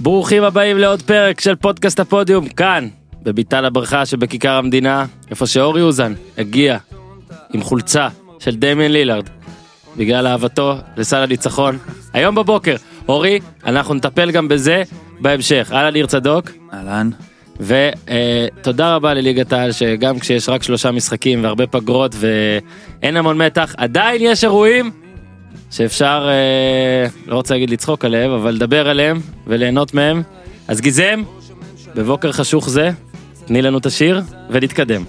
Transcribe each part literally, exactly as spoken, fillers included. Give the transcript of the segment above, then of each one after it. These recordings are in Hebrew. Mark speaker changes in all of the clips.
Speaker 1: ברוכים הבאים לעוד פרק של פודקאסט הפודיום, כאן, בביתן הברכה שבכיכר המדינה, איפה שאורי אוזן הגיע עם חולצה של דמיין לילארד, בגלל אהבתו לסל הניצחון. היום בבוקר, אורי, אנחנו נטפל גם בזה בהמשך. אהלן ניר צדוק.
Speaker 2: אהלן.
Speaker 1: ותודה רבה לליגת העל, שגם כשיש רק שלושה משחקים והרבה פגרות ואין המון מתח, עדיין יש אירועים שאפשר, אה, לא רוצה להגיד לצחוק עליהם, אבל לדבר עליהם וליהנות מהם. אז גיזם, בבוקר חשוך זה, תני לנו את השיר ונתקדם.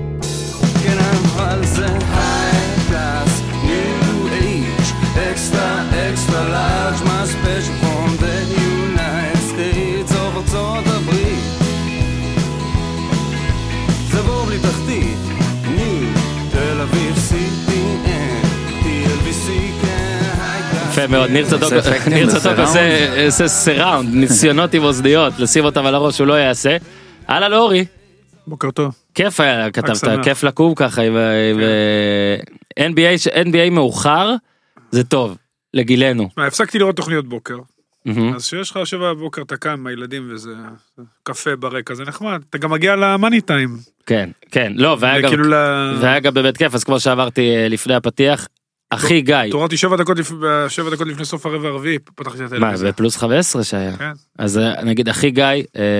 Speaker 1: יפה מאוד, ניר צדוק, ניר צדוק עושה סיראונד, ניסיונות עם אוזניות, לשים אותם על הראש הוא לא יעשה. הלאה לאורי.
Speaker 3: בוקר טוב.
Speaker 1: כיף היה, כתבת, כיף לקום ככה, אן בי איי מאוחר, זה טוב, לגילנו.
Speaker 3: הפסקתי לראות תוכניות בוקר, אז שיש לך שבע בוקר אתה קם עם הילדים וזה קפה ברקע, זה נחמד, אתה גם מגיע למאני טיים. כן,
Speaker 1: כן, לא, והיה גם באמת כיף, אז כמו שעברתי לפני הפתיח, אחי גיא.
Speaker 3: תורדתי שבע דקות לפני סוף הרבע הרביעי, פתחתי את הטלוויזיה.
Speaker 1: מה, זה פלוס חמש עשרה שהיה. אז נגיד אחי גיא,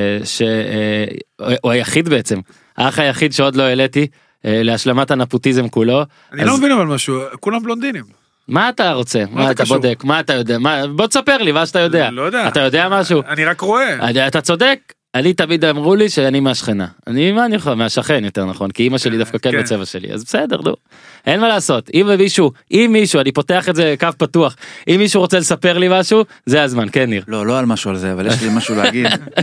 Speaker 1: שהוא היחיד בעצם, האח היחיד שעוד לא העליתי, להשלמת הנפוטיזם כולו.
Speaker 3: אני לא מבין אבל משהו, כולם בלונדינים.
Speaker 1: מה אתה רוצה? מה אתה בודק? מה אתה יודע? בוא תספר לי מה שאתה יודע.
Speaker 3: לא יודע.
Speaker 1: אתה יודע משהו?
Speaker 3: אני רק רואה.
Speaker 1: אתה צודק. אני תמיד אמרו לי שאני מהשכנה. אני מה אני יכול? מהשכן יותר נכון, כי אמא שלי דווקא כן בצבע שלי. אז בסדר, נו. אין מה לעשות. אם מישהו, אם מישהו, אני פותח את זה קו פתוח. אם מישהו רוצה לספר לי משהו, זה הזמן, כן ניר.
Speaker 2: לא, לא על משהו על זה, אבל יש לי משהו להגיד.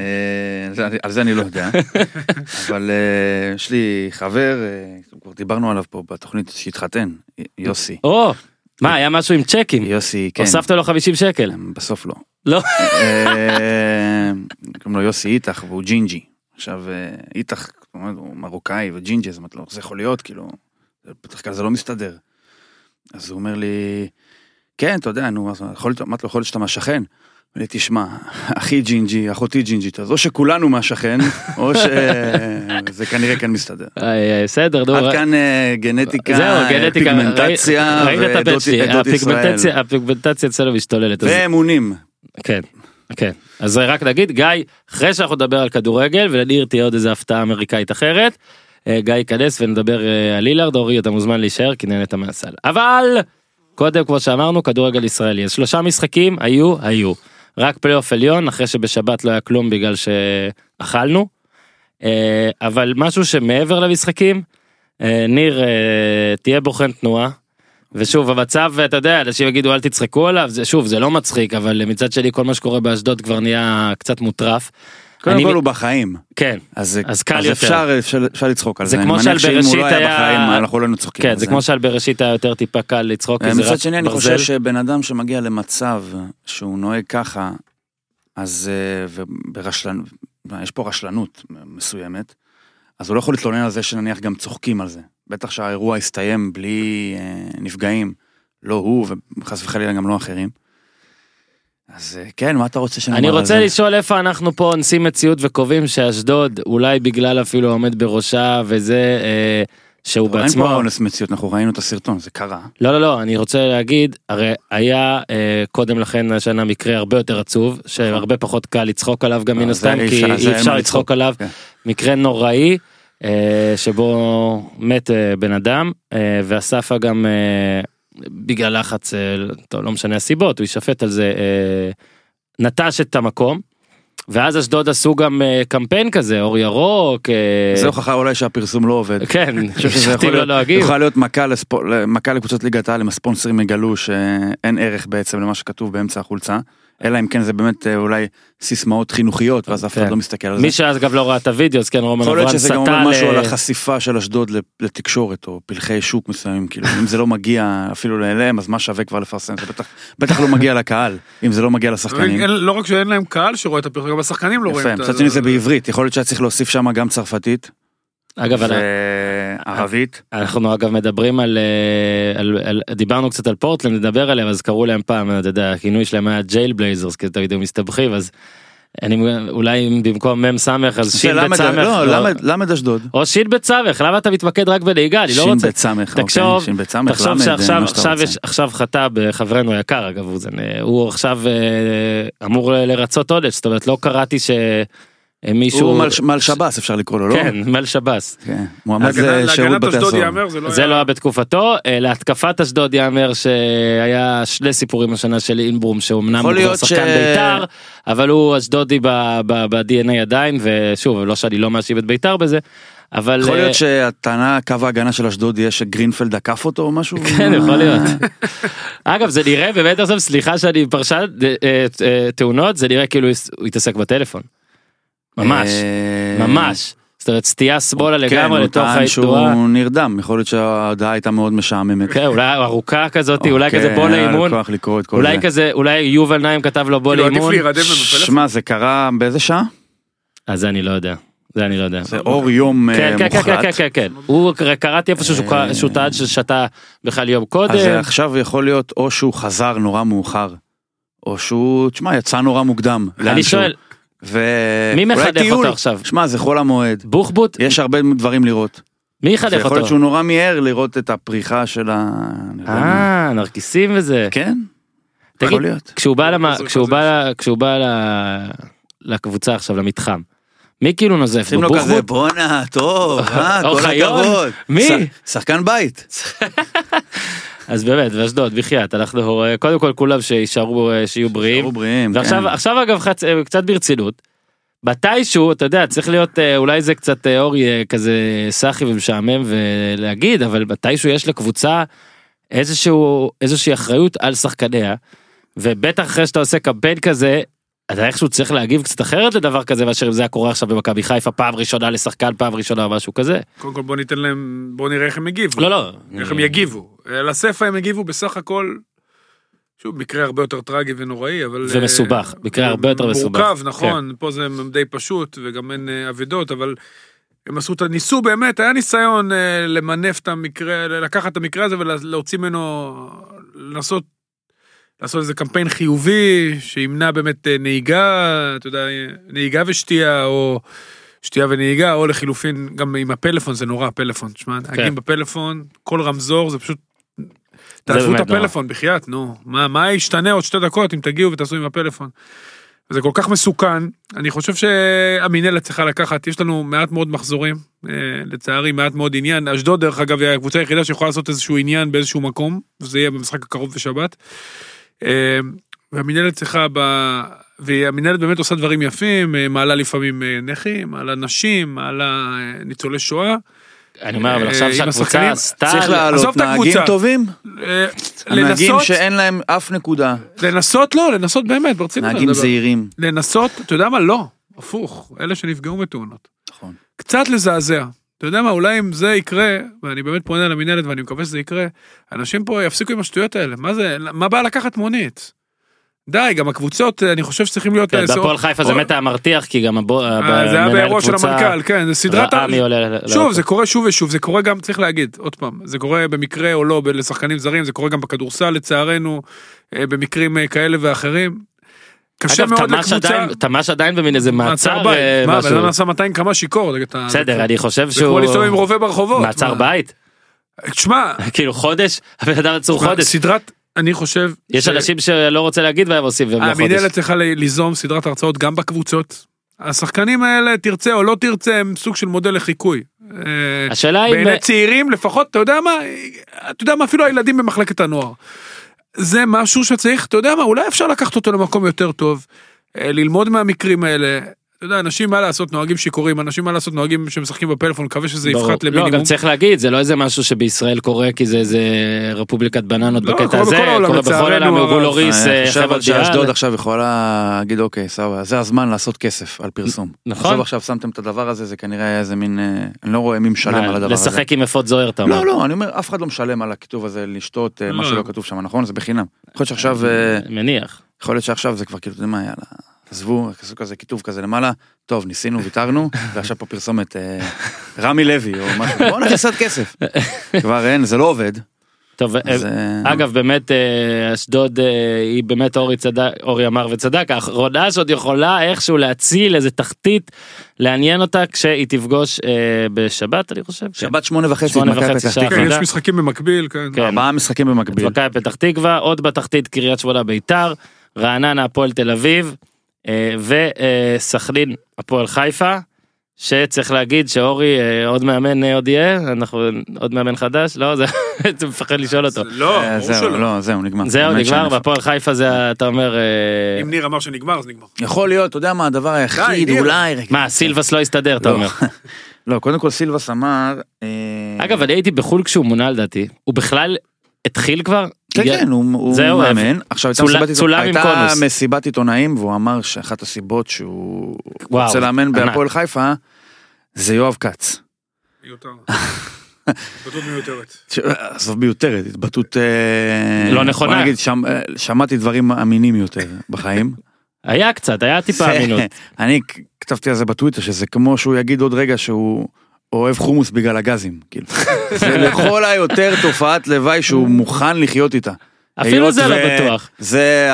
Speaker 2: על זה אני לא יודע. אבל יש לי חבר, דיברנו עליו פה בתוכנית שהתחתן, יוסי.
Speaker 1: או, מה, היה משהו עם צ'קים?
Speaker 2: יוסי, כן.
Speaker 1: הוספת לו חמישים שקל?
Speaker 2: בסוף לא.
Speaker 1: לא.
Speaker 2: קוראים לו יוסי איתך והוא ג'ינג'י. עכשיו איתך הוא מרוקאי וג'ינג'י, אז אמרתי לו, זה יכול להיות, כאילו, בטח כלל זה לא מסתדר. אז הוא אומר לי, כן, אתה יודע, נו, אמרתי לו, יכול להיות שאתה מהשכן? ואני תשמע, אחי ג'ינג'י, אחותי ג'ינג'ית, אז או שכולנו מהשכן, או שזה כנראה כן מסתדר.
Speaker 1: בסדר, נו.
Speaker 2: עד כאן גנטיקה, פיגמנטציה ועדות ישראל.
Speaker 1: הפיגמנטציה אצלנו משתוללת.
Speaker 2: ואמונים.
Speaker 1: כן, כן. אז רק נגיד, גיא, אחרי שאנחנו נדבר על כדורגל, ולניר תהיה עוד איזו הפתעה אמריקאית אחרת, גיא ייכנס ונדבר על לילארד, אורי, אתה מוזמן להישאר, כי נהנית מהסל. אבל, קודם, כמו שאמרנו, כדורגל ישראלי. אז שלושה משחקים היו, היו. רק פלייאוף עליון, אחרי שבשבת לא היה כלום בגלל שאכלנו. אבל משהו שמעבר למשחקים, ניר, תהיה בוחן תנועה. ושוב, המצב, אתה יודע, אנשים יגידו, אל תצחקו עליו, זה, שוב, זה לא מצחיק, אבל מצד שלי, כל מה שקורה באשדוד כבר נהיה קצת מוטרף.
Speaker 2: קודם כל הוא בחיים.
Speaker 1: כן,
Speaker 2: אז,
Speaker 1: אז קל
Speaker 2: אז
Speaker 1: יותר.
Speaker 2: אפשר, אפשר, אפשר לצחוק על זה.
Speaker 1: זה כמו שעל בראשית היה...
Speaker 2: בחיים, אנחנו לא נצחוקים
Speaker 1: כן,
Speaker 2: על
Speaker 1: זה
Speaker 2: זה.
Speaker 1: כמו שעל בראשית היה יותר טיפה קל לצחוק.
Speaker 2: מצד שני, אני חושב שבן אדם שמגיע למצב שהוא נוהג ככה, אז ברשלנות, יש פה רשלנות מסוימת, אז הוא לא יכול להתלונן על זה שנניח גם צוחקים על זה. בטח שהאירוע יסתיים בלי אה, נפגעים, לא הוא וחס וחלילה גם לא אחרים. אז אה, כן, מה אתה רוצה שנאמר על זה?
Speaker 1: אני רוצה לשאול איפה אנחנו פה נשים מציאות וקובעים שאשדוד, אולי בגלל אפילו עומד בראשה וזה, אה, שהוא בעצמו...
Speaker 2: אין פה אונס מציאות, אנחנו ראינו את הסרטון, זה קרה.
Speaker 1: לא, לא, לא, אני רוצה להגיד, הרי היה אה, קודם לכן השנה מקרה הרבה יותר עצוב, שהרבה פחות קל לצחוק עליו גם מן הסתם, כי אי אפשר לצחוק עליו, מקרה נוראי, שבו מת בן אדם, ואספה גם בגלל לחץ, לא משנה הסיבות, הוא ישפט על זה, נטש את המקום, ואז אשדוד עשו גם קמפיין כזה, אור ירוק.
Speaker 2: זה הוכחה אולי שהפרסום לא עובד.
Speaker 1: כן,
Speaker 2: שתים לא להגיב. יכול להיות מכה לקבוצות ליגת העל, אם הספונסרים יגלו שאין ערך בעצם למה שכתוב באמצע החולצה, אלא אם כן זה באמת אולי סיסמאות חינוכיות, ואז אף אחד לא מסתכל על זה.
Speaker 1: מי שאז אגב לא ראה את הוידאו, אז כן רומן אברהם סטה.
Speaker 2: יכול להיות שזה גם אומר משהו על החשיפה של אשדוד לתקשורת, או פלחי שוק מסוימים, כאילו, אם זה לא מגיע אפילו לאליהם, אז מה שווה כבר לפרסם? זה בטח לא מגיע לקהל, אם זה לא מגיע לשחקנים.
Speaker 3: לא רק שאין להם קהל שרואה את הפרסום, גם השחקנים לא רואים את זה.
Speaker 2: יפה, מצד שני זה בעברית, יכול להיות שהיה צריך להוסיף שם גם צרפתית.
Speaker 1: אגב,
Speaker 2: ערבית.
Speaker 1: אנחנו אגב מדברים על, על, על, דיברנו קצת על פורטלנד, נדבר עליהם, אז קראו להם פעם, אתה יודע, הכינוי שלהם היה ג'ייל בלייזרס, כי תמיד הם מסתבכים, אז אני אולי במקום מם סמך אז שין בית סמך.
Speaker 2: לא, למד אשדוד.
Speaker 1: או שין בית סמך, למה אתה מתמקד רק בנהיגה? אני לא רוצה.
Speaker 2: שין בית סמך,
Speaker 1: תחשוב,
Speaker 2: שין בית סמך,
Speaker 1: תחשוב שעכשיו יש, עכשיו חטא בחברנו יקר, אגב, הוא עכשיו אמור לרצות עודש, זאת אומרת, לא קראתי ש... מישהו...
Speaker 2: הוא מל שבס אפשר לקרוא לו, לא?
Speaker 1: כן, מל שבס.
Speaker 3: להגנת אשדוד יאמר,
Speaker 1: זה לא היה בתקופתו, להתקפת אשדוד יאמר שהיה שני סיפורים השנה של אינברום, שאומנם הוא כבר שחקן בית"ר, אבל הוא אשדודי ב-די אן איי עדיין, ושוב, לא שאני לא מאשיב את בית"ר בזה, אבל...
Speaker 2: יכול להיות שהטענה, קו ההגנה של אשדוד יהיה שגרינפלד עקף אותו או משהו?
Speaker 1: כן, יכול להיות. אגב, זה נראה, באמת עכשיו, סליחה שאני פרשן תאונות, זה נראה כאילו הוא יתעסק בטלפון. ממש, ממש. זאת אומרת, סטייה שמאלה לגמרי לתוך ההתנועה.
Speaker 2: כן, הוא טען שהוא נרדם, יכול להיות שההודעה הייתה מאוד משעממת.
Speaker 1: כן, אולי ארוכה כזאת, אולי כזה בוא לאימון. אולי כזה, אולי יובל נעים כתב לו בוא לאימון.
Speaker 2: שמע, זה קרה באיזה שעה?
Speaker 1: אז זה אני לא יודע. זה אני לא יודע.
Speaker 2: זה אור יום מוחלט.
Speaker 1: כן, כן, כן, כן, כן. הוא קראתי איפשהו שהוא טען ששתה בכלל יום קודם.
Speaker 2: אז עכשיו יכול להיות או שהוא חזר נורא מאוחר, או שהוא, תשמע, יצא נורא מוקדם.
Speaker 1: אני שואל,
Speaker 2: ו...
Speaker 1: מי מחדף אותו עכשיו?
Speaker 2: שמע, זה חול המועד.
Speaker 1: בוחבוט?
Speaker 2: יש הרבה דברים לראות.
Speaker 1: מי יחדף אותו?
Speaker 2: ויכול להיות שהוא נורא מהר לראות את הפריחה של ה...
Speaker 1: אה, נרקיסים וזה.
Speaker 2: כן?
Speaker 1: תגיד, כשהוא בא למה, כשהוא בא, כשהוא בא לקבוצה עכשיו, למתחם, מי כאילו נוזף בו?
Speaker 2: בוחבוט? כזה, בונה, טוב, אה, כל הכבוד.
Speaker 1: מי?
Speaker 2: שחקן בית.
Speaker 1: אז באמת, ואשדוד, בחייאת, אנחנו, קודם כל כולם שישארו, שיהיו בריאים.
Speaker 2: שישארו בריאים, כן.
Speaker 1: ועכשיו, עכשיו אגב, קצת ברצינות, מתישהו, אתה יודע, צריך להיות, אולי זה קצת אורי כזה סחי ומשעמם ולהגיד, אבל מתישהו יש לקבוצה איזשהו, איזושהי אחריות על שחקניה, ובטח אחרי שאתה עושה קמפיין כזה, אתה איכשהו צריך להגיב קצת אחרת לדבר כזה, מאשר אם זה היה קורה עכשיו במכבי חיפה, פעם ראשונה לשחקן, פעם ראשונה, משהו כזה.
Speaker 3: קודם כל בוא ניתן להם, בוא נראה איך הם יגיבו.
Speaker 1: לא, לא.
Speaker 3: איך הם יגיבו. לספר הם יגיבו בסך הכל, שוב, מקרה הרבה יותר טרגי ונוראי, אבל...
Speaker 1: ומסובך, מקרה הרבה יותר מסובך.
Speaker 3: מורכב, נכון, פה זה די פשוט, וגם אין אבידות, אבל הם עשו את הניסו באמת, היה ניסיון למנף את המקרה, לקחת את המקרה הזה ולהוציא ממנו, לנסות לעשות איזה קמפיין חיובי, שימנע באמת נהיגה, אתה יודע, נהיגה ושתייה, או שתייה ונהיגה, או לחילופין, גם עם הפלאפון, זה נורא, הפלאפון, תשמע, נהגים בפלאפון, כל רמזור, זה פשוט, תעשו את הפלאפון, בחייאת, נו, מה, מה ישתנה עוד שתי דקות, אם תגיעו ותעשו עם הפלאפון. זה כל כך מסוכן, אני חושב שהמינהלת צריכה לקחת, יש לנו מעט מאוד מחזורים, לצערי מעט מאוד עניין, אשדוד דרך אגב, היא הקבוצה היחידה שיכולה לעשות איזשהו עניין באיזשהו מקום, וזה יהיה במשחק הקרוב בשבת, והמינהלת צריכה, ב... והמינהלת באמת עושה דברים יפים, מעלה לפעמים נכים, מעלה נשים, מעלה ניצולי שואה.
Speaker 1: אני אומר, אבל עכשיו שהקבוצה עשתה...
Speaker 2: צריך לעלות נהגים טובים? נהגים שאין להם אף נקודה.
Speaker 3: לנסות לא, לנסות באמת, ברצינות.
Speaker 2: נהגים זהירים.
Speaker 3: לנסות, אתה יודע מה? לא, הפוך, אלה שנפגעו מתאונות.
Speaker 2: נכון.
Speaker 3: קצת לזעזע. אתה יודע מה, אולי אם זה יקרה, ואני באמת פונה למינהלת ואני מקווה שזה יקרה, אנשים פה יפסיקו עם השטויות האלה. מה זה, מה בא לקחת מונית? די, גם הקבוצות, אני חושב שצריכים להיות...
Speaker 1: כן, בפועל חיפה זה מטה המרתיח, כי גם
Speaker 3: זה היה באירוע של המנכ"ל, כן, זה סדרת... שוב, זה קורה שוב ושוב, זה קורה גם, צריך להגיד, עוד פעם, זה קורה במקרה או לא, לשחקנים זרים, זה קורה גם בכדורסל, לצערנו, במקרים כאלה ואחרים. קשה מאוד לקבוצה...
Speaker 1: תמש עדיין במין איזה מעצר...
Speaker 3: מה, אבל לא נעשה מאתיים כמה שיקור.
Speaker 1: בסדר, אני חושב שהוא...
Speaker 3: זה כמו להסתובב עם רובה ברחובות.
Speaker 1: מעצר בית?
Speaker 3: תשמע...
Speaker 1: כאילו חודש, הבן אדם עצור חודש.
Speaker 3: סדרת... אני חושב...
Speaker 1: יש אנשים שלא רוצה להגיד והם עושים והם לא חודש.
Speaker 3: המינהלת צריכה ליזום סדרת הרצאות גם בקבוצות. השחקנים האלה, תרצה או לא תרצה, הם סוג של מודל לחיקוי.
Speaker 1: השאלה היא...
Speaker 3: בעיני צעירים, לפחות, אתה יודע מה, אתה יודע מה, אפילו הילדים במחלקת הנוער. זה משהו שצריך, אתה יודע מה, אולי אפשר לקחת אותו למקום יותר טוב, ללמוד מהמקרים האלה. אתה יודע, אנשים מה לעשות, נוהגים שיקורים, אנשים מה לעשות, נוהגים שמשחקים בפלאפון, מקווה שזה יפחת למינימום.
Speaker 1: לא, גם צריך להגיד, זה לא איזה משהו שבישראל קורה, כי זה איזה רפובליקת בננות בקטע הזה, קורה בכל העולם, אוגולוריס,
Speaker 2: חבל שאשדוד עכשיו יכולה להגיד, אוקיי, סבבה, זה הזמן לעשות כסף על פרסום.
Speaker 1: נכון.
Speaker 2: עכשיו עכשיו שמתם את הדבר הזה, זה כנראה איזה מין, אני לא רואה מי משלם על הדבר הזה.
Speaker 1: לשחק עם אפוד זוהר, אתה אומר.
Speaker 2: לא, לא, אני אומר, אף אחד לא משלם על הכיתוב הזה, לשתות מה שלא כתוב שם, נכון? זה בחינם. יכול להיות שעכשיו,
Speaker 1: מניח. יכול להיות שעכשיו זה כבר כאילו, מה, יאללה. עזבו, כסו כזה, כיתוב כזה למעלה, טוב, ניסינו, ויתרנו, ועכשיו פה פרסומת רמי לוי, או משהו, בואו נכניס עוד כסף. כבר אין, זה לא עובד. טוב,
Speaker 2: אז,
Speaker 1: אגב, באמת, אשדוד היא באמת אורי צדק, אורי אמר וצדק, האחרונה שעוד יכולה איכשהו להציל איזה תחתית, לעניין אותה כשהיא תפגוש בשבת, אני חושב.
Speaker 2: שבת שמונה וחצי,
Speaker 1: שמונה וחצי שעה.
Speaker 3: כן, יש משחקים במקביל, כן.
Speaker 2: ארבעה משחקים במקביל.
Speaker 1: מכבי פתח תקווה, עוד בתחתית קריית שמונה ביתר, רעננה הפועל תל אביב, וסכנין הפועל חיפה, שצריך להגיד שאורי עוד מאמן עוד יהיה, אנחנו עוד מאמן חדש, לא, זה מפחד לשאול אותו.
Speaker 3: לא, ברור שלא.
Speaker 2: לא, זהו, נגמר.
Speaker 1: זהו, נגמר, והפועל חיפה זה, אתה אומר...
Speaker 3: אם ניר אמר שנגמר, אז נגמר.
Speaker 2: יכול להיות, אתה יודע מה, הדבר היחיד, אולי...
Speaker 1: מה, סילבס לא הסתדר, אתה אומר.
Speaker 2: לא, קודם כל סילבס אמר...
Speaker 1: אגב, אני הייתי בחול כשהוא מונה לדעתי, הוא בכלל התחיל כבר?
Speaker 2: כן, כן, הוא מאמן. עכשיו הייתה מסיבת עיתונאים, והוא אמר שאחת הסיבות שהוא רוצה לאמן בהפועל חיפה, זה יואב כץ.
Speaker 3: מיותר. התבטאות מיותרת.
Speaker 2: זו מיותרת, התבטאות...
Speaker 1: לא נכונה.
Speaker 2: נגיד, שמעתי דברים אמינים יותר בחיים.
Speaker 1: היה קצת, היה טיפה אמינות.
Speaker 2: אני כתבתי על זה בטוויטר, שזה כמו שהוא יגיד עוד רגע שהוא... אוהב חומוס בגלל הגזים, כאילו. זה לכל היותר תופעת לוואי שהוא מוכן לחיות איתה.
Speaker 1: אפילו זה לא בטוח.
Speaker 2: זה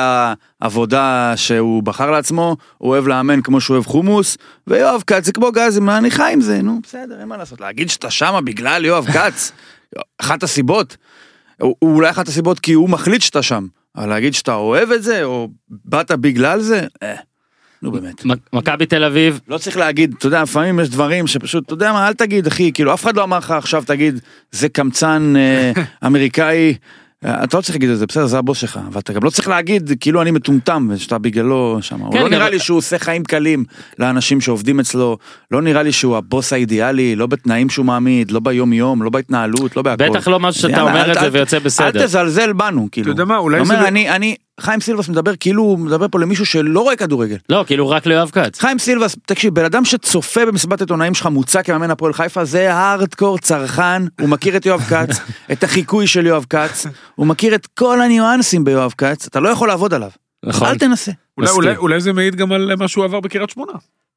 Speaker 2: העבודה שהוא בחר לעצמו, הוא אוהב לאמן כמו שהוא אוהב חומוס, ויואב כץ זה כמו גזים, אני חי עם זה, נו, בסדר, אין מה לעשות. להגיד שאתה שמה בגלל יואב כץ, אחת הסיבות, אולי אחת הסיבות כי הוא מחליט שאתה שם, אבל להגיד שאתה אוהב את זה, או באת בגלל זה, אה. נו באמת.
Speaker 1: מכבי תל אביב.
Speaker 2: לא צריך להגיד, אתה יודע, לפעמים יש דברים שפשוט, אתה יודע מה, אל תגיד, אחי, כאילו, אף אחד לא אמר לך עכשיו, תגיד, זה קמצן אמריקאי, אתה לא צריך להגיד את זה, בסדר, זה הבוס שלך, אבל אתה גם לא צריך להגיד, כאילו אני מטומטם, ושאתה בגללו שם. לא נראה לי שהוא עושה חיים קלים לאנשים שעובדים אצלו, לא נראה לי שהוא הבוס האידיאלי, לא בתנאים שהוא מעמיד, לא ביום יום, לא בהתנהלות, לא בהכל.
Speaker 1: בטח לא משהו שאתה אומר את זה ויוצא בסדר.
Speaker 2: אל תזלזל בנו, כאילו.
Speaker 3: אתה יודע מה, אולי זה...
Speaker 2: אני, חיים סילבס מדבר כאילו הוא מדבר פה למישהו שלא רואה כדורגל.
Speaker 1: לא, כאילו רק ליואב כץ.
Speaker 2: חיים סילבס, תקשיב, בן אדם שצופה במסיבת עיתונאים שלך מוצע כמאמן הפועל חיפה, זה הארדקור צרכן, הוא מכיר את יואב כץ, את החיקוי של יואב כץ, הוא מכיר את כל הניואנסים ביואב כץ, אתה לא יכול לעבוד עליו.
Speaker 1: נכון.
Speaker 2: אל תנסה.
Speaker 3: אולי, אולי, אולי זה מעיד גם על מה שהוא עבר בקריית שמונה.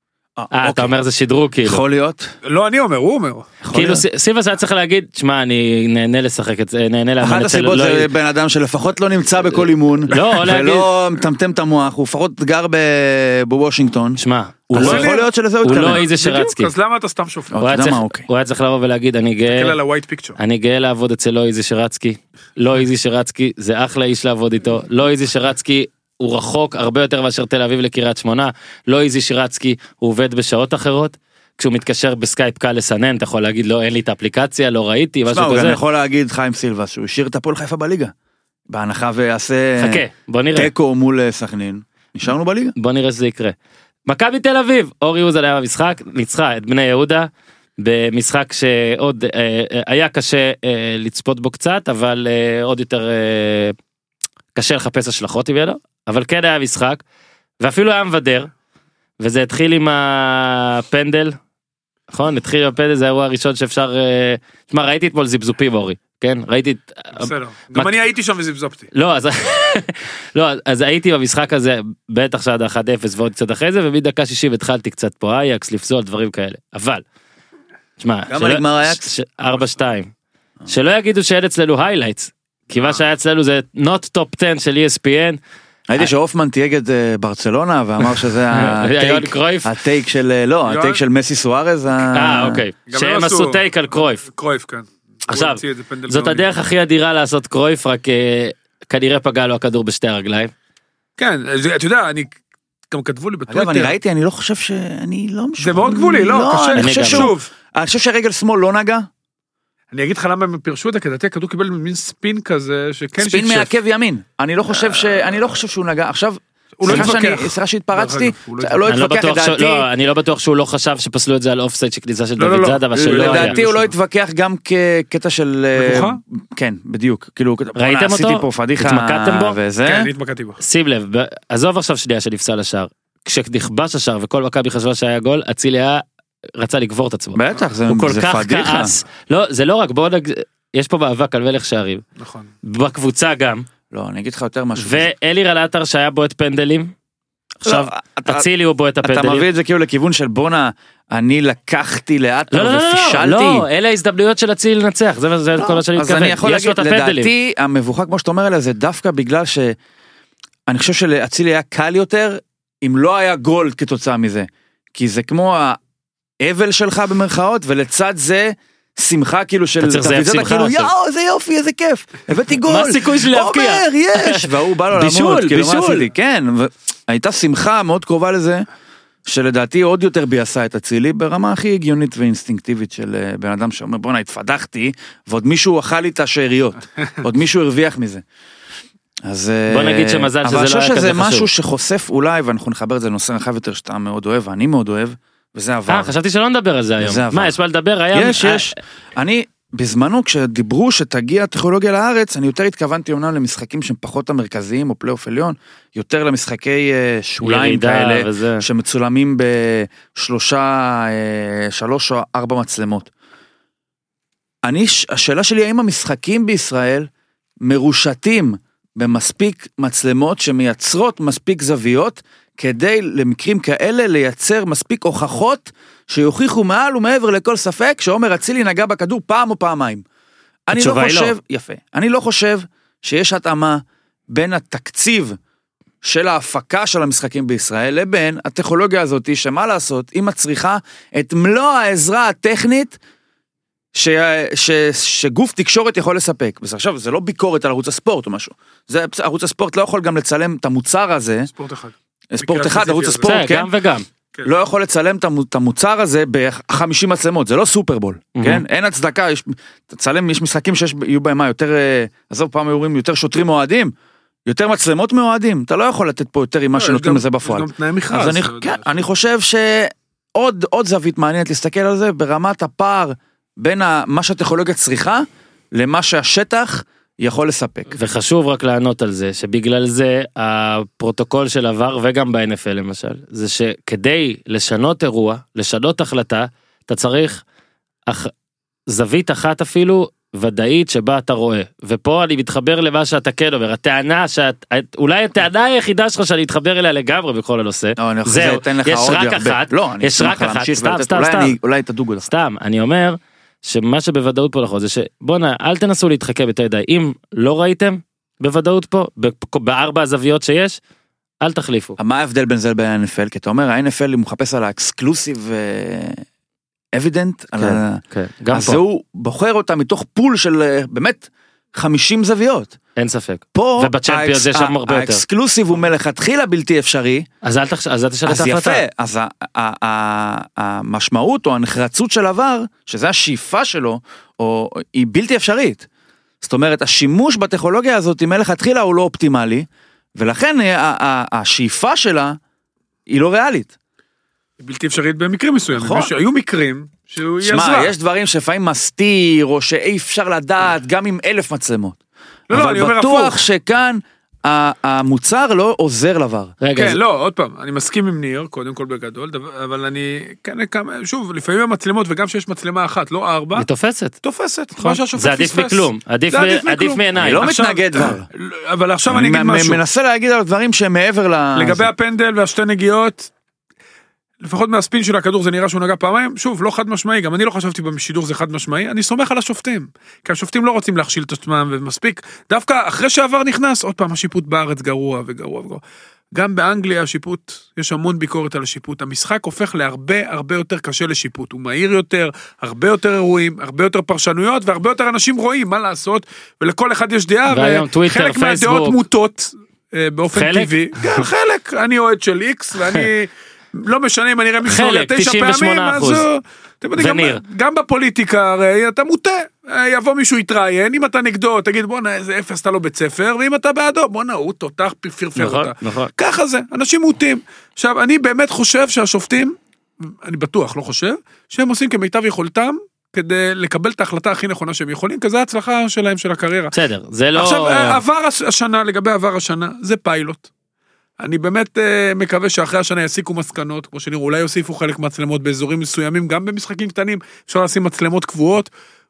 Speaker 1: אה, אתה אומר זה שדרוג כאילו.
Speaker 2: יכול להיות.
Speaker 3: לא אני אומר, הוא אומר.
Speaker 1: כאילו סילבס היה צריך להגיד, שמע, אני נהנה לשחק את זה, נהנה לאמן את זה.
Speaker 2: אחת הסיבות זה בן אדם שלפחות לא נמצא בכל אימון, ולא מטמטם את המוח, הוא לפחות גר בוושינגטון.
Speaker 1: שמע,
Speaker 2: הוא לא יכול להיות שלזה הוא
Speaker 1: התכוון. הוא לא איזה שרצקי.
Speaker 3: אז למה אתה סתם שופט?
Speaker 1: הוא היה צריך לבוא ולהגיד, אני גאה, אני גאה לעבוד אצל לא איזה שרצקי, לא איזה שרצקי, זה אחלה איש לעבוד איתו, לא איזה שרצקי, הוא רחוק הרבה יותר מאשר תל אביב לקריית שמונה, לא איזי שירצקי, הוא עובד בשעות אחרות, כשהוא מתקשר בסקייפ קל לסנן, אתה יכול להגיד לו, אין לי את האפליקציה, לא ראיתי, משהו כזה.
Speaker 2: הוא גם יכול להגיד חיים סילבס, שהוא השאיר את הפועל חיפה בליגה, בהנחה ויעשה טקו מול סכנין, נשארנו בליגה.
Speaker 1: בוא נראה שזה יקרה. מכבי תל אביב, אורי אוזן היה במשחק, ניצחה את בני יהודה, במשחק שעוד היה קשה לצפות בו קצת, אבל עוד יותר קשה לחפש השלכות עם ידו, אבל כן היה משחק, ואפילו היה מבדר, וזה התחיל עם הפנדל, נכון? התחיל עם הפנדל, זה האירוע הראשון שאפשר, תשמע, ראיתי אתמול זיבזופים אורי, כן? ראיתי...
Speaker 3: בסדר, גם אני הייתי שם וזיבזופתי.
Speaker 1: לא, אז... לא, אז הייתי במשחק הזה, בטח שעד אחת אפס ועוד קצת אחרי זה, ומדקה שישים התחלתי קצת פה אייקס, לפסול, דברים כאלה, אבל, תשמע,
Speaker 2: כמה נגמר אייקס?
Speaker 1: ארבע שתיים. שלא יגידו שאין אצלנו highlights, כי מה שהיה אצלנו זה not top עשר של E S P N.
Speaker 2: הייתי שאופמן תייג את ברצלונה ואמר שזה הטייק של, לא, הטייק של מסי סוארז.
Speaker 1: אה, אוקיי. שהם עשו טייק על קרויף.
Speaker 3: קרויף, כן.
Speaker 1: עכשיו, זאת הדרך הכי אדירה לעשות קרויף, רק כנראה פגע לו הכדור בשתי הרגליים.
Speaker 3: כן, אתה יודע, אני... גם כתבו לי בטוויטר.
Speaker 2: אגב, אני ראיתי, אני לא חושב ש... אני לא משהו...
Speaker 3: זה מאוד גבולי, לא, קשה.
Speaker 2: אני חושב שוב. אני חושב שרגל שמאל לא נגע.
Speaker 3: אני אגיד לך למה הם פירשו את הכדתי, הכדור קיבל מין ספין כזה, שכן שישף.
Speaker 2: ספין מעכב ימין. אני לא חושב ש... אני לא חושב שהוא נגע. עכשיו, סליחה שהתפרצתי, לא התווכח לדעתי.
Speaker 1: לא, אני לא בטוח שהוא לא חשב שפסלו את זה על אופסייד של כניסה של דוד זאדה, אבל שלא היה.
Speaker 2: לדעתי הוא לא התווכח גם כקטע של...
Speaker 3: מבוכה?
Speaker 2: כן, בדיוק.
Speaker 1: ראיתם אותו?
Speaker 2: עשיתי פה פדיחה
Speaker 1: התמקדתם בו?
Speaker 2: וזה.
Speaker 3: כן, התמקדתי בו.
Speaker 1: שים לב, עזוב עכשיו שנייה שנפסל השער. כשנכבש השער וכל מכבי חשבה שהיה גול, אצילי היה רצה לגבור את עצמו.
Speaker 2: בטח, זה
Speaker 1: הוא כל כך
Speaker 2: פדיחה.
Speaker 1: כעס. לא, זה לא רק, בואו נג... יש פה מאבק על מלך שערים.
Speaker 3: נכון.
Speaker 1: בקבוצה גם.
Speaker 2: לא, אני אגיד לך יותר משהו.
Speaker 1: ואלי רלטר שהיה בועט פנדלים. עכשיו, תצילי הוא בו את הפנדלים.
Speaker 2: אתה מביא את זה כאילו לכיוון של בונה, אני לקחתי לאט ופישלתי.
Speaker 1: לא, אלה ההזדמנויות של אצילי לנצח, זה כל מה שאני מתכוון.
Speaker 2: אז אני יכול להגיד, לדעתי, המבוכה, כמו שאתה אומר עליה, זה דווקא בגלל ש... אני חושב שלאצילי היה קל יותר, אם לא היה גול כתוצאה מזה. כי זה כמו האבל שלך במרכאות, ולצד זה... שמחה כאילו של תביזת כאילו יאו איזה יופי איזה כיף הבאתי גול
Speaker 1: מה הסיכוי שלי להבקיע
Speaker 2: אומר יש והוא בא לו למות כאילו מה עשיתי כן הייתה שמחה מאוד קרובה לזה שלדעתי עוד יותר ביעשה את אצילי ברמה הכי הגיונית ואינסטינקטיבית של בן אדם שאומר בוא'נה התפדחתי ועוד מישהו אכל לי את השאריות עוד מישהו הרוויח מזה אז
Speaker 1: בוא נגיד שמזל שזה לא היה כזה חשוב
Speaker 2: אבל אני חושב שזה משהו שחושף אולי ואנחנו נחבר את זה לנושא רחב יותר שאתה מאוד אוהב ואני מאוד אוהב וזה עבר.
Speaker 1: חשבתי שלא נדבר על זה היום. מה, יש מה לדבר?
Speaker 2: יש, יש. אני, בזמנו, כשדיברו שתגיע הטכנולוגיה לארץ, אני יותר התכוונתי אומנם למשחקים שהם פחות המרכזיים, או פלייאוף עליון, יותר למשחקי שוליים כאלה, שמצולמים בשלושה, שלוש או ארבע מצלמות. אני, השאלה שלי, האם המשחקים בישראל מרושתים במספיק מצלמות שמייצרות מספיק זוויות, כדי למקרים כאלה לייצר מספיק הוכחות שיוכיחו מעל ומעבר לכל ספק שעומר אצילי נגע בכדור פעם או פעמיים. אני לא חושב, יפה, אני לא חושב שיש התאמה בין התקציב של ההפקה של המשחקים בישראל לבין הטכנולוגיה הזאת שמה לעשות, היא מצריכה את מלוא העזרה הטכנית ש, ש, שגוף תקשורת יכול לספק. עכשיו, זה לא ביקורת על ערוץ הספורט או משהו. זה, ערוץ הספורט לא יכול גם לצלם את המוצר הזה.
Speaker 3: ספורט אחד.
Speaker 2: ספורט אחד, ערוץ הספורט, כן?
Speaker 1: גם וגם.
Speaker 2: לא יכול לצלם את המוצר הזה ב-חמישים מצלמות, זה לא סופרבול, כן? אין הצדקה, תצלם, יש משחקים שיהיו בהם מה, יותר, עזוב פעם אומרים, יותר שוטרים מועדים, יותר מצלמות מועדים, אתה לא יכול לתת פה יותר עם מה שנותנים לזה בפועל.
Speaker 3: יש גם תנאי מכרז.
Speaker 2: כן, אני חושב שעוד זווית מעניינת להסתכל על זה, ברמת הפער בין מה שהטכנולוגיה צריכה, למה שהשטח יכול לספק.
Speaker 1: וחשוב רק לענות על זה, שבגלל זה הפרוטוקול של עבר, וגם ב-אן אף אל למשל, זה שכדי לשנות אירוע, לשנות החלטה, אתה צריך אח... זווית אחת אפילו ודאית שבה אתה רואה. ופה אני מתחבר למה שאתה כן אומר, הטענה, שאת, אולי הטענה היחידה שלך שאני מתחבר אליה לגמרי בכל הנושא,
Speaker 2: לא, זהו, יש
Speaker 1: רק אחת,
Speaker 2: לא,
Speaker 1: יש רק אחת, סתם, סתם, סתם,
Speaker 2: אולי תדוג עוד אחת.
Speaker 1: סתם, אני אומר, שמה שבוודאות פה נכון זה שבוא'נה, אל תנסו להתחכה יותר די, אם לא ראיתם בוודאות פה, בארבע הזוויות שיש, אל תחליפו.
Speaker 2: מה ההבדל בין זה ב-אן אף אל? כי אתה אומר, ה-אן אף אל הוא מחפש על האקסקלוסיב אבידנט, אז הוא בוחר אותה מתוך פול של באמת חמישים זוויות.
Speaker 1: אין ספק.
Speaker 2: פה,
Speaker 1: ובצ'מפיון זה שם הרבה יותר.
Speaker 2: האקסקלוסיב הוא מלכתחילה בלתי אפשרי.
Speaker 1: אז אל תשאל את ההחלטה.
Speaker 2: אז יפה, אז המשמעות או הנחרצות של עבר, שזה השאיפה שלו, היא בלתי אפשרית. זאת אומרת, השימוש בטכנולוגיה הזאת, מלכתחילה הוא לא אופטימלי, ולכן השאיפה שלה היא לא ריאלית.
Speaker 3: היא בלתי אפשרית במקרים מסוימים. היו מקרים שהוא יעזרה.
Speaker 2: שמע, יש דברים שפעמים מסתיר, או שאי אפשר לדעת, גם עם אלף מצלמות.
Speaker 3: לא, לא, אני אומר הפוך.
Speaker 2: אבל בטוח שכאן המוצר לא עוזר לבר.
Speaker 3: כן, לא, עוד פעם, אני מסכים עם ניר, קודם כל בגדול, אבל אני, שוב, לפעמים המצלמות, וגם שיש מצלמה אחת, לא ארבע.
Speaker 1: היא תופסת.
Speaker 3: תופסת.
Speaker 1: זה עדיף מכלום. עדיף מעיניים.
Speaker 2: אני לא מתנגד דבר.
Speaker 3: אבל עכשיו אני אגיד משהו.
Speaker 2: אני מנסה להגיד על דברים שהם מעבר ל...
Speaker 3: לגבי הפנדל והשתי נגיעות, לפחות מהספין של הכדור זה נראה שהוא נגע פעמיים, שוב, לא חד משמעי, גם אני לא חשבתי בשידור זה חד משמעי, אני סומך על השופטים, כי השופטים לא רוצים להכשיל את עצמם ומספיק, דווקא אחרי שעבר נכנס, עוד פעם השיפוט בארץ גרוע וגרוע וגרוע, גם באנגליה השיפוט, יש המון ביקורת על השיפוט, המשחק הופך להרבה הרבה יותר קשה לשיפוט, הוא מהיר יותר, הרבה יותר אירועים, הרבה יותר פרשנויות, והרבה יותר אנשים רואים מה לעשות, ולכל אחד יש דעה, וחלק מהדעות מוטות, באופן טבעי, חלק, אני אוהד של איקס, ואני לא משנה אם אני אראה מישהו תשע פעמים, אז גם בפוליטיקה הרי אתה מוטה, יבוא מישהו יתראיין, אם אתה נגדו תגיד בוא איזה אפס אתה לא בית ספר, ואם אתה בעדו בוא נעו תותח פרפר אותה, ככה זה, אנשים מוטים. עכשיו אני באמת חושב שהשופטים, אני בטוח לא חושב, שהם עושים כמיטב יכולתם, כדי לקבל את ההחלטה הכי נכונה שהם יכולים, כי זה ההצלחה שלהם של הקריירה.
Speaker 1: בסדר, זה לא...
Speaker 3: עכשיו עבר השנה, לגבי עבר השנה, זה פיילוט. אני באמת uh, מקווה שאחרי השנה יסיקו מסקנות, כמו שנראו, אולי יוסיפו חלק מצלמות באזורים מסוימים, גם במשחקים קטנים, אפשר לשים מצלמות קבועות,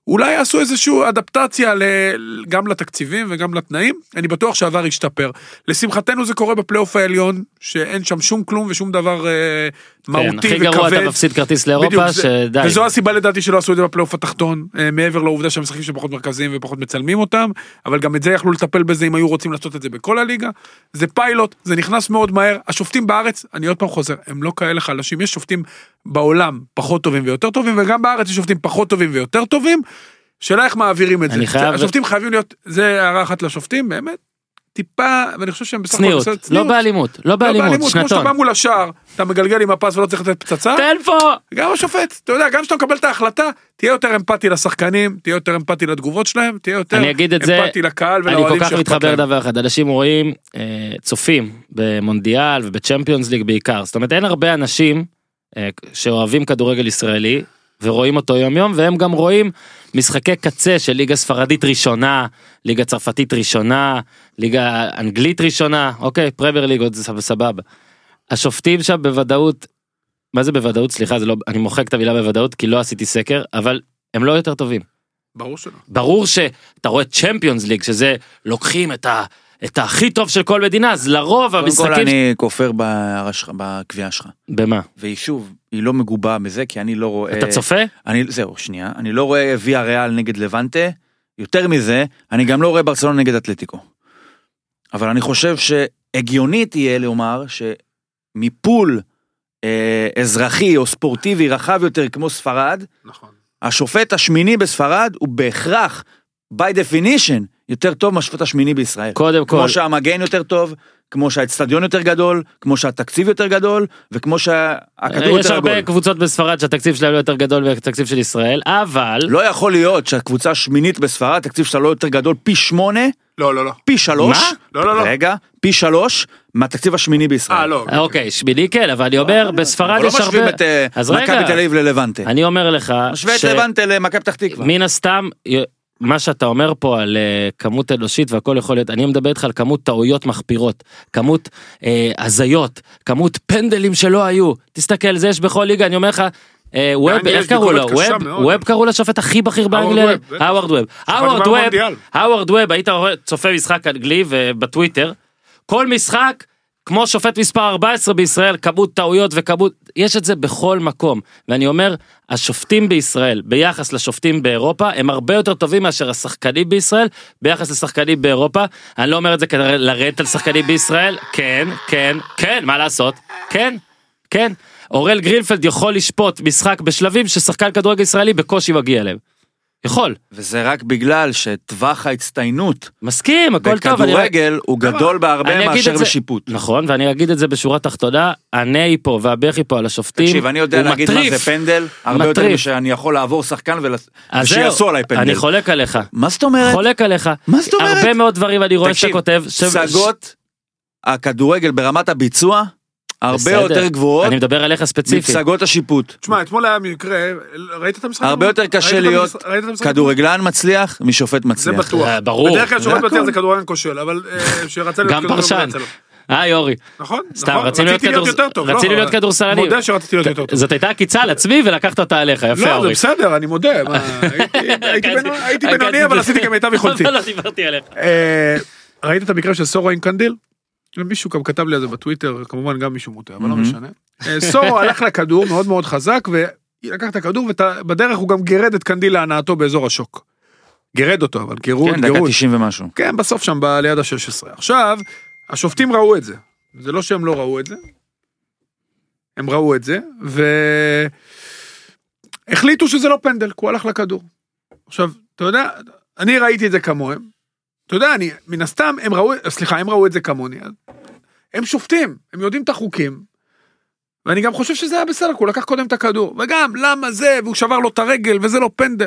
Speaker 3: אולי יעשו איזושהי אדפטציה גם לתקציבים וגם לתנאים, אני בטוח שהעבר ישתפר. לשמחתנו זה קורה בפלייאוף העליון, שאין שם שום כלום ושום דבר מהותי וכבד.
Speaker 1: הכי גרוע אתה מפסיד כרטיס לאירופה, שדי.
Speaker 3: וזו הסיבה לדעתי שלא עשו את זה בפלייאוף התחתון, מעבר לעובדה שהם משחקים שפחות מרכזיים ופחות מצלמים אותם, אבל גם את זה יכלו לטפל בזה אם היו רוצים לעשות את זה בכל הליגה. זה פיילוט, זה נכנס מאוד מהר. השופטים בארץ, אני עוד פעם חוזר, הם לא כאלה חלשים, יש שופטים בעולם פחות טובים ויותר טובים, וגם בארץ יש שופטים פחות טובים ויותר טובים. שאלה איך מעבירים את זה.
Speaker 1: חייב...
Speaker 3: השופטים חייבים להיות, זה הערה אחת לשופטים, באמת, טיפה, ואני חושב שהם בסך
Speaker 1: צניעות, הכל, לא באלימות, לא באלימות, שנתון.
Speaker 3: כמו שאתה בא מול השער, אתה מגלגל עם הפס ולא צריך לתת פצצה.
Speaker 1: תן פה!
Speaker 3: גם השופט, אתה יודע, גם שאתה מקבל את ההחלטה, תהיה יותר אמפתי לשחקנים, תהיה יותר אמפתי לתגובות שלהם, תהיה יותר אמפתי לקהל ולאוהדים
Speaker 1: אני כל כך מתחבר דבר אחד, אנשים רואים, צופים במונדיאל ובצ'מפיונס ליג בעיקר, זאת אומרת, אין הרבה אנשים שאוהבים כדורגל ישראלי, ורואים אותו יום יום, והם גם רואים משחקי קצה של ליגה ספרדית ראשונה, ליגה צרפתית ראשונה, ליגה אנגלית ראשונה, אוקיי, פרמייר ליג עוד סבבה. השופטים שם בוודאות, מה זה בוודאות? סליחה, זה לא, אני מוחק את המילה בוודאות, כי לא עשיתי סקר, אבל הם לא יותר טובים.
Speaker 3: ברור שלא.
Speaker 1: ברור שאתה רואה צ'מפיונס ליג, שזה לוקחים את ה... את הכי טוב של כל מדינה, אז לרוב המשחקים...
Speaker 2: קודם כל אני כופר בקביעה שלך.
Speaker 1: במה?
Speaker 2: והיא שוב, היא לא מגובה בזה, כי אני לא רואה...
Speaker 1: אתה צופה?
Speaker 2: אני, זהו, שנייה. אני לא רואה ויה ריאל נגד לבנטה, יותר מזה, אני גם לא רואה ברצלונה נגד אתלטיקו. אבל אני חושב שהגיונית יהיה לומר, שמפול אה, אזרחי או ספורטיבי רחב יותר כמו ספרד,
Speaker 3: נכון.
Speaker 2: השופט השמיני בספרד הוא בהכרח, by definition, יותר טוב מהשופט השמיני בישראל.
Speaker 1: קודם כל.
Speaker 2: כמו שהמגן יותר טוב, כמו שהאצטדיון יותר גדול, כמו שהתקציב יותר גדול, וכמו שהכדור יותר גדול.
Speaker 1: יש הרבה קבוצות בספרד שהתקציב שלהם לא יותר גדול מהתקציב של ישראל, אבל...
Speaker 2: לא יכול להיות שהקבוצה השמינית בספרד, התקציב שלה לא יותר גדול פי שמונה,
Speaker 3: לא, לא, לא.
Speaker 2: פי שלוש,
Speaker 3: מה? לא, לא, לא.
Speaker 2: רגע, פי שלוש, מהתקציב השמיני בישראל.
Speaker 3: אה, לא.
Speaker 1: אוקיי, שמיני כן, אבל אני אומר, בספרד יש הרבה...
Speaker 2: לא משווים את מכבי תל אביב ללבנטה.
Speaker 1: אני אומר לך...
Speaker 2: משווה את לבנטה למכבי פתח תקווה.
Speaker 1: מן הסתם... מה שאתה אומר פה על uh, כמות אנושית והכל יכול להיות, אני מדבר איתך על כמות טעויות מחפירות, כמות uh, הזיות, כמות פנדלים שלא היו, תסתכל, זה יש בכל ליגה, אני אומר לך, uh, ווב, איך קראו לו? ווב קראו לשופט הכי בכיר באנגליה? האוורד ווב. האוורד ווב, האוורד ווב, היית צופה משחק אנגלי ובטוויטר, כל משחק, כמו שופט מספר ארבע עשרה בישראל, כמות טעויות וכמות, יש את זה בכל מקום, ואני אומר, השופטים בישראל, ביחס לשופטים באירופה, הם הרבה יותר טובים מאשר השחקנים בישראל, ביחס לשחקנים באירופה, אני לא אומר את זה כדי לרדת על שחקנים בישראל, כן, כן, כן, מה לעשות? כן, כן, אורל גרינפלד יכול לשפוט משחק בשלבים ששחקן כדורגל ישראלי בקושי מגיע אליהם. יכול.
Speaker 2: וזה רק בגלל שטווח ההצטיינות
Speaker 1: מסכים, הכל טוב.
Speaker 2: בכדורגל הוא גדול בהרבה מאשר בשיפוט.
Speaker 1: נכון, ואני אגיד את זה בשורה תחתונה, אני פה והבכי פה על השופטים,
Speaker 2: תקשיב, אני יודע להגיד מה זה פנדל, הרבה יותר משאני יכול לעבור שחקן ושיעשו עליי פנדל.
Speaker 1: אני חולק עליך.
Speaker 2: מה זאת אומרת?
Speaker 1: חולק עליך.
Speaker 2: מה זאת אומרת?
Speaker 1: הרבה מאוד דברים אני רואה שאתה כותב.
Speaker 2: פסגות הכדורגל ברמת הביצוע, הרבה יותר גבוהות.
Speaker 1: אני מדבר עליך ספציפית.
Speaker 2: מפסגות השיפוט.
Speaker 3: תשמע, אתמול היה מקרה, ראית את המשחק?
Speaker 2: הרבה יותר קשה להיות כדורגלן מצליח משופט מצליח.
Speaker 3: זה בטוח.
Speaker 1: ברור.
Speaker 3: בדרך כלל שופט מצליח זה כדורגלן כושל, אבל שרצה להיות
Speaker 1: גם פרשן. אה יורי.
Speaker 3: נכון?
Speaker 1: סתם, רציתי להיות כדורסלני.
Speaker 3: מודה שרציתי להיות יותר טוב.
Speaker 1: זאת הייתה עקיצה על עצמי ולקחת אותה עליך, יפה
Speaker 3: לא,
Speaker 1: אורי.
Speaker 3: זה בסדר, אני מודה. הייתי בינוני, אבל עשיתי כמיטב יכולתי.
Speaker 1: לא דיברתי עליך.
Speaker 3: ראית את המקרה של סורו עם קנדיל? מישהו גם כתב לי על זה בטוויטר, כמובן גם מישהו מוטה, אבל לא משנה. סורו הלך לכדור מאוד מאוד חזק, ולקח את הכדור, ובדרך הוא גם גרד את קנדיל להנאתו באזור השוק. גרד אותו, אבל גירוד,
Speaker 2: כן, דקה תשעים ומשהו.
Speaker 3: כן, בסוף שם, ליד ה-שש עשרה. עכשיו, השופטים ראו את זה. זה לא שהם לא ראו את זה. הם ראו את זה, והחליטו שזה לא פנדל, כי הוא הלך לכדור. עכשיו, אתה יודע, אני ראיתי את זה כמוהם, אתה יודע, אני, מן הסתם, הם ראו, סליחה, הם ראו את זה כמוני, הם שופטים, הם יודעים את החוקים, ואני גם חושב שזה היה בסדר, הוא לקח קודם את הכדור, וגם, למה זה, והוא שבר לו את הרגל, וזה לא פנדל.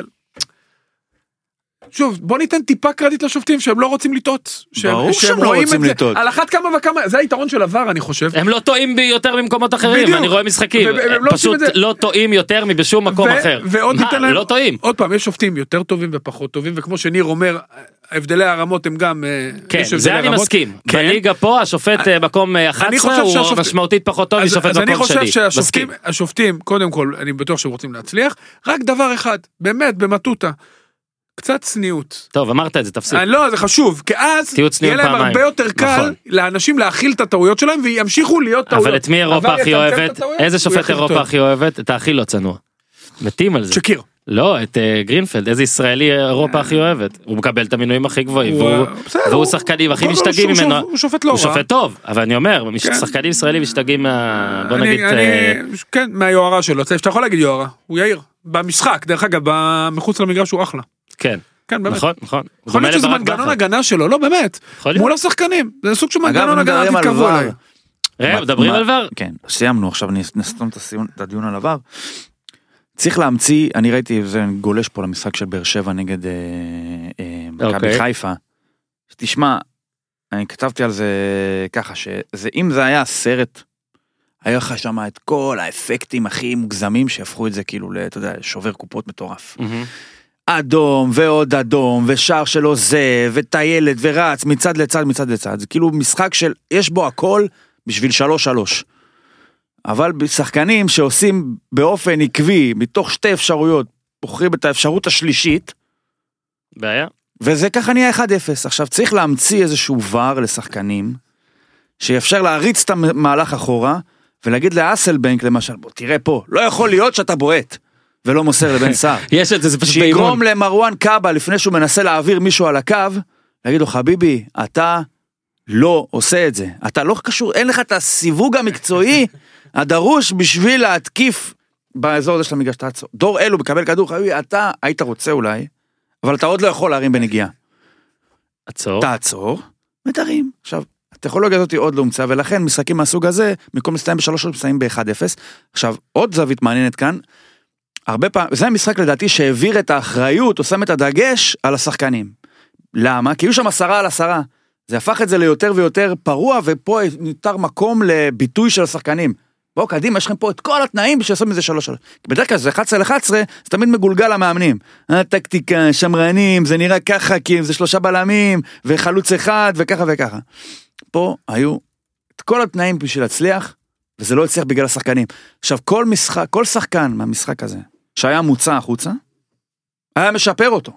Speaker 3: שוב, בוא ניתן טיפה קרדיט לשופטים, שהם לא רוצים לטעות.
Speaker 2: ברור שהם לא רוצים לטעות.
Speaker 3: על אחת כמה וכמה, זה היתרון של עבר, אני חושב.
Speaker 1: הם לא טועים בי יותר ממקומות אחרים, אני רואה משחקים, הם פשוט לא טועים יותר מבשום מקום אחר.
Speaker 3: ועוד ניתן להם,
Speaker 1: לא טועים.
Speaker 3: עוד פעם, יש שופטים יותר טובים ופחות טובים, וכמו שניר אומר, ההבדלי הרמות הם גם,
Speaker 1: כן, זה אני מסכים. בליגה פה, השופט מקום אחת עשרה, הוא משמעותית פחות טוב משופט מקום שני.
Speaker 3: אני חושב שהשופטים, קודם כל, אני בטוח שהם רוצים להצליח, רק דבר אחד, באמת, במטוטה, קצת צניעות.
Speaker 1: טוב, אמרת את זה, תפסיק.
Speaker 3: לא, זה חשוב, כי אז יהיה להם הרבה יותר קל לאנשים להכיל את הטעויות שלהם, וימשיכו להיות טעויות.
Speaker 1: אבל את מי אירופה הכי אוהבת? איזה שופט אירופה הכי אוהבת? את הכי לא צנוע. מתים על זה.
Speaker 3: שקיר.
Speaker 1: לא, את גרינפלד, איזה ישראלי אירופה הכי אוהבת. הוא מקבל את המינויים הכי גבוהים, והוא שחקנים הכי משתגעים ממנו.
Speaker 3: הוא שופט לא רע.
Speaker 1: הוא שופט טוב, אבל אני אומר, שחקנים ישראלים משתגעים מה... בוא נגיד...
Speaker 3: כן, מהיוערה שלו, שאתה יכול להגיד יוערה, הוא יאיר. במשחק, דרך אגב, מחוץ למגרש הוא אחלה.
Speaker 1: כן.
Speaker 3: כן, באמת.
Speaker 1: נכון, נכון.
Speaker 3: יכול להיות שזה מנגנון הגנה שלו, לא באמת. מול השחקנים, זה סוג של מנגנון הגנה תתקרבו עליי.
Speaker 1: ראם, מדברים על ור?
Speaker 2: כן, סיימנו, עכשיו נסתום את הדיון על עבר. צריך להמציא, אני ראיתי, זה גולש פה למשחק של באר שבע נגד מכבי חיפה. תשמע, אני כתבתי על זה ככה, שאם זה היה סרט, היה לך שם את כל האפקטים הכי מוגזמים, שהפכו את זה כאילו, אתה יודע, שובר קופות מטורף. אדום ועוד אדום, ושער שלו זה, וטיילת ורץ, מצד לצד, מצד לצד. זה כאילו משחק של, יש בו הכל בשביל שלוש שלוש. אבל בשחקנים שעושים באופן עקבי, מתוך שתי אפשרויות, בוחרים את האפשרות השלישית.
Speaker 1: בעיה.
Speaker 2: וזה ככה נהיה אחד אפס. עכשיו צריך להמציא איזשהו ור לשחקנים, שיאפשר להריץ את המהלך אחורה, ולהגיד לאסלבנק למשל, בוא תראה פה, לא יכול להיות שאתה בועט. ולא מוסר לבן סער.
Speaker 1: יש את זה, זה פשוט באימון.
Speaker 2: שיגרום למרואן קאבה, לפני שהוא מנסה להעביר מישהו על הקו, להגיד לו, חביבי, אתה לא עושה את זה. אתה לא קשור, אין לך את הסיווג המקצועי, הדרוש בשביל להתקיף באזור הזה של המגרש. דור אלו, מקבל כדור, חביבי, אתה היית רוצה אולי, אבל אתה עוד לא יכול להרים בנגיעה.
Speaker 1: עצור.
Speaker 2: תעצור, ותרים. עכשיו, הטכנולוגיה הזאת עוד לא הומצאה, ולכן משחקים מהסוג הזה, במקום מסתיים בשלוש, מסתיים ב-אחד אפס. עכשיו, עוד זווית מעניינת כאן, הרבה פעמים, זה המשחק לדעתי שהעביר את האחריות, או שם את הדגש על השחקנים. למה? כי היו שם עשרה על עשרה. זה הפך את זה ליותר ויותר פרוע, ופה ניתר מקום לביטוי של השחקנים. בואו קדימה, יש לכם פה את כל התנאים בשביל לעשות מזה שלוש שלוש. בדרך כלל זה אחת עשרה לאחת עשרה, זה תמיד מגולגל למאמנים. הטקטיקה, שמרנים, זה נראה ככה, כי זה שלושה בלמים, וחלוץ אחד, וככה וככה. פה היו את כל התנאים בשביל להצליח, וזה לא הצליח בגלל השחקנים. עכשיו, כל משחק, כל שחקן מהמשחק הזה, שהיה מוצא החוצה, היה משפר אותו.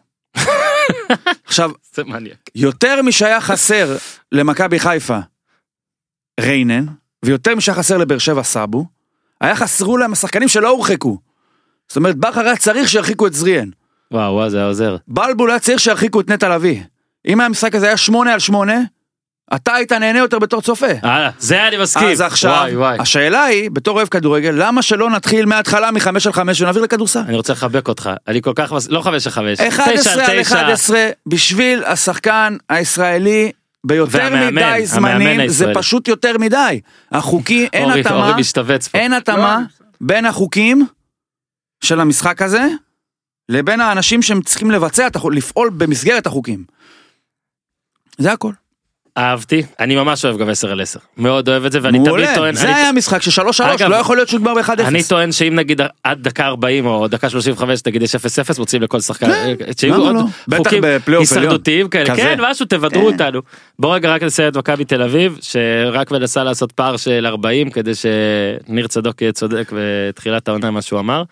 Speaker 2: עכשיו,
Speaker 1: זה מניאק.
Speaker 2: יותר משהיה חסר למכבי חיפה ריינן, ויותר משהיה חסר לבאר שבע סאבו, היה חסרו להם השחקנים שלא הורחקו. זאת אומרת, בכר היה צריך שירחיקו את זריאן.
Speaker 1: וואו, וואו, זה היה עוזר.
Speaker 2: בלבול היה צריך שירחיקו את נטע לביא. אם המשחק הזה היה שמונה על שמונה, אתה היית נהנה יותר בתור צופה.
Speaker 1: אה, זה אני מסכים.
Speaker 2: אז עכשיו, וואי, וואי. השאלה היא, בתור אוהב כדורגל, למה שלא נתחיל מההתחלה מחמש על חמש ונעביר לכדורסל?
Speaker 1: אני רוצה לחבק אותך. אני כל כך, לא חמש על חמש.
Speaker 2: אחד עשרה על אחד עשרה, בשביל השחקן הישראלי, ביותר מדי זמנים, זה פשוט יותר מדי. החוקי, אין התאמה, אין התאמה בין החוקים של המשחק הזה, לבין האנשים שהם צריכים לבצע, לפעול במסגרת החוקים. זה הכל.
Speaker 1: אהבתי, אני ממש אוהב גם עשר על עשר, מאוד אוהב את זה, ואני תמיד טוען...
Speaker 2: זה היה משחק של שלוש שלוש, לא יכול להיות שהוא כבר ב-אחד אפס.
Speaker 1: אני טוען שאם נגיד עד דקה ארבעים או דקה שלושים וחמש תגיד יש אפס אפס, מוצאים לכל שחקן,
Speaker 2: למה לא? בטח בפלייאוף עליון.
Speaker 1: הישרדותיים כאלה, כן, משהו, תבדרו אותנו. בוא רגע רק נסיים את מכבי תל אביב, שרק מנסה לעשות פער של ארבעים, כדי שניר צדוק יהיה צודק, ותחילת העונה מה שהוא אמר.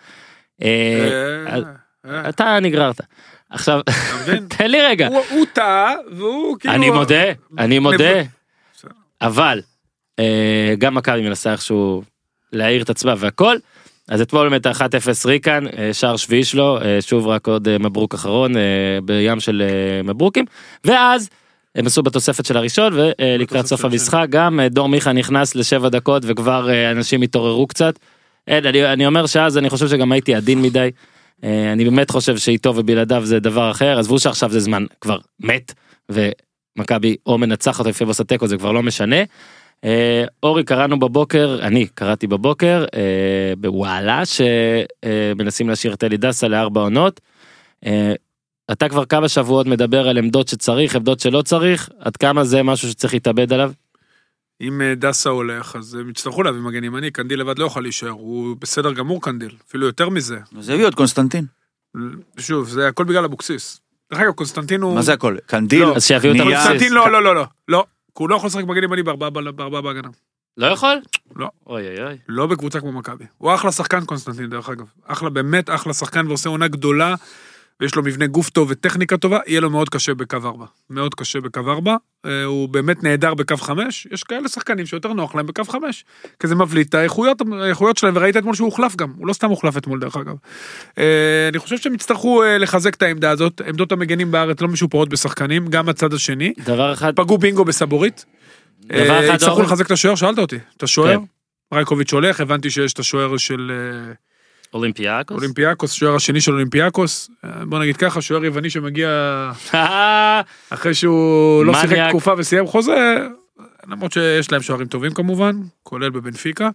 Speaker 1: אתה נגררת. עכשיו, תן לי רגע.
Speaker 3: הוא טעה, והוא כאילו...
Speaker 1: אני מודה, אני מודה, אבל גם מכבי מנסה איכשהו להעיר את עצמה והכל, אז אתמול באמת אחת אפס ריקן, שער שביעי שלו, שוב רק עוד מברוק אחרון, בים של מברוקים, ואז הם עשו בתוספת של הראשון, ולקראת סוף המשחק, גם דור מיכה נכנס לשבע דקות, וכבר אנשים התעוררו קצת, אני אומר שאז אני חושב שגם הייתי עדין מדי, אני באמת חושב שאיתו ובלעדיו זה דבר אחר, עזבו שעכשיו זה זמן כבר מת, ומכבי או מנצח אותו לפי בסטקו, זה כבר לא משנה. אורי, קראנו בבוקר, אני קראתי בבוקר, בוואלה, שמנסים להשאיר את אלי דסה לארבע עונות. אתה כבר כמה שבועות מדבר על עמדות שצריך, עמדות שלא צריך, עד כמה זה משהו שצריך להתאבד עליו?
Speaker 3: אם דסה הולך, אז הם יצטרכו להביא מגן ימני, קנדיל לבד לא יכול להישאר, הוא בסדר גמור קנדיל, אפילו יותר מזה.
Speaker 2: זה הביא עוד קונסטנטין.
Speaker 3: שוב, זה הכל בגלל אבוקסיס. דרך אגב, קונסטנטין הוא...
Speaker 2: מה זה הכל? קנדיל?
Speaker 1: אז שיביאו את אבוקסיס.
Speaker 3: קונסטנטין לא, לא, לא, לא, לא. הוא לא יכול לשחק מגן ימני בארבעה בהגנה.
Speaker 1: לא יכול?
Speaker 3: לא.
Speaker 1: אוי אוי אוי.
Speaker 3: לא בקבוצה כמו מכבי. הוא אחלה שחקן קונסטנטין, דרך אגב. אחלה, באמת אחלה שחקן, ועושה עונה גדולה, ויש לו מבנה גוף טוב וטכניקה טובה, יהיה לו מאוד קשה בקו ארבע. מאוד קשה בקו ארבע, הוא באמת נהדר בקו חמש, יש כאלה שחקנים שיותר נוח להם בקו חמש, כי זה מבליט את האיכויות, האיכויות שלהם, וראית אתמול שהוא הוחלף גם, הוא לא סתם הוחלף אתמול דרך אגב. אני חושב שהם יצטרכו לחזק את העמדה הזאת, עמדות המגנים בארץ לא משופרות בשחקנים, גם הצד השני.
Speaker 1: דבר אחד...
Speaker 3: פגעו בינגו בסבורית. יצטרכו לחזק את השוער, שאלת אותי, את השוער? רייקוביץ' הולך, הבנתי שיש את השוער של
Speaker 1: אולימפיאקוס.
Speaker 3: אולימפיאקוס, שוער השני של אולימפיאקוס. בוא נגיד ככה, שוער יווני שמגיע אחרי שהוא לא שיחק תקופה וסיים חוזה, למרות שיש להם שוערים טובים כמובן, כולל בבנפיקה.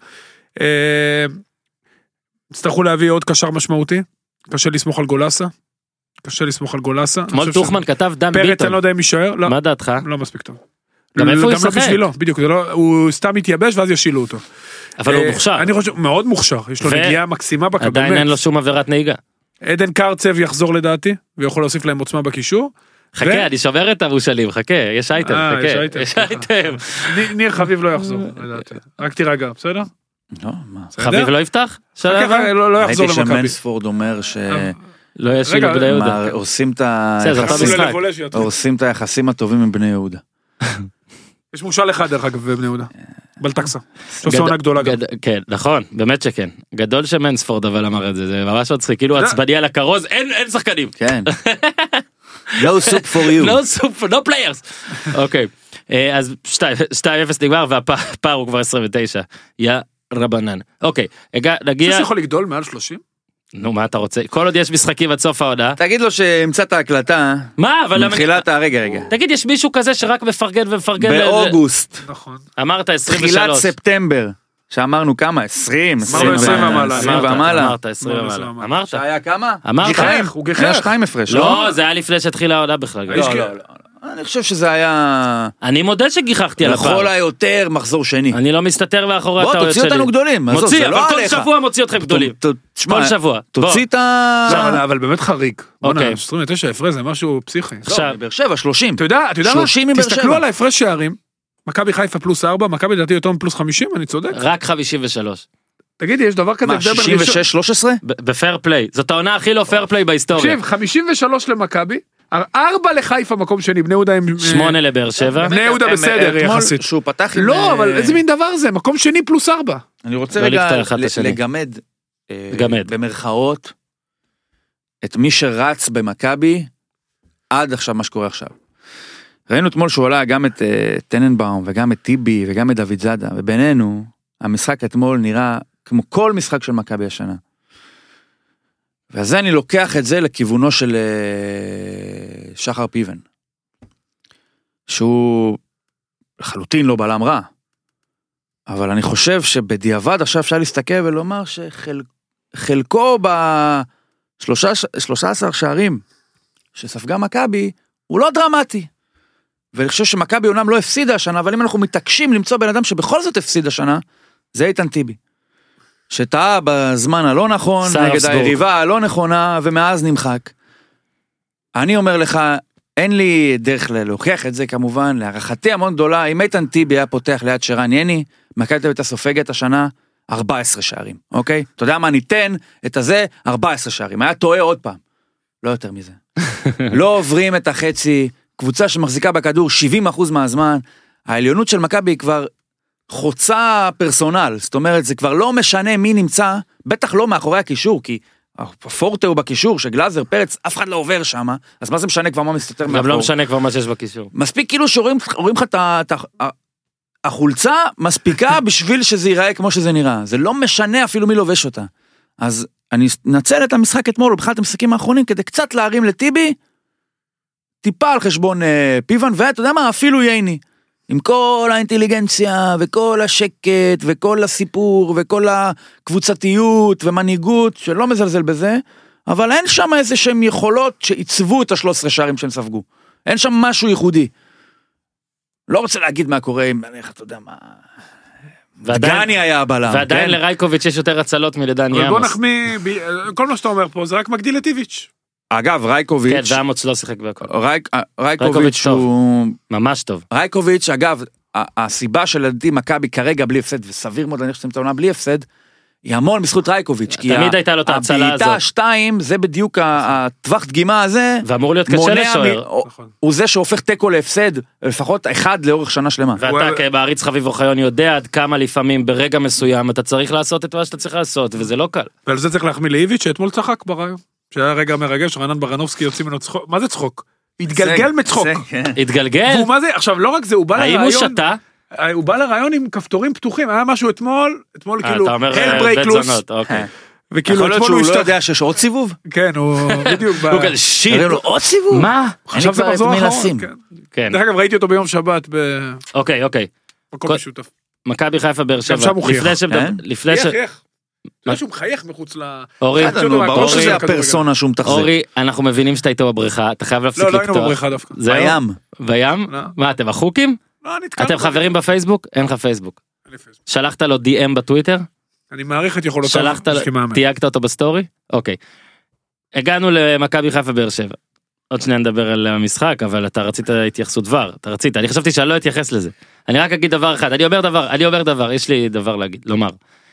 Speaker 3: הצטרכו להביא עוד קשר משמעותי, קשה לסמוך על גולסה. קשה לסמוך על גולסה.
Speaker 1: אתמול טוחמן כתב דן ביטון.
Speaker 3: פרץ אני לא יודע אם יישאר.
Speaker 1: מה דעתך?
Speaker 3: לא מספיק טוב.
Speaker 1: גם איפה הוא ישחק?
Speaker 3: גם לא בשבילו, בדיוק, הוא סתם מתייבש ואז ישילו אותו.
Speaker 1: אבל הוא מוכשר.
Speaker 3: אני חושב, מאוד מוכשר, יש לו נגיעה מקסימה בכדור.
Speaker 1: עדיין אין לו שום עבירת נהיגה.
Speaker 3: עדן קרצב יחזור לדעתי, ויכול להוסיף להם עוצמה בקישור.
Speaker 1: חכה, אני שובר את המושלים, חכה, יש אייטם, חכה, יש אייטם.
Speaker 3: ניר חביב לא יחזור, לדעתי. רק תירגע, בסדר?
Speaker 2: לא, מה?
Speaker 1: חביב לא יפתח?
Speaker 3: לא יחזור למכבי.
Speaker 2: הייתי שמנספורד אומר ש...
Speaker 1: לא ישילו בני יהודה.
Speaker 2: עושים את היחסים הטובים עם בני יהודה.
Speaker 3: יש מושל אחד דרך אגב בבני יהודה, בלטקסה, שעושה עונה גדולה גם.
Speaker 1: כן, נכון, באמת שכן. גדול שמנספורד אבל אמר את זה, זה ממש מצחיק, כאילו עצבני על הכרוז, אין שחקנים.
Speaker 2: כן. No soup for you.
Speaker 1: No soup, no players. אוקיי, אז שתיים אפס נגמר, והפער הוא כבר עשרים ותשע. יא רבנן. אוקיי, נגיע...
Speaker 3: זה יכול לגדול מעל שלושים?
Speaker 1: נו, מה אתה רוצה? כל עוד יש משחקים עד סוף העונה.
Speaker 2: תגיד לו שהמצא את ההקלטה.
Speaker 1: מה? אבל...
Speaker 2: מתחילת הרגע, רגע.
Speaker 1: תגיד, יש מישהו כזה שרק מפרגן ומפרגן...
Speaker 2: באוגוסט.
Speaker 3: נכון.
Speaker 1: אמרת עשרים ושלוש.
Speaker 2: תחילת ספטמבר. שאמרנו כמה? עשרים.
Speaker 3: אמרנו עשרים ומעלה.
Speaker 2: עשרים ומעלה.
Speaker 1: אמרת עשרים ומעלה. אמרת?
Speaker 2: שהיה כמה?
Speaker 1: אמרת?
Speaker 3: הוא גיחך.
Speaker 2: היה שתיים הפרש.
Speaker 1: לא, זה היה לפני שהתחילה העונה בכלל.
Speaker 2: לא, לא, לא. אני חושב שזה היה...
Speaker 1: אני מודד שגיחכתי על הפער.
Speaker 2: לכל היותר מחזור שני.
Speaker 1: אני לא מסתתר מאחורי הטעויות שלי.
Speaker 2: בוא, תוציא אותנו גדולים.
Speaker 1: מוציא, אבל כל שבוע מוציא אתכם גדולים. כל שבוע.
Speaker 2: תוציא את ה...
Speaker 3: אבל באמת חריג.
Speaker 1: אוקיי.
Speaker 3: עשרים ותשע הפרש זה משהו פסיכי.
Speaker 2: עכשיו, מבאר שבע, שלושים.
Speaker 3: אתה יודע מה?
Speaker 2: שלושים מבאר שבע.
Speaker 3: תסתכלו על ההפרש שערים. מכבי חיפה פלוס ארבע, מכבי לדעתי יותר מפלוס חמישים, אני צודק.
Speaker 1: רק חמישים ושלוש.
Speaker 3: תגידי, יש דבר כזה?
Speaker 2: מה, שישים ושש שלוש עשרה?
Speaker 1: בפייר פליי. זאת העונה הכי לא פייר פליי בהיסטוריה.
Speaker 3: תקשיב, חמישים ושלוש למכבי, ארבע לחיפה מקום שני, בני יהודה עם...
Speaker 1: שמונה לבאר שבע.
Speaker 3: בני יהודה בסדר יחסית.
Speaker 2: שהוא פתח עם...
Speaker 3: לא, אבל איזה מין דבר זה? מקום שני פלוס ארבע.
Speaker 2: אני רוצה רגע לגמד, במרכאות, את מי שרץ במכבי, עד עכשיו מה שקורה עכשיו. ראינו אתמול שהוא עלה גם את טננבאום, וגם את טיבי, וגם את דוד זאדה, ובינינו, המשחק אתמול נראה כמו כל משחק של מכבי השנה. ואז אני לוקח את זה לכיוונו של שחר פיבן, שהוא לחלוטין לא בלם רע, אבל אני חושב שבדיעבד עכשיו אפשר להסתכל ולומר שחלקו ב-שלושה עשר שערים שספגה מכבי, הוא לא דרמטי. ואני חושב שמכבי אומנם לא הפסידה השנה, אבל אם אנחנו מתעקשים למצוא בן אדם שבכל זאת הפסיד השנה, זה איתן טיבי. שטעה בזמן הלא נכון, נגד היריבה הלא נכונה, ומאז נמחק. אני אומר לך, אין לי דרך להוכיח את זה כמובן, להערכתי המון גדולה, אם איתן טיבי היה פותח ליד שרן יני, מכבי תל אביב סופגת השנה ארבע עשרה שערים, אוקיי? אתה יודע מה, ניתן את הזה ארבע עשרה שערים, היה טועה עוד פעם, לא יותר מזה. לא עוברים את החצי, קבוצה שמחזיקה בכדור שבעים אחוז מהזמן, העליונות של מכבי היא כבר חוצה פרסונל, זאת אומרת, זה כבר לא משנה מי נמצא, בטח לא מאחורי הקישור, כי הפורטה הוא בקישור, שגלאזר, פרץ, אף אחד לא עובר שם, אז מה זה משנה כבר מה מסתתר מאחור?
Speaker 1: גם לא משנה כבר מה שיש בקישור.
Speaker 2: מספיק כאילו שרואים לך את החולצה, מספיקה בשביל שזה ייראה כמו שזה נראה, זה לא משנה אפילו מי לובש אותה. אז אני נצל את המשחק אתמול, או בכלל את המשחקים האחרונים, כדי קצת להרים לטיבי, טיפה על חשבון אה, פיוון, ואתה יודע מה, אפילו ייני, עם כל האינטליגנציה, וכל השקט, וכל הסיפור, וכל הקבוצתיות, ומנהיגות, שלא מזלזל בזה, אבל אין שם איזה שהם יכולות, שעיצבו את השלוש עשרה שערים שהם ספגו, אין שם משהו ייחודי, לא רוצה להגיד מה קורה, אם איך אתה יודע מה, דגני היה הבלם,
Speaker 1: ועדיין לרייקוביץ' יש יותר הצלות מלדני עמוס.
Speaker 3: בוא נחמיא, כל מה שאתה אומר פה, זה רק מגדיל את איביץ'.
Speaker 2: אגב, רייקוביץ'...
Speaker 1: כן, ועמוץ לא שיחק בהכל.
Speaker 2: רייקוביץ' הוא...
Speaker 1: ממש טוב.
Speaker 2: רייקוביץ', אגב, הסיבה של לדעתי מכבי כרגע בלי הפסד, וסביר מאוד, אני חושב שאתם טעונה בלי הפסד, היא המון בזכות רייקוביץ', כי
Speaker 1: תמיד הייתה לו את ההצלה הזאת.
Speaker 2: הבעיטה שתיים, זה בדיוק הטווח דגימה הזה,
Speaker 1: ואמור להיות קשה לשוער.
Speaker 2: הוא זה שהופך תיקו להפסד, לפחות אחד לאורך שנה שלמה.
Speaker 1: ואתה כמעריץ חביב אוחיון יודע עד כמה לפעמים ברגע מסוים אתה צריך לעשות את מה שאתה צריך לעשות, וזה לא קל.
Speaker 3: ועל זה צריך להחמיא לאיביץ' שאתמול צחק ברעיון. שהיה רגע מרגש, רענן ברנובסקי יוצא ממנו צחוק. מה זה צחוק? התגלגל מצחוק.
Speaker 1: התגלגל?
Speaker 3: והוא מה זה? עכשיו לא רק זה, הוא בא
Speaker 1: האם
Speaker 3: לרעיון...
Speaker 1: הוא שתה?
Speaker 3: הוא בא לרעיון עם כפתורים פתוחים, היה משהו אתמול, אתמול כאילו,
Speaker 1: אתה אומר
Speaker 3: הלברייק
Speaker 1: בית
Speaker 3: לוס,
Speaker 1: זונות, אוקיי.
Speaker 3: וכאילו
Speaker 2: יכול להיות
Speaker 3: אתמול הוא
Speaker 2: שהוא לא
Speaker 3: השתח...
Speaker 2: יודע שיש עוד סיבוב?
Speaker 3: כן, הוא בדיוק...
Speaker 1: הוא כאלה שיט.
Speaker 2: עוד סיבוב?
Speaker 1: מה?
Speaker 3: עכשיו זה מחזור האחרון.
Speaker 1: כן.
Speaker 3: דרך אגב, ראיתי אותו ביום שבת
Speaker 1: אוקיי, אוקיי.
Speaker 3: במקום משותף.
Speaker 1: מכבי חיפה באר שבע.
Speaker 3: גם שם הוא חייך.
Speaker 1: לפני ש...
Speaker 3: חייך, חייך. אתה יודע שהוא מחייך מחוץ ל...
Speaker 1: אורי,
Speaker 2: ברור שזה הפרסונה שהוא מתחזק.
Speaker 1: אורי, אנחנו מבינים שאתה איתו בבריכה, אתה חייב להפסיק
Speaker 3: לא, לא
Speaker 1: לקטוע.
Speaker 3: היינו בבריכה דווקא.
Speaker 2: בים.
Speaker 1: בים? מה, אתם החוקים?
Speaker 3: לא, נתקלנו.
Speaker 1: אתם חברים בפייסבוק? אין לך פייסבוק.
Speaker 3: אין לי פייסבוק.
Speaker 1: שלחת לו די אם בטוויטר?
Speaker 3: אני מעריך את יכולותיו.
Speaker 1: שלחת, תייגת אותו בסטורי? אוקיי. הגענו למכבי חיפה באר שבע. עוד שניה נדבר על המשחק, אבל אתה רצית התייחסות דבר. אתה רצית, אני חשבתי שאני לא אתייחס לזה. אני רק אגיד דבר אחד, אני אומר דבר, אני אומר דבר, יש לי דבר להגיד, לומר.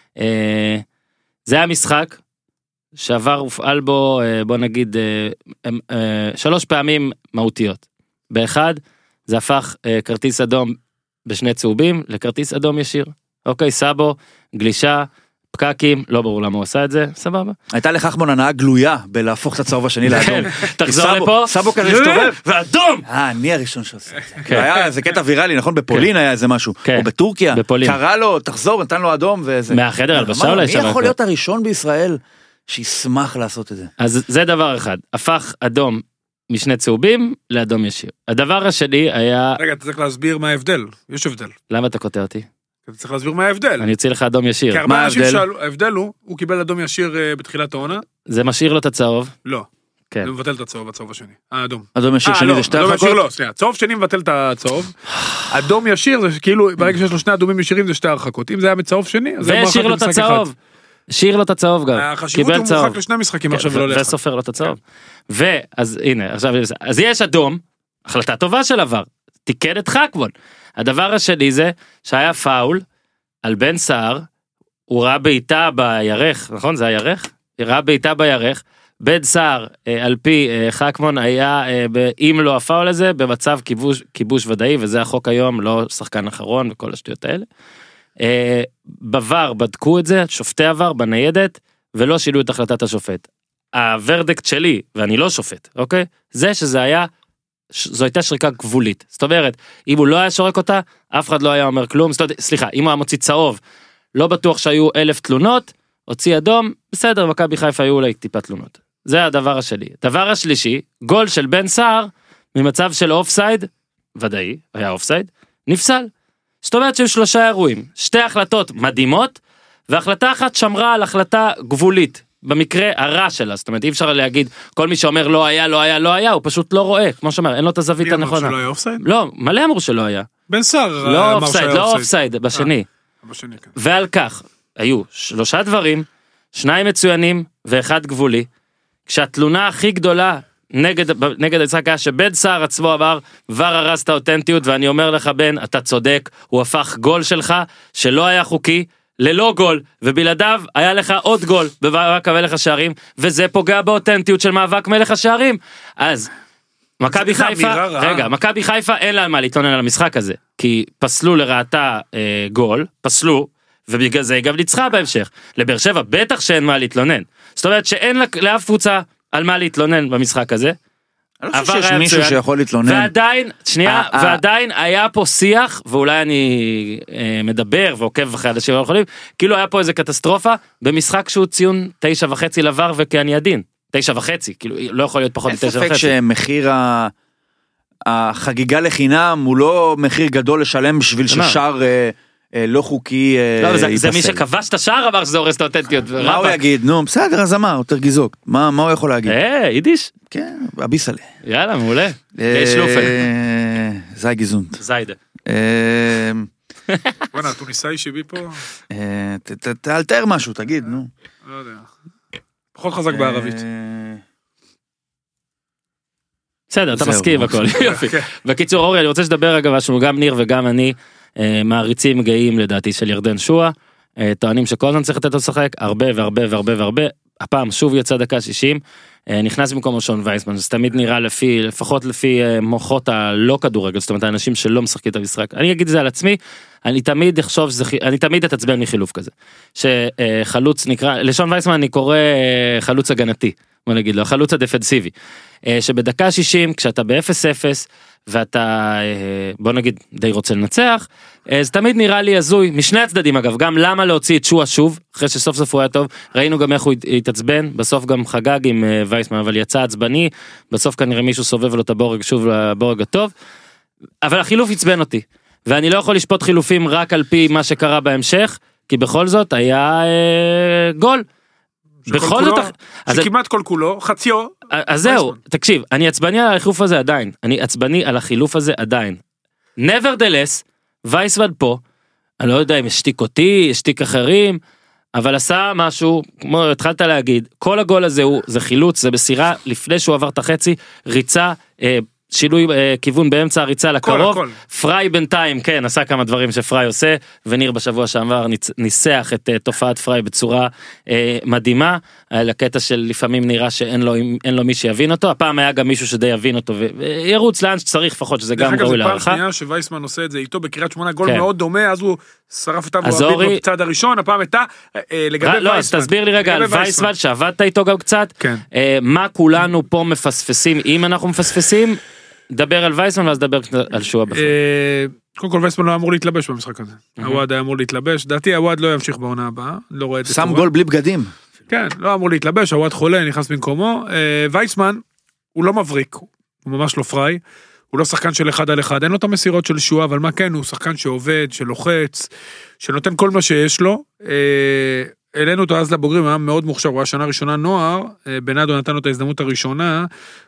Speaker 1: זה היה משחק שעבר הופעל בו, בוא נגיד, שלוש פעמים מהותיות. באחד, זה הפך כרטיס אדום בשני צהובים לכרטיס אדום ישיר. אוקיי, סאבו, גלישה, פקקים, לא ברור למה הוא עשה את זה, סבבה.
Speaker 2: הייתה לחכמון הנאה גלויה בלהפוך את הצהוב השני לאדום.
Speaker 1: תחזור לפה.
Speaker 2: סאבו כזה הסתובב.
Speaker 1: ואדום!
Speaker 2: אה, אני הראשון שעושה את זה. היה איזה קטע ויראלי, נכון? בפולין היה איזה משהו. או בטורקיה.
Speaker 1: בפולין.
Speaker 2: קרא לו, תחזור, נתן לו אדום וזה.
Speaker 1: מהחדר הלבשה אולי
Speaker 2: מי יכול להיות הראשון בישראל שישמח לעשות את זה?
Speaker 1: אז זה דבר אחד. הפך אדום משני צהובים לאדום ישיר. הדבר השני היה...
Speaker 3: רגע, אתה צריך להסביר מה ההבדל. יש הבדל.
Speaker 1: למה אתה קוטע אותי?
Speaker 3: אתה צריך להסביר מה ההבדל.
Speaker 1: אני אוציא לך אדום ישיר.
Speaker 3: כי הרבה אנשים שאלו, ההבדל הוא, הוא קיבל אדום ישיר בתחילת העונה.
Speaker 1: זה משאיר לו את הצהוב.
Speaker 3: לא.
Speaker 1: כן.
Speaker 3: זה מבטל את הצהוב, הצהוב השני. האדום.
Speaker 2: אדום ישיר שני זה שתי הרחקות?
Speaker 3: לא, סליחה. צהוב שני מבטל את הצהוב. אדום ישיר זה כאילו, ברגע שיש לו שני אדומים ישירים זה שתי הרחקות. אם זה היה מצהוב שני, אז זה מורחק
Speaker 1: והשאיר לו את הצהוב. השאיר לו את הצהוב גם.
Speaker 3: החשיבות הוא מורחק לשני משחקים עכשיו ולא לאחד.
Speaker 1: וסופר לו את הצהוב. ואז הנה, עכשיו, אז יש אדום, החלטה טובה של עבר. תיקן את חכמון. הדבר השני זה שהיה פאול על בן סער, הוא ראה בעיטה בירך, נכון? זה הירך? הוא ראה בעיטה בירך, בן סער, על פי חכמון, היה, אם לא הפאול הזה, במצב כיבוש, כיבוש ודאי, וזה החוק היום, לא שחקן אחרון וכל השטויות האלה. בבר בדקו את זה, שופטי עבר בניידת, ולא שילו את החלטת השופט. הוורדקט שלי, ואני לא שופט, אוקיי? זה שזה היה, זו הייתה שריקה גבולית. זאת אומרת, אם הוא לא היה שורק אותה, אף אחד לא היה אומר כלום. סליחה, אם הוא היה מוציא צהוב, לא בטוח שהיו אלף תלונות, הוציא אדום, בסדר, מכבי חיפה היו אולי טיפה תלונות. זה הדבר השלי. דבר השלישי, גול של בן סער, ממצב של אופסייד, ודאי, היה אופסייד, נפסל. זאת אומרת שהיו שלושה אירועים, שתי החלטות מדהימות, והחלטה אחת שמרה על החלטה גבולית, במקרה הרע שלה, זאת אומרת, אי אפשר להגיד, כל מי שאומר לא היה, לא היה, לא היה, הוא פשוט לא רואה, כמו שאומר, אין לו את הזווית הנכונה.
Speaker 3: מי אמר שלא היה אופסייד?
Speaker 1: לא, מלא אמרו שלא היה.
Speaker 3: בן סער
Speaker 1: לא אופסייד, לא אופסייד, בשני.
Speaker 3: בשני, כן.
Speaker 1: ועל כך, היו שלושה דברים, שניים מצוינים ואחד גבולי, כשהתלונה הכי גדולה נגד, נגד המשחק היה שבן סער עצמו אמר, כבר הרס את האותנטיות, ואני אומר לך בן, אתה צודק, הוא הפך גול שלך, שלא היה חוקי, ללא גול, ובלעדיו היה לך עוד גול, במאבק מלך השערים, וזה פוגע באותנטיות של מאבק מלך השערים. אז, מכבי חיפה, רגע, מכבי חיפה אין לה מה להתלונן על המשחק הזה, כי פסלו לרעתה אה, גול, פסלו, ובגלל זה גם ניצחה בהמשך. לבאר שבע בטח שאין מה להתלונן. זאת אומרת שאין לאף קבוצה על מה להתלונן במשחק הזה.
Speaker 2: אני לא חושב שיש מישהו שיכול להתלונן.
Speaker 1: ועדיין, שנייה, ועדיין היה פה שיח, ואולי אני מדבר ועוקב אחרי אנשים לא יכולים, כאילו היה פה איזה קטסטרופה, במשחק שהוא ציון תשע וחצי לבר וכי עדין. תשע וחצי, כאילו לא יכול להיות פחות מתשע וחצי.
Speaker 2: אין ספק שמחיר החגיגה לחינם הוא לא מחיר גדול לשלם בשביל ששאר לא חוקי ייפסל.
Speaker 1: זה מי שכבש את השער אמר שזה הורס את האותנטיות.
Speaker 2: מה הוא יגיד? נו, בסדר, אז אמר, יותר גיזוק. מה הוא יכול להגיד?
Speaker 1: אה, יידיש?
Speaker 2: כן, אביסלה.
Speaker 1: יאללה, מעולה. שלופן.
Speaker 2: זי גיזונט.
Speaker 1: זיידה.
Speaker 3: בוא'נה, הטוניסאי שבי פה.
Speaker 2: תאלתר משהו, תגיד, נו.
Speaker 3: לא יודע. פחות חזק בערבית.
Speaker 1: בסדר, אתה מסכים הכל. יופי. בקיצור, אורי, אני רוצה שתדבר אגב, משהו, גם ניר וגם אני, מעריצים גאים לדעתי של ירדן שואה, טוענים שכל הזמן צריך לתת לו לשחק, הרבה והרבה והרבה והרבה, הפעם שוב יצא דקה שישים, נכנס במקום שון וייסמן, זה תמיד נראה לפי, לפחות לפי מוחות הלא כדורגל, זאת אומרת, האנשים שלא משחקים את המשחק. אני אגיד את זה על עצמי, אני תמיד אחשוב שזה, אני תמיד אתעצבן מחילוף כזה, שחלוץ נקרא, לשון וייסמן אני קורא חלוץ הגנתי, בוא נגיד לו, החלוץ הדפנסיבי, שבדקה שישים, כשאתה ב-אפס אפס, ואתה, בוא נגיד, די רוצה לנצח, זה תמיד נראה לי הזוי, משני הצדדים אגב, גם למה להוציא את שואה שוב, אחרי שסוף סוף הוא היה טוב, ראינו גם איך הוא התעצבן, בסוף גם חגג עם וייסמן, אבל יצא עצבני, בסוף כנראה מישהו סובב לו את הבורג שוב לבורג הטוב, אבל החילוף עצבן אותי, ואני לא יכול לשפוט חילופים רק על פי מה שקרה בהמשך, כי בכל זאת היה אה, גול.
Speaker 3: בכל זאת, שכמעט כל כולו, חציו.
Speaker 1: אז זהו, תקשיב, אני עצבני על החילוף הזה עדיין, אני עצבני על החילוף הזה עדיין. nevertheless, וייסמן פה, אני לא יודע אם השתיק אותי, השתיק אחרים, אבל עשה משהו, כמו התחלת להגיד, כל הגול הזה הוא, זה חילוץ, זה בסירה, לפני שהוא עבר את החצי, ריצה, אה, שינוי אה, כיוון באמצע הריצה לקרוב, הכל. פריי בינתיים, כן, עשה כמה דברים שפריי עושה, וניר בשבוע שעבר ניצ, ניסח את אה, תופעת פריי בצורה אה, מדהימה, אה, לקטע של לפעמים נראה שאין לו, אין לו מי שיבין אותו, הפעם היה גם מישהו שדי יבין אותו, וירוץ לאן שצריך לפחות, שזה גם ראוי להערכה.
Speaker 3: זה פעם שנייה שווייסמן עושה את זה איתו בקריית שמונה, גול כן. מאוד דומה, אז הוא שרף אותם אוהבים בצד הראשון, הפעם הייתה אה, לגבי וייסמן. לא, אז תסביר לי רגע על וייסמן, שעבדת איתו גם קצת, כן. אה, מה כולנו פה מפספסים, אם אנחנו מפספסים, דבר על וייסמן ואז דבר על שואה בכלל. קודם כל וייסמן לא אמור להתלבש במשחק הזה. הוואד היה אמור להתלבש. דעתי הוואד לא ימשיך בעונה הבאה. לא רואה את זה.
Speaker 2: שם גול בלי בגדים.
Speaker 3: כן, לא אמור להתלבש. הוואד חולה, נכנס במקומו. וייסמן, הוא לא מבריק. הוא ממש לא פריי. הוא לא שחקן של אחד על אחד. אין לו את המסירות של שואה, אבל מה כן? הוא שחקן שעובד, שלוחץ, שנותן כל מה שיש לו. אלינו אותו אז לבוגרים, היה מאוד מוכשר, הוא היה שנה ראשונה נוער, בנאדו נתן לו את ההזדמנות הראשונה,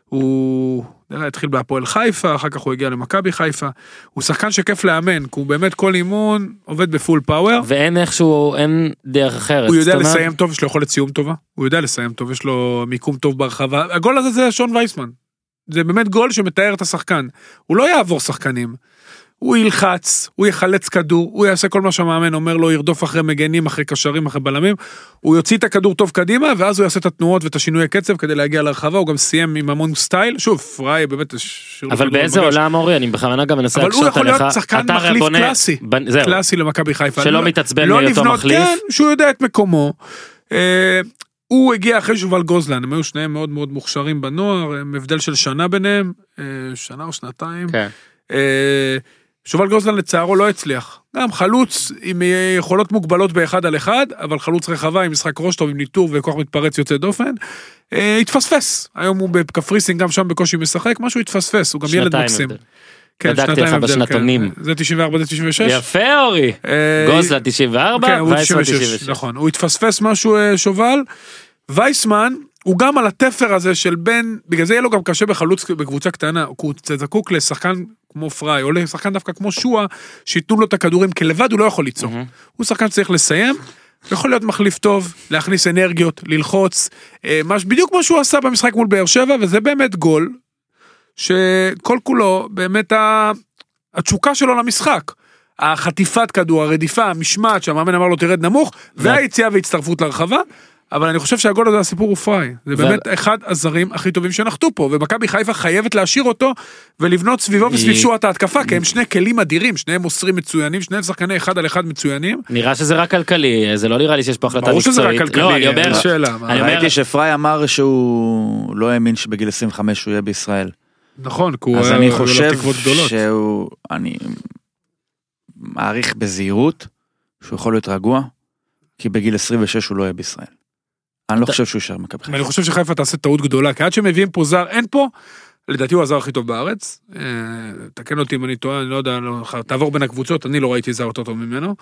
Speaker 3: הוא התחיל בהפועל חיפה, אחר כך הוא הגיע למכבי חיפה, הוא שחקן שכיף לאמן, כי הוא באמת כל אימון עובד בפול פאוור.
Speaker 1: ואין איכשהו, אין דרך אחרת.
Speaker 3: הוא יודע לסיים טוב, יש לו יכולת סיום טובה, הוא יודע לסיים טוב, יש לו מיקום טוב ברחבה, הגול הזה זה שון וייסמן, זה באמת גול שמתאר את השחקן, הוא לא יעבור שחקנים, הוא ילחץ, הוא יחלץ כדור, הוא יעשה כל מה שהמאמן אומר לו, ירדוף אחרי מגנים, אחרי קשרים, אחרי בלמים, הוא יוציא את הכדור טוב קדימה, ואז הוא יעשה את התנועות ואת השינוי הקצב כדי להגיע להרחבה, הוא גם סיים עם המון סטייל, שוב, פריי באמת...
Speaker 1: אבל באיזה עולם אורי, אני בכוונה גם מנסה
Speaker 3: לקשות עליך, אבל הוא יכול להיות שחקן מחליף קלאסי, קלאסי למכבי חיפה.
Speaker 1: שלא מתעצבן מאותו מחליף.
Speaker 3: כן, שהוא יודע את מקומו. הוא הגיע אחרי שובל גוזלן, הם היו שניהם מאוד מאוד מוכשרים בנוער, הם הבדל של שנה ביניהם, שנה או שנתיים. שובל גוזלן לצערו לא הצליח, גם חלוץ עם יכולות מוגבלות באחד על אחד, אבל חלוץ רחבה עם משחק ראש טוב, עם ניטור וכוח מתפרץ יוצא דופן, אה, התפספס, היום הוא בקפריסין, גם שם בקושי משחק, משהו התפספס, הוא גם ילד מקסים.
Speaker 1: כן, בדקתי לך בשנתונים.
Speaker 3: כן. זה תשעים וארבע, זה תשעים ושש.
Speaker 1: יפה אורי, אה, גוזלן תשעים וארבע,
Speaker 3: כן, וייסמן תשעים ושש. נכון, הוא התפספס משהו אה, שובל, וייסמן, הוא גם על התפר הזה של בין, בגלל זה יהיה לו גם קשה בחלוץ בקבוצה קטנה, הוא זקוק לשחקן כמו פריי, או לשחקן דווקא כמו שואה, שיתנו לו את הכדורים, כי לבד הוא לא יכול ליצור. Mm-hmm. הוא שחקן שצריך לסיים, יכול להיות מחליף טוב, להכניס אנרגיות, ללחוץ, מש, בדיוק כמו שהוא עשה במשחק מול באר שבע, וזה באמת גול, שכל כולו, באמת התשוקה שלו למשחק, החטיפת כדור, הרדיפה, המשמעת, שהמאמן אמר לו תרד נמוך, והיציאה והצטרפות לרחבה, אבל אני חושב שהגול הזה הסיפור הוא פריי, זה באמת אחד הזרים הכי טובים שנחתו פה, ומכבי חיפה חייבת להשאיר אותו, ולבנות סביבו וסביב שורת ההתקפה, כי הם שני כלים אדירים, שניהם מוסרים מצוינים, שניהם שחקני אחד על אחד מצוינים.
Speaker 1: נראה שזה רק כלכלי, זה לא נראה לי שיש פה החלטה מקצועית.
Speaker 3: ברור שזה רק כלכלי, אין שאלה.
Speaker 2: ראיתי שפריי אמר שהוא לא האמין שבגיל עשרים וחמש הוא יהיה בישראל.
Speaker 3: נכון, כי הוא
Speaker 2: אז אני חושב שהוא, אני מעריך בזהירות, שהוא יכול להיות רגוע, כי בגיל עשרים ושש הוא לא יהיה בישראל. אני לא חושב שהוא יישאר מכבי חיפה.
Speaker 3: אני חושב שחיפה תעשה טעות גדולה, כי עד שמביאים פה זר, אין פה, לדעתי הוא הזר הכי טוב בארץ, תקן אותי אם אני טועה, אני לא יודע, תעבור בין הקבוצות, אני לא ראיתי זר יותר טוב ממנו.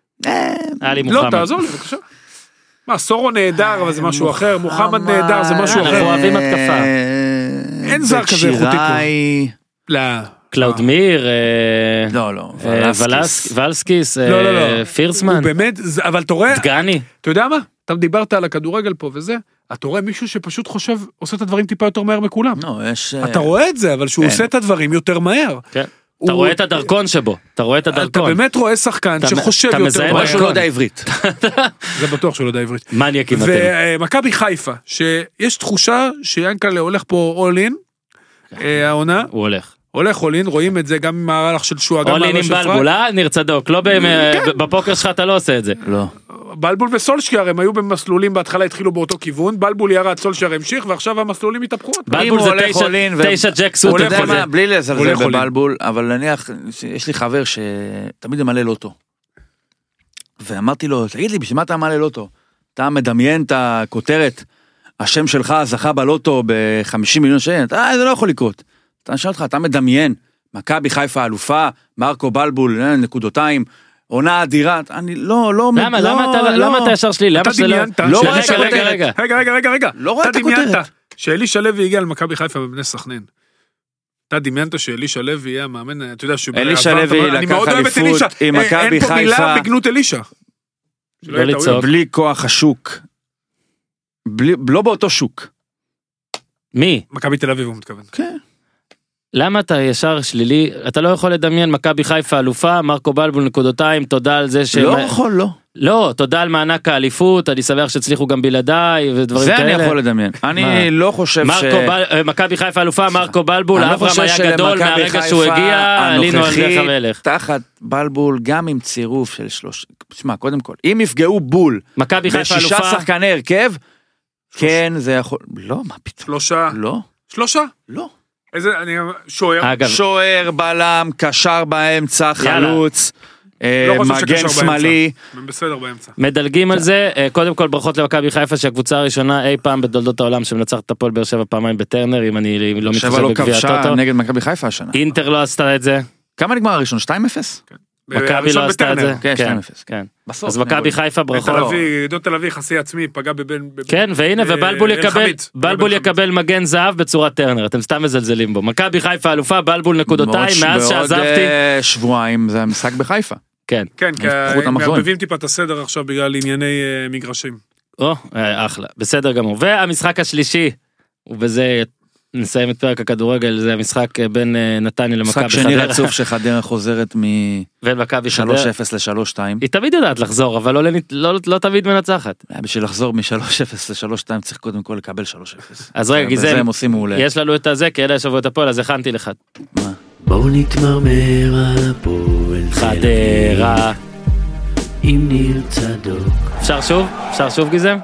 Speaker 3: לא, תעזור לי, בבקשה. מה, סורו נהדר, אבל זה משהו אחר, מוחמד נהדר, זה משהו אחר.
Speaker 1: אנחנו אוהבים התקפה.
Speaker 3: אין זר כזה איכותי פה. לא.
Speaker 1: קלאודמיר,
Speaker 2: לא, לא,
Speaker 1: ולסקיס, פירסמן.
Speaker 3: הוא באמת, אבל אתה רואה,
Speaker 1: דגני.
Speaker 3: אתה יודע מה? אתה דיברת על הכדורגל פה וזה, אתה רואה מישהו שפשוט חושב, עושה את הדברים טיפה יותר מהר מכולם.
Speaker 2: לא, יש...
Speaker 3: אתה רואה את זה, אבל שהוא עושה את הדברים יותר מהר.
Speaker 1: אתה רואה את הדרכון שבו, אתה רואה את
Speaker 3: אתה
Speaker 1: הדרכון.
Speaker 3: באמת רואה שחקן שחושב יותר.
Speaker 1: מזהה
Speaker 2: רואה שהוא לא יודע עברית.
Speaker 3: זה בטוח שהוא לא יודע עברית.
Speaker 1: מניאקים אתם.
Speaker 3: ומכבי חיפה, שיש תחושה שיאנקל'ה הולך פה all in, העונה.
Speaker 1: הוא הולך.
Speaker 3: הולך all in, רואים את זה גם עם הערך של שועה, גם
Speaker 1: all in עם בלבול, אה? ניר צדוק, לא בפוקר שלך אתה לא עושה את זה.
Speaker 2: לא.
Speaker 3: בלבול וסולשקייר הם היו במסלולים, בהתחלה התחילו באותו כיוון, בלבול ירד, סולשקייר המשיך, ועכשיו המסלולים התהפכו.
Speaker 1: בלבול זה תשע ג'ק סוט.
Speaker 2: אתה יודע מה, בלי לזלזל בבלבול, אבל נניח, יש לי חבר שתמיד ממלא לוטו. ואמרתי לו, תגיד לי, בשביל מה אתה ממלא לוטו? אתה מדמיין את הכותרת, השם שלך זכה בלוטו ב-חמישים מיליון שקל, אה, זה לא יכול לקרות. אתה נשאל אותך, אתה מדמיין, מכבי חיפה אלופה, מרקו בלבול, נקודותיים, עונה אדירה, אני לא, לא,
Speaker 1: למה, למה אתה ישר שלי?
Speaker 3: אתה דמיינת,
Speaker 2: לא רואה את
Speaker 3: רגע, רגע, רגע, רגע, רגע,
Speaker 2: לא רואה את הכותרת.
Speaker 3: שאלישע לוי הגיע למכבי חיפה בבני סכנין. אתה דמיינת שאלישע לוי יהיה המאמן, אתה יודע שהוא...
Speaker 2: אלישע לוי לקח אליפות עם מכבי חיפה.
Speaker 3: אין פה מילה בגנות אלישע.
Speaker 1: לא לצעוק.
Speaker 2: בלי כוח השוק. לא באותו שוק.
Speaker 1: מי?
Speaker 3: מכבי תל אביב הוא מתכוון.
Speaker 2: כן.
Speaker 1: למה אתה ישר שלילי? אתה לא יכול לדמיין מכבי חיפה אלופה, מרקו בלבול נקודותיים, תודה על זה ש...
Speaker 2: לא יכול, לא.
Speaker 1: לא, תודה על מענק האליפות, אני שמח שהצליחו גם בלעדיי ודברים
Speaker 2: זה
Speaker 1: כאלה.
Speaker 2: אני יכול לדמיין. אני לא חושב ש...
Speaker 1: מכבי חיפה אלופה, מרקו בלבול, אברהם היה גדול מהרגע שהוא הגיע, עלינו על דרך המלך.
Speaker 2: תחת בלבול, גם עם צירוף של שלוש... תשמע, קודם כל, אם יפגעו בול
Speaker 1: מכבי חיפה אלופה...
Speaker 2: בשישה שחקני הרכב, כן, זה יכול... לא, מה פתאום?
Speaker 3: שלושה.
Speaker 2: לא.
Speaker 3: שלושה?
Speaker 2: לא.
Speaker 3: איזה, אני... שוער.
Speaker 2: שוער, בלם, קשר באמצע, חלוץ. מגן שמאלי.
Speaker 3: בסדר באמצע.
Speaker 1: מדלגים על זה, קודם כל ברכות למכבי חיפה שהקבוצה הראשונה אי פעם בתולדות העולם שמנצחת את הפועל באר שבע פעמיים בטרנר, אם אני לא מתחשב בגביע הטוטו.
Speaker 2: נגד מכבי חיפה השנה.
Speaker 1: אינטר לא עשתה את זה.
Speaker 2: כמה נגמר הראשון? שתיים אפס?
Speaker 1: מכבי לא עשתה את זה.
Speaker 2: כן, שתיים אפס.
Speaker 1: אז מכבי חיפה ברכות.
Speaker 3: עידו תל אביב חסי עצמי פגע בבן...
Speaker 1: כן, והנה, ובלבול יקבל מגן זהב בצורת טרנר, אתם סתם מזלזלים בו. מכבי חיפה אלופה, בלבול נקודותיים, מאז שעזבתי.
Speaker 2: בעוד שבועיים זה המשחק בחיפה.
Speaker 1: כן.
Speaker 3: כן, כי מערבבים טיפה את הסדר עכשיו בגלל ענייני מגרשים.
Speaker 1: או, אחלה, בסדר גמור. והמשחק השלישי, ובזה נסיים את פרק הכדורגל, זה המשחק בין נתניה למכבי
Speaker 2: משחק שני רצוף שחדרה חוזרת מ-שלוש אפס ל-שלוש שתיים.
Speaker 1: היא תמיד יודעת לחזור, אבל לא תמיד מנצחת.
Speaker 2: בשביל לחזור מ-שלוש אפס ל-שלוש שתיים צריך קודם כל לקבל שלוש אפס.
Speaker 1: אז רגע, גיזם, יש לנו את הזה, כי אלה השבוע את הפועל, אז הכנתי לך.
Speaker 2: מה?
Speaker 4: בואו נתמרמר על הפועל
Speaker 1: חדרה
Speaker 4: עם ניר צדוק.
Speaker 1: אפשר שוב? אפשר שוב גיזם?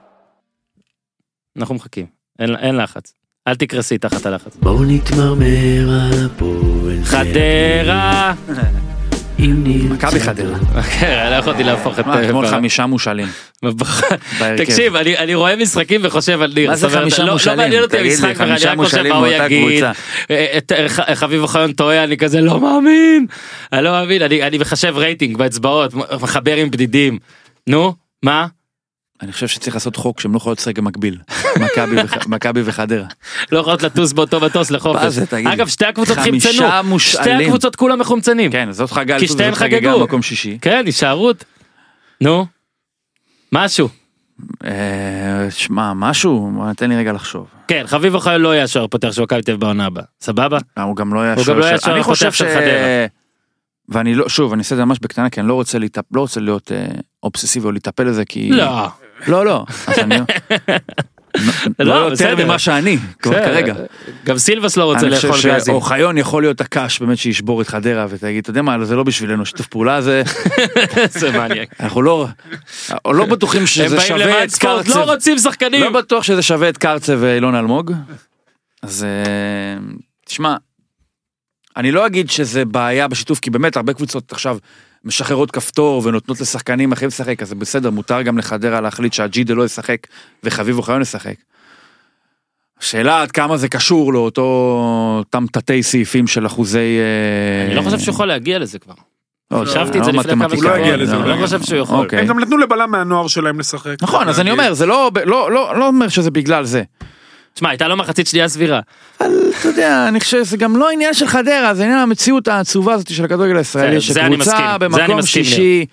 Speaker 1: אנחנו מחכים, אין לחץ. אל תקרסי תחת הלחץ.
Speaker 4: בואו נתמרמר על הפועל
Speaker 1: חדרה
Speaker 4: עם ניר צדוק.
Speaker 2: מכבי חדרה.
Speaker 1: כן, לא יכולתי להפוך את...
Speaker 2: אתמול חמישה מושאלים.
Speaker 1: תקשיב, אני רואה משחקים וחושב על ניר.
Speaker 2: מה זה חמישה מושאלים?
Speaker 1: לא מעניין אותי המשחק, ואני רק חושב מה הוא יגיד. חביב אוחיון טועה, אני כזה לא מאמין. אני לא מאמין, אני מחשב רייטינג באצבעות, מחבר עם בדידים. נו, מה?
Speaker 2: אני חושב שצריך לעשות חוק שהם לא יכולות לשחק במקביל. מכבי וחדרה.
Speaker 1: לא יכולות לטוס באותו מטוס לחופש. אגב, שתי הקבוצות חמצנו. שתי הקבוצות כולם מחומצנים.
Speaker 2: כן, זאת חגה.
Speaker 1: כי שתיהן חגגו.
Speaker 2: מקום שישי.
Speaker 1: כן, הישארות. נו. משהו.
Speaker 2: שמע, משהו? תן לי רגע לחשוב.
Speaker 1: כן, חביב אוחיון לא יהיה השוער פותח של מכבי תל אביב בעונה הבאה. סבבה?
Speaker 2: הוא גם לא יהיה
Speaker 1: השוער פותח של חדרה.
Speaker 2: ואני לא, שוב, אני אעשה את זה ממש בקטנה, כי אני לא רוצה להיטפ, לא רוצה להיות אובססיבי או להיטפל לזה, כי...
Speaker 1: לא.
Speaker 2: לא, לא. אז אני... לא יותר ממה שאני, כבר כרגע.
Speaker 1: גם סילבס לא רוצה לאכול גזים.
Speaker 2: אני חושב שאוחיון יכול להיות הקש, באמת שישבור את חדרה, ותגיד, אתה יודע מה, זה לא בשבילנו, שיתוף פעולה זה...
Speaker 1: זה מניאק.
Speaker 2: אנחנו לא... לא בטוחים שזה שווה את קרצב.
Speaker 1: לא רוצים שחקנים.
Speaker 2: לא בטוח שזה שווה את קרצב ואילון אלמוג. אז תשמע, אני לא אגיד שזה בעיה בשיתוף, כי באמת הרבה קבוצות עכשיו משחררות כפתור ונותנות לשחקנים אחרים לשחק, אז זה בסדר, מותר גם לחדרה להחליט שהג'ידה לא ישחק וחביב אוחיון ישחק. השאלה עד כמה זה קשור לאותו אותם תתי סעיפים של אחוזי...
Speaker 1: אני לא חושב שהוא יכול להגיע לזה כבר. חשבתי את זה
Speaker 2: לא
Speaker 1: לפני כמה
Speaker 3: הוא לא הגיע לזה.
Speaker 1: אני לא חושב שהוא יכול.
Speaker 3: הם גם נתנו לבלם מהנוער שלהם לשחק.
Speaker 2: נכון, אז אני אומר, זה לא אומר שזה בגלל זה.
Speaker 1: תשמע, הייתה לו מחצית שנייה סבירה.
Speaker 2: אבל אתה יודע, אני חושב שזה גם לא עניין של חדרה, זה עניין המציאות העצובה הזאת של הכדורגל הישראלי, שקבוצה במקום שישי,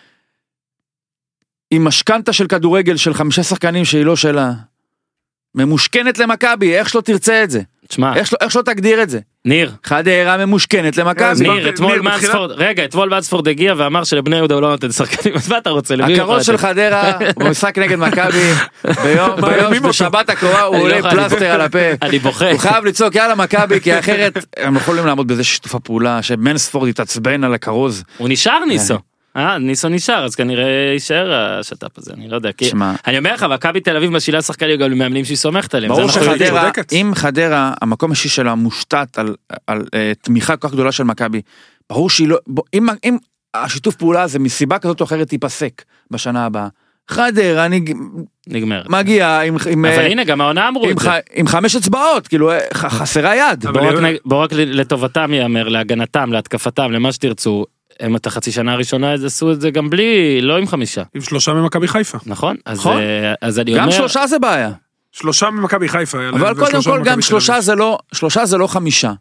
Speaker 2: עם משכנתה של כדורגל של חמישה שחקנים שהיא לא שלה, ממושכנת למכבי, איך שלא תרצה את זה.
Speaker 1: תשמע,
Speaker 2: איך שלא- איך שלא תגדיר את זה?
Speaker 1: ניר,
Speaker 2: חדרה ממושכנת למכבי.
Speaker 1: ניר, אתמול
Speaker 3: ניר,
Speaker 1: מנספורד, רגע, אתמול מנספורד הגיע ואמר שלבני יהודה הוא לא נותן שחקנים, אז מה אתה רוצה? למי הוא יכול
Speaker 2: הכרוז של
Speaker 1: לתת?
Speaker 2: חדרה במשחק נגד מכבי, ביום, ביום, בשבת הקרובה הוא
Speaker 1: אני לא
Speaker 2: עולה
Speaker 1: יכול-
Speaker 2: פלסטר על הפה.
Speaker 1: אני בוכה.
Speaker 2: הוא חייב לצעוק יאללה מכבי, כי אחרת הם יכולים לעמוד בזה שיתוף הפעולה, שמנספורד יתעצבן על הכרוז.
Speaker 1: הוא נשאר ניסו. אה, ניסו נשאר, אז כנראה יישאר השת"פ הזה, אני לא יודע. כי-
Speaker 2: שמע.
Speaker 1: אני אומר לך, מכבי תל אביב משילה שחקנים גם למאמנים שהיא סומכת עליהם.
Speaker 2: ברור
Speaker 1: זה אנחנו יודעים.
Speaker 2: שחדרה,
Speaker 3: צודקת.
Speaker 2: אם חדרה, המקום השישי שלה מושתת על, על אה, תמיכה כל כך גדולה של מכבי, ברור שהיא לא, בוא, אם, אם השיתוף פעולה הזה מסיבה כזאת או אחרת ייפסק בשנה הבאה, חדרה, אני
Speaker 1: נגמר.
Speaker 2: מגיע עם, עם,
Speaker 1: אבל
Speaker 2: אה,
Speaker 1: הנה, גם העונה אמרו
Speaker 2: עם,
Speaker 1: את
Speaker 2: ח,
Speaker 1: זה.
Speaker 2: עם חמש אצבעות, כאילו אה, ח, חסרה יד.
Speaker 3: אבל
Speaker 1: בוא רק
Speaker 3: אני-
Speaker 1: נג- בוא רק לטובתם ייאמר, להגנתם, להתקפתם, למה שתרצו. הם את החצי שנה הראשונה עשו את זה גם בלי, לא עם חמישה.
Speaker 3: עם שלושה ממכבי חיפה.
Speaker 1: נכון? אז,
Speaker 2: נכון.
Speaker 1: אה, אז אני
Speaker 2: גם
Speaker 1: אומר,
Speaker 2: שלושה זה בעיה.
Speaker 3: שלושה ממכבי חיפה. היה להם,
Speaker 2: אבל קודם
Speaker 3: ושלושה
Speaker 2: כל
Speaker 3: ממכבי
Speaker 2: גם
Speaker 3: תל
Speaker 2: שלושה
Speaker 3: אביב.
Speaker 2: זה לא, שלושה זה לא חמישה.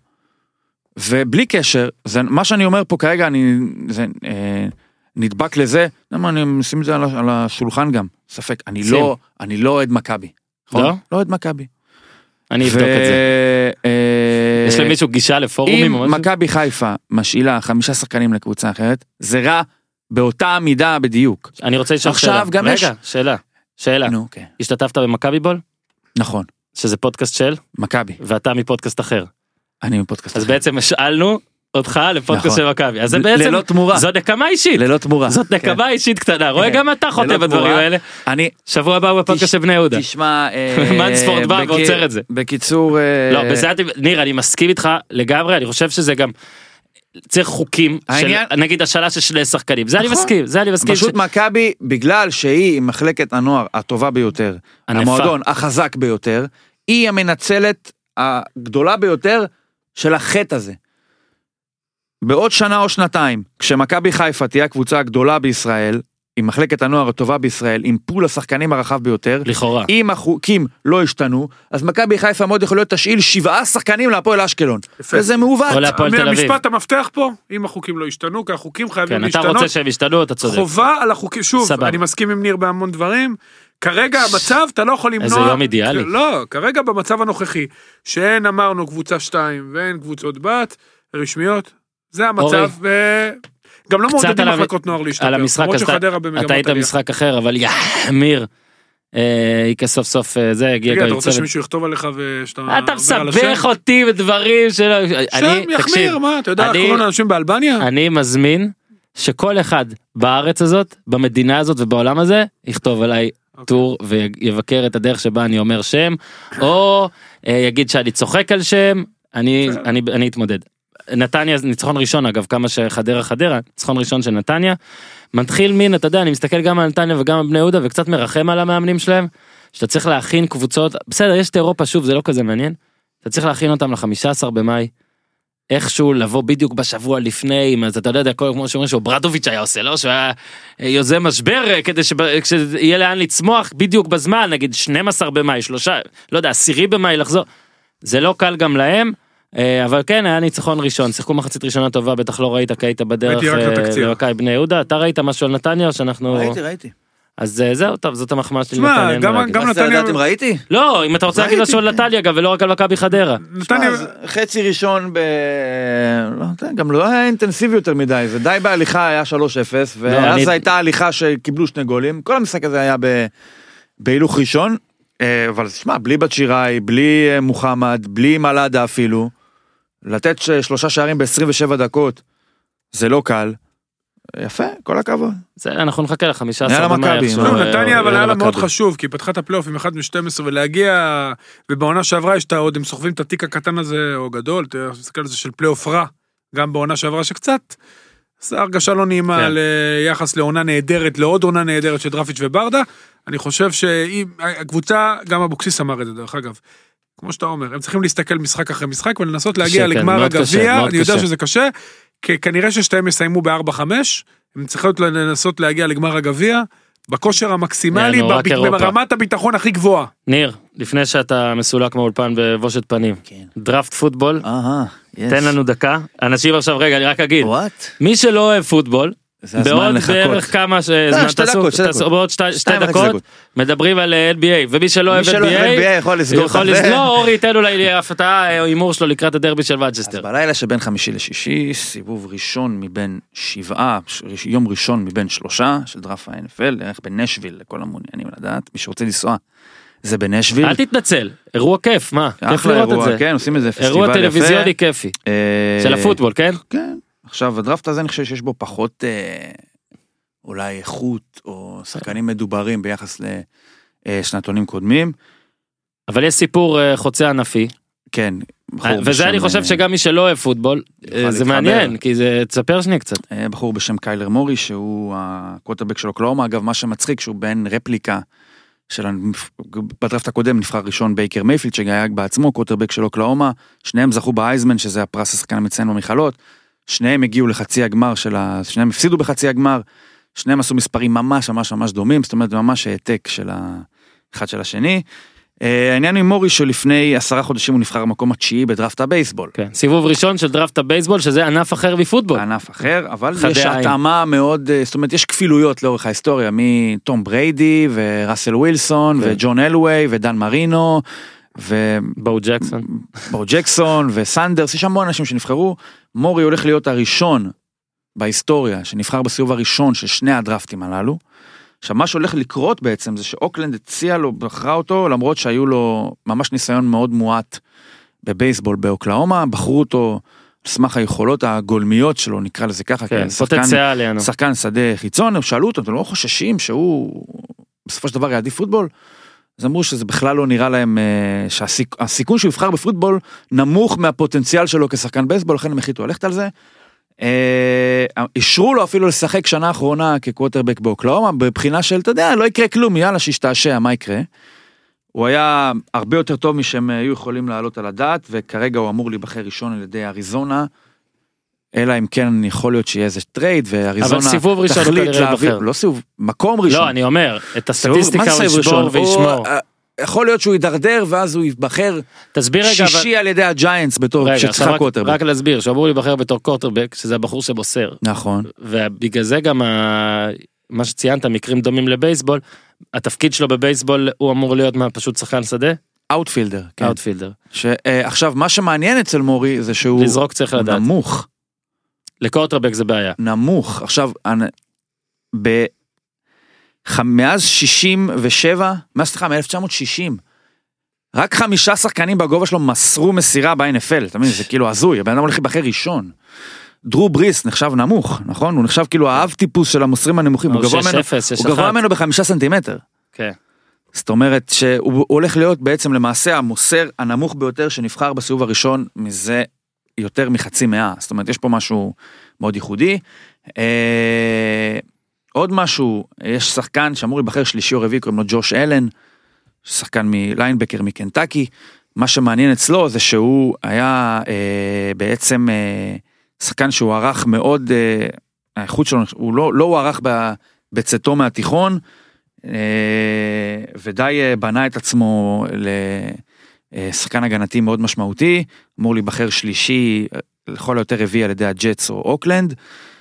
Speaker 2: ובלי קשר, זה, מה שאני אומר פה כרגע, אני, זה, אה, נדבק לזה, למה אני שים את זה על, ה- על השולחן גם, ספק, אני
Speaker 1: שים.
Speaker 2: לא, אני לא אוהד מכבי. נכון?
Speaker 1: לא?
Speaker 2: לא אוהד מכבי.
Speaker 1: אני אבדוק את זה.
Speaker 2: אה,
Speaker 1: יש למישהו גישה לפורומים או
Speaker 2: אם
Speaker 1: משהו?
Speaker 2: מכבי חיפה משאילה חמישה שחקנים לקבוצה אחרת, זה רע באותה מידה בדיוק.
Speaker 1: אני רוצה לשאול
Speaker 2: עכשיו
Speaker 1: שאלה.
Speaker 2: גם יש-
Speaker 1: רגע, שאלה. שאלה.
Speaker 2: נו, אוקיי.
Speaker 1: השתתפת במכבי בול?
Speaker 2: נכון,
Speaker 1: שזה פודקאסט של,
Speaker 2: מכבי.
Speaker 1: ואתה מפודקאסט אחר.
Speaker 2: אני בפודקאסט.
Speaker 1: אז
Speaker 2: אחר.
Speaker 1: בעצם השאלנו אותך לפודקאסט
Speaker 2: נכון.
Speaker 1: של מכבי. אז זה
Speaker 2: ל-
Speaker 1: בעצם,
Speaker 2: ללא תמורה.
Speaker 1: זו נקמה אישית.
Speaker 2: ללא תמורה.
Speaker 1: זאת
Speaker 2: כן.
Speaker 1: נקמה אישית קטנה. רואה,
Speaker 2: כן.
Speaker 1: גם אתה חוטא
Speaker 2: ללא
Speaker 1: בדברים
Speaker 2: תמורה.
Speaker 1: האלה.
Speaker 2: אני,
Speaker 1: שבוע הבא הוא בפודקאסט
Speaker 2: תש-
Speaker 1: של בני יהודה.
Speaker 2: תשמע, אה,
Speaker 1: מנספורד בא
Speaker 2: בק-
Speaker 1: ועוצר את זה.
Speaker 2: בקיצור, אה,
Speaker 1: לא, בזה אתה, ניר, אני מסכים איתך לגמרי, אני חושב שזה גם, צריך חוקים של,
Speaker 2: העניין-
Speaker 1: נגיד השאלה של שני שחקנים. זה אני
Speaker 2: נכון.
Speaker 1: מסכים, זה אני מסכים.
Speaker 2: פשוט
Speaker 1: ש-
Speaker 2: מכבי, בגלל שהיא מחלקת הנוער הטובה ביותר,
Speaker 1: ענפה.
Speaker 2: המועדון החזק ביותר, היא המנצלת הגדולה ביותר של החטא הזה. בעוד שנה או שנתיים, כשמכבי חיפה תהיה הקבוצה הגדולה בישראל, עם מחלקת הנוער הטובה בישראל, עם פול השחקנים הרחב ביותר,
Speaker 1: לכאורה.
Speaker 2: אם החוקים לא השתנו, אז מכבי חיפה מאוד יכול להיות תשאיל שבעה שחקנים להפועל אשקלון.
Speaker 3: יפה.
Speaker 2: וזה מעוות.
Speaker 1: או להפועל תל אביב.
Speaker 3: המשפט המפתח פה, אם החוקים לא השתנו, כי החוקים חייבים
Speaker 1: כן, אתה
Speaker 3: להשתנות.
Speaker 1: רוצה שהם ישתנו, אתה צודק.
Speaker 3: חובה על החוקים, שוב,
Speaker 1: סבבה.
Speaker 3: אני מסכים עם ניר בהמון דברים, כרגע המצב, אתה לא יכול למנוע...
Speaker 1: איזה יום אידיאלי.
Speaker 3: לא, כרגע במצב הנוכחי, שאין אמרנו קבוצה שתיים, ואין קבוצות בת, רשמיות, זה המצב, וגם לא
Speaker 1: קצת
Speaker 3: מעודדים
Speaker 1: על המ-
Speaker 3: מחלקות נוער להשתפר,
Speaker 1: על המשחק,
Speaker 3: למרות
Speaker 1: אז אתה-
Speaker 3: שחדרה במגמות
Speaker 1: אתה היית
Speaker 3: עלייה.
Speaker 1: במשחק אחר, אבל יא, אמיר, אה, היא כסוף סוף אה, זה, הגיע
Speaker 3: תגיד,
Speaker 1: גם
Speaker 3: אתה רוצה
Speaker 1: צוות.
Speaker 3: שמישהו יכתוב עליך ושאתה
Speaker 1: אתה
Speaker 3: אומר על השם?
Speaker 1: מסבך אותי בדברים שלא...
Speaker 3: שם יחמיר, מה, אתה יודע,
Speaker 1: אני-
Speaker 3: קוראים לאנשים באלבניה?
Speaker 1: אני מזמין שכל אחד בארץ הזאת, במדינה הזאת ובעולם הזה, יכתוב עליי טור ויבקר את הדרך שבה אני אומר שם, או אה, יגיד שאני צוחק על שם, אני, אני, אני אתמודד. נתניה, ניצחון ראשון אגב, כמה שחדרה חדרה, ניצחון ראשון של נתניה, מתחיל מין, אתה יודע, אני מסתכל גם על נתניה וגם על בני יהודה, וקצת מרחם על המאמנים שלהם, שאתה צריך להכין קבוצות, בסדר, יש את אירופה שוב, זה לא כזה מעניין, אתה צריך להכין אותם ל-חמישה עשר במאי, איכשהו לבוא בדיוק בשבוע לפני, אז אתה יודע, כל כמו שאומרים שברדוביץ' היה עושה, לא? שהוא היה יוזם משבר, כדי שיהיה לאן לצמוח בדיוק בזמן, נגיד שנים עשר במאי, שלושה, לא יודע, עשירי במאי לחזור, זה לא קל גם להם, אבל כן, היה ניצחון ראשון, שיחקו מחצית ראשונה טובה, בטח לא ראית, כי היית בדרך
Speaker 3: ראיתי רק לתקציר.
Speaker 1: למכבי בני יהודה, אתה ראית משהו על נתניה, או שאנחנו...
Speaker 2: ראיתי, ראיתי.
Speaker 1: אז זהו, טוב, זאת המחמאה שלי
Speaker 3: תשמע,
Speaker 1: לנתניה. אין
Speaker 3: גם-
Speaker 1: מה להגיד.
Speaker 3: גם
Speaker 2: אז אתה
Speaker 3: נתניה-
Speaker 2: יודעת אם ראיתי?
Speaker 1: לא, אם אתה רוצה להגיד
Speaker 2: ראיתי.
Speaker 1: משהו על נתניה, גם, ולא רק על מכבי חדרה.
Speaker 3: נתניה...
Speaker 2: אז חצי ראשון ב... לא יודע, גם לא היה אינטנסיבי יותר מדי, זה די בהליכה היה שלוש אפס, ואז
Speaker 1: אני-
Speaker 2: הייתה הליכה שקיבלו שני גולים, כל המשחק הזה היה ב... בהילוך ראשון, אה, אבל תשמע, בלי בת שיראי, בלי אה, מוחמד, בלי מלאדה אפילו, לתת ש- שלושה שערים ב-עשרים ושבע דקות, זה לא קל, יפה, כל הכבוד.
Speaker 1: זה, אנחנו נחכה ל-חמישה
Speaker 2: יאללה,
Speaker 1: עשר במאי.
Speaker 2: מכבי,
Speaker 1: איכשהו,
Speaker 2: נו,
Speaker 3: לא,
Speaker 1: אה,
Speaker 3: נתניה אבל
Speaker 1: עולה
Speaker 3: היה לה מאוד
Speaker 1: מכבי.
Speaker 3: חשוב, כי היא פתחה את הפלייאוף עם אחד משתים עשרה ולהגיע, ובעונה שעברה יש את עוד, הם סוחבים את התיק הקטן הזה, או גדול, תראה, תסתכל על זה של פלייאוף רע, גם בעונה שעברה שקצת, זה הרגשה לא נעימה
Speaker 1: כן.
Speaker 3: ליחס לעונה נהדרת, לעוד עונה נהדרת של דרפיץ' וברדה, אני חושב שאם, הקבוצה, גם אבוקסיס אמר את זה דרך אגב, כמו שאתה אומר, הם צריכים להסתכל משחק אחרי משחק, ולנסות להגיע
Speaker 1: קשה, כן,
Speaker 3: לגמר
Speaker 1: מאוד קשה,
Speaker 3: הגביע,
Speaker 1: מאוד
Speaker 3: אני יודע
Speaker 1: קשה.
Speaker 3: שזה קשה, כי כנראה ששתיהם יסיימו ב-ארבע חמש, הם צריכים לנסות להגיע לגמר הגביע, בכושר המקסימלי,
Speaker 1: יאנו, רק
Speaker 3: בב-
Speaker 1: אירופה.
Speaker 3: ברמת הביטחון הכי גבוהה.
Speaker 1: ניר, לפני שאתה מסולק מהאולפן בבושת פנים,
Speaker 2: כן.
Speaker 1: דראפט פוטבול,
Speaker 2: אהה,
Speaker 1: תן לנו דקה. אנשים עכשיו, רגע, אני רק אגיד,
Speaker 2: וואט?
Speaker 1: מי שלא אוהב פוטבול,
Speaker 2: זה הזמן
Speaker 1: בעוד
Speaker 2: לחכות.
Speaker 1: בערך כמה זמן
Speaker 2: שתי
Speaker 1: תעשו,
Speaker 2: דקות, שתי
Speaker 1: תעשו-
Speaker 2: דקות.
Speaker 1: בעוד שתי- שתי
Speaker 2: שתיים וחצי
Speaker 1: דקות,
Speaker 2: דקות.
Speaker 1: מדברים על אן בי איי, ומי שלא אוהב
Speaker 2: מי שלא אוהב
Speaker 1: אן בי איי,
Speaker 2: אן בי איי יכול לסגור את
Speaker 1: יכול
Speaker 2: זה.
Speaker 1: לסגור, אורי ייתן אולי הפתעה או הימור שלו לקראת הדרבי של
Speaker 2: אז
Speaker 1: מנצ'סטר.
Speaker 2: בלילה שבין חמישי לשישי, סיבוב ראשון מבין שבעה, ש- יום ראשון מבין שלושה, של דראפט ה-אן אף אל, דרך בנשוויל, לכל המעוניינים לדעת, מי שרוצה לנסוע, זה בנשוויל.
Speaker 1: אל תתנצל, אירוע כיף, מה? כיף
Speaker 2: אחלה
Speaker 1: לראות את
Speaker 2: אירוע,
Speaker 1: זה.
Speaker 2: כן, עושים איזה פסטיבל יפה.
Speaker 1: אירוע טלוויזיוני כיפי,
Speaker 2: אה,
Speaker 1: של הפוטבול, כן?
Speaker 2: כן. עכשיו, הדראפט הזה אני חושב שיש בו פחות אה, אולי איכות, או שחקנים מדוברים ביחס לשנתונים קודמים.
Speaker 1: אבל יש סיפור אה, חוצה ענפי,
Speaker 2: כן. בחור
Speaker 1: וזה
Speaker 2: בשם,
Speaker 1: אני חושב
Speaker 2: אה,
Speaker 1: שגם מי שלא אוהב פוטבול,
Speaker 2: יוכל
Speaker 1: אה, זה
Speaker 2: להתחבר.
Speaker 1: מעניין, כי זה, תספר שנייה קצת.
Speaker 2: אה, בחור בשם קיילר מורי, שהוא הקווטרבק של אוקלאומה, אגב, מה שמצחיק, שהוא בין רפליקה, של הנפ- בדראפט הקודם נבחר ראשון בייקר מייפילד, שהיה בעצמו קווטרבק של אוקלאומה, שניהם זכו באייזמן, שזה הפרס השחקן המצטיין במכללות, שניהם הגיעו לחצי הגמר של ה... שניהם הפסידו בחצי הגמר, שניהם עשו מספרים ממש ממש ממש דומים, זאת אומרת, ממש העתק של האחד של השני. אה, העניין עם מורי שלפני עשרה חודשים הוא נבחר במקום התשיעי בדראפט הבייסבול.
Speaker 1: כן, סיבוב ראשון של דראפט הבייסבול, שזה ענף אחר מפוטבול.
Speaker 2: בענף אחר, אבל
Speaker 1: חדי
Speaker 2: יש
Speaker 1: עין.
Speaker 2: התאמה מאוד, אה, זאת אומרת, יש כפילויות לאורך ההיסטוריה, מתום בריידי וראסל ווילסון
Speaker 1: כן.
Speaker 2: וג'ון אלווי ודן מרינו
Speaker 1: בואו ג'קסון.
Speaker 2: ובואו ג'קסון וסנדרס, יש המון אנשים שנבחרו. מורי הולך להיות הראשון בהיסטוריה שנבחר בסיבוב הראשון של שני הדרפטים הללו. עכשיו מה שהולך לקרות בעצם זה שאוקלנד הציע לו, בחרה אותו, למרות שהיו לו ממש ניסיון מאוד מועט בבייסבול באוקלאומה, בחרו אותו על סמך היכולות הגולמיות שלו, נקרא לזה ככה,
Speaker 1: כן,
Speaker 2: כן, שחקן,
Speaker 1: פוטנציאל יענו.
Speaker 2: שחקן שדה חיצון, שאלו אותו, אתם לא חוששים שהוא בסופו של דבר יעדיף פוטבול? אז אמרו שזה בכלל לא נראה להם, אה, שהסיכון שהוא יבחר בפוטבול נמוך מהפוטנציאל שלו כשחקן בייסבול, לכן הם החליטו ללכת על זה. אה, אישרו לו אפילו לשחק שנה האחרונה כקווטרבק באוקלאומה, בבחינה של, אתה יודע, לא יקרה כלום, יאללה שישתעשע, מה יקרה? הוא היה הרבה יותר טוב משהם היו יכולים לעלות על הדעת, וכרגע הוא אמור להיבחר ראשון על ידי אריזונה, אלא אם כן יכול להיות שיהיה איזה טרייד, ואריזונה
Speaker 1: אבל סיבוב ראשון הוא
Speaker 2: תחליט
Speaker 1: כנראה
Speaker 2: להעביר,
Speaker 1: ייבחר.
Speaker 2: לא סיבוב, מקום ראשון.
Speaker 1: לא, אני אומר, את
Speaker 2: סיבוב-
Speaker 1: הסטטיסטיקה
Speaker 2: מה זה
Speaker 1: הוא
Speaker 2: סיבוב
Speaker 1: ישבור
Speaker 2: ראשון?
Speaker 1: וישמור.
Speaker 2: הוא, אה, יכול להיות שהוא יידרדר, ואז הוא ייבחר
Speaker 1: תסביר רגע, אבל-
Speaker 2: שישי על ידי הג'יינטס בתור
Speaker 1: רגע, עכשיו
Speaker 2: שצריכה
Speaker 1: רק-
Speaker 2: קווטרבק.
Speaker 1: רק להסביר, שהוא אמור להיבחר בתור קווטרבק, שזה הבחור שבוסר.
Speaker 2: נכון.
Speaker 1: ובגלל זה גם ה- מה שציינת, מקרים דומים לבייסבול, התפקיד שלו בבייסבול הוא אמור להיות מה, פשוט שחקן שדה?
Speaker 2: אאוטפילדר. כן.
Speaker 1: אאוטפילדר.
Speaker 2: עכשיו, מה שמעניין אצל מורי זה שהוא
Speaker 1: לזרוק צריך לדעת.
Speaker 2: נמוך.
Speaker 1: לקווטרבק זה בעיה.
Speaker 2: נמוך. עכשיו, אני- ב... ח- מאז שישים ושבע, מאז סליחה, מ-אלף תשע מאות שישים, רק חמישה שחקנים בגובה שלו מסרו מסירה ב-אן אף אל, אתה מבין, זה כאילו הזוי, הבן אדם הולך להיבחר ראשון. דרו בריס נחשב נמוך, נכון? הוא נחשב כאילו האב טיפוס של המוסרים הנמוכים, הוא
Speaker 1: או
Speaker 2: גבוה
Speaker 1: שש
Speaker 2: ממנו-
Speaker 1: אפס, שש
Speaker 2: הוא גבוה
Speaker 1: אחת.
Speaker 2: ממנו בחמישה סנטימטר.
Speaker 1: כן.
Speaker 2: זאת אומרת שהוא הוא הולך להיות בעצם למעשה המוסר הנמוך ביותר שנבחר בסיבוב הראשון מזה יותר מחצי מאה, זאת אומרת יש פה משהו מאוד ייחודי. אה, עוד משהו, יש שחקן שאמור להיבחר שלישי או רביעי, קוראים לו ג'וש אלן, שחקן מליינבקר מקנטקי, מה שמעניין אצלו זה שהוא היה אה, בעצם אה, שחקן שהוא ערך מאוד, אה, האיכות שלו, הוא לא, לא הוא ערך בצאתו מהתיכון, אה, ודי אה, בנה את עצמו לשחקן הגנתי מאוד משמעותי, אמור להיבחר שלישי, לכל היותר רביעי על ידי הג'טס או אוקלנד.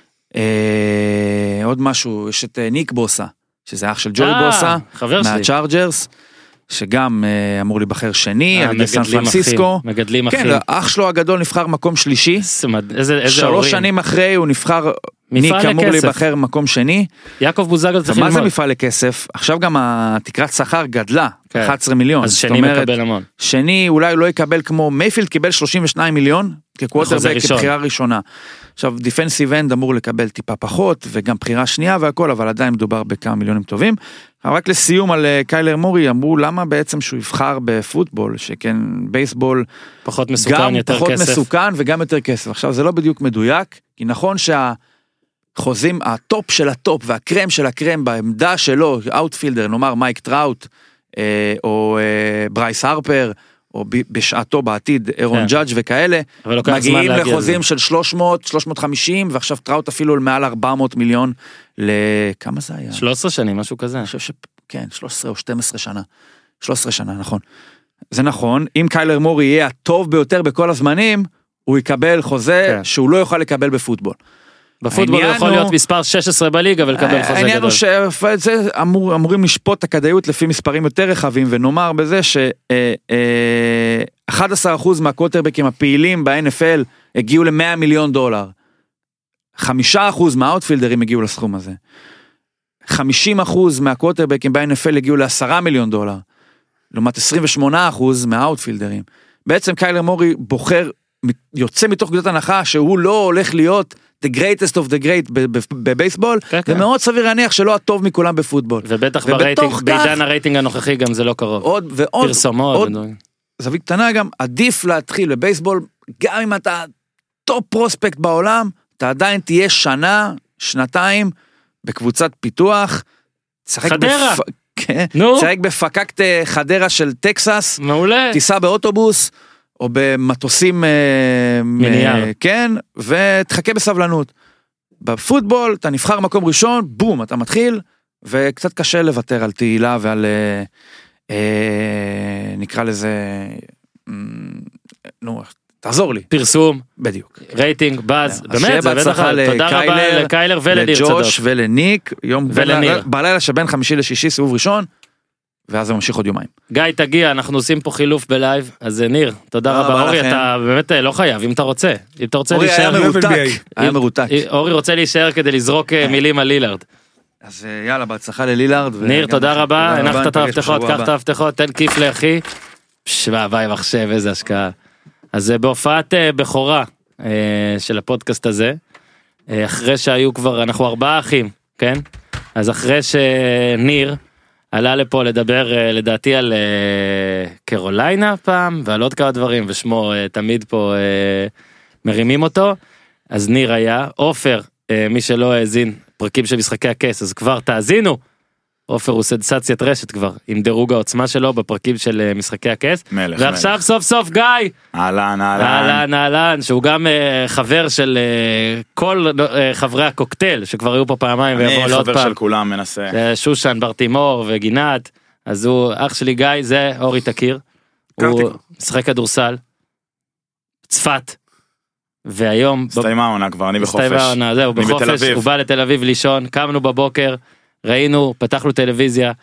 Speaker 2: אה, עוד משהו, יש את אה, ניק בוסה, שזה אח של ג'וי
Speaker 1: אה,
Speaker 2: בוסה,
Speaker 1: חבר שלי.
Speaker 2: מהצ'ארג'רס, שגם אה, אמור להיבחר שני,
Speaker 1: אה,
Speaker 2: על ידי סן
Speaker 1: מגדלים
Speaker 2: פרנסיסקו.
Speaker 1: אחים, מגדלים אחים.
Speaker 2: כן, אח שלו הגדול נבחר מקום שלישי,
Speaker 1: איזה מד- איזה איזה
Speaker 2: שלוש
Speaker 1: הורים.
Speaker 2: שנים אחרי הוא נבחר, ניק
Speaker 1: מפעל
Speaker 2: אמור
Speaker 1: לכסף.
Speaker 2: להיבחר מקום שני.
Speaker 1: יעקב בוזגלו צריך
Speaker 2: מה זה
Speaker 1: ללמוד.
Speaker 2: מפעל לכסף? עכשיו גם התקרת שכר גדלה,
Speaker 1: כן.
Speaker 2: אחת עשרה מיליון.
Speaker 1: אז
Speaker 2: זאת
Speaker 1: שני
Speaker 2: אומרת,
Speaker 1: מקבל המון.
Speaker 2: שני אולי לא יקבל כמו מייפילד קיבל שלושים ושניים מיליון
Speaker 1: חוזה
Speaker 2: כקווטרבק
Speaker 1: ראשון.
Speaker 2: כבחירה ראשונה. עכשיו דיפנסיב אנד אמור לקבל טיפה פחות וגם בחירה שנייה והכל, אבל עדיין מדובר בכמה מיליונים טובים. אבל רק לסיום על אה, קיילר מורי, אמרו למה בעצם שהוא יבחר בפוטבול, שכן בייסבול
Speaker 1: פחות מסוכן,
Speaker 2: גם
Speaker 1: יותר
Speaker 2: פחות
Speaker 1: כסף.
Speaker 2: מסוכן וגם יותר כסף. עכשיו זה לא בדיוק מדויק, כי נכון שהחוזים, הטופ של הטופ והקרם של הקרם בעמדה שלו, אאוטפילדר, נאמר מייק טראוט, אה, או אה, ברייס הרפר, או ב- בשעתו בעתיד אירון
Speaker 1: כן.
Speaker 2: ג'אדג' וכאלה,
Speaker 1: אבל לוקח זמן
Speaker 2: מגיעים
Speaker 1: להגיע לזה.
Speaker 2: לחוזים של שלוש מאות, שלוש מאות וחמישים, ועכשיו טראוט אפילו מעל ארבע מאות מיליון, לכמה זה היה?
Speaker 1: שלוש עשרה שנים, משהו כזה.
Speaker 2: אני חושב ש... כן, שלוש עשרה או שתים עשרה שנה. שלוש עשרה שנה, נכון. זה נכון, אם קיילר מורי יהיה הטוב ביותר בכל הזמנים, הוא יקבל חוזה
Speaker 1: כן.
Speaker 2: שהוא לא יוכל לקבל בפוטבול.
Speaker 1: בפוטבול הוא יכול להיות מספר שש עשרה בליגה ולקבל חוזה גדול.
Speaker 2: העניין הוא שזה אמור, אמורים לשפוט את הכדאיות לפי מספרים יותר רחבים, ונאמר בזה ש-אחד עשר אחוז מהקווטרבקים הפעילים ב-אן אף אל הגיעו ל-מאה מיליון דולר. חמישה אחוז מהאוטפילדרים הגיעו לסכום הזה. חמישים אחוז מהקווטרבקים ב-אן אף אל הגיעו ל-עשרה מיליון דולר. לעומת עשרים ושמונה אחוז מהאוטפילדרים. בעצם קיילר מורי בוחר, יוצא מתוך נקודת הנחה שהוא לא הולך להיות the greatest of the great בבייסבול, זה מאוד סביר להניח שלא הטוב מכולם בפוטבול.
Speaker 1: ובטח ברייטינג, בעידן הרייטינג הנוכחי גם זה לא קרוב.
Speaker 2: עוד ועוד,
Speaker 1: פרסומות.
Speaker 2: זווית קטנה גם, עדיף להתחיל בבייסבול, גם אם אתה טופ פרוספקט בעולם, אתה עדיין תהיה שנה, שנתיים, בקבוצת פיתוח,
Speaker 1: חדרה.
Speaker 2: צייק בפקקט חדרה של טקסס,
Speaker 1: מעולה.
Speaker 2: תיסע באוטובוס, או במטוסים,
Speaker 1: מנייר.
Speaker 2: כן, ותחכה בסבלנות. בפוטבול, אתה נבחר מקום ראשון, בום, אתה מתחיל, וקצת קשה לוותר על תהילה ועל, אה, נקרא לזה, נו, תעזור לי.
Speaker 1: פרסום.
Speaker 2: בדיוק.
Speaker 1: רייטינג, באז, באמת, זה בטח, תודה רבה לקיילר ולניר צדוק.
Speaker 2: לג'וש ולניק, יום בלילה שבין חמישי לשישי, סיבוב ראשון, ואז זה ממשיך עוד יומיים.
Speaker 1: גיא, תגיע, אנחנו עושים פה חילוף בלייב, אז ניר, תודה רבה. אורי, אתה באמת לא חייב, אם אתה רוצה. אם אתה רוצה להישאר...
Speaker 2: אורי היה מרותק. היה מרותק.
Speaker 1: אורי רוצה להישאר כדי לזרוק מילים על לילארד.
Speaker 2: אז יאללה, בהצלחה ללילארד.
Speaker 1: ניר, תודה רבה, הנחת את ההבטחות, קח את ההבטחות, תן כיף לאחי. שבא, ביי מחשב, איזה השקעה. אז בהופעת בכורה של הפודקאסט הזה, אחרי שהיו כבר, אנחנו ארבעה אחים, כן? אז אחרי שניר עלה לפה לדבר לדעתי על קרוליינה פעם, ועל עוד כמה דברים, ושמו תמיד פה מרימים אותו, אז ניר היה, אופר, מי שלא האזין, פרקים של משחקי הכס, אז כבר תאזינו, אופר הוא סנסציית רשת כבר, עם דירוג העוצמה שלו בפרקים של משחקי הכס.
Speaker 2: מלך,
Speaker 1: ועכשיו
Speaker 2: מלך.
Speaker 1: סוף סוף גיא.
Speaker 2: אהלן, אהלן.
Speaker 1: אהלן, אהלן, שהוא גם uh, חבר של uh, כל uh, חברי הקוקטייל, שכבר היו פה פעמיים ויבואו לעוד פעם.
Speaker 2: אני חבר של כולם מנסה.
Speaker 1: Uh, שושן, ברטימור וגינת, אז הוא, אח שלי גיא, זה אורי תקיר. הוא משחק כדורסל, צפת. והיום...
Speaker 2: הסתיימה העונה כבר, אני בחופש.
Speaker 1: הסתיימה העונה, זהו, בחופש, הוא בא לתל אביב לישון, קמנו בבוקר, ראינו, פתחנו טלוויזיה,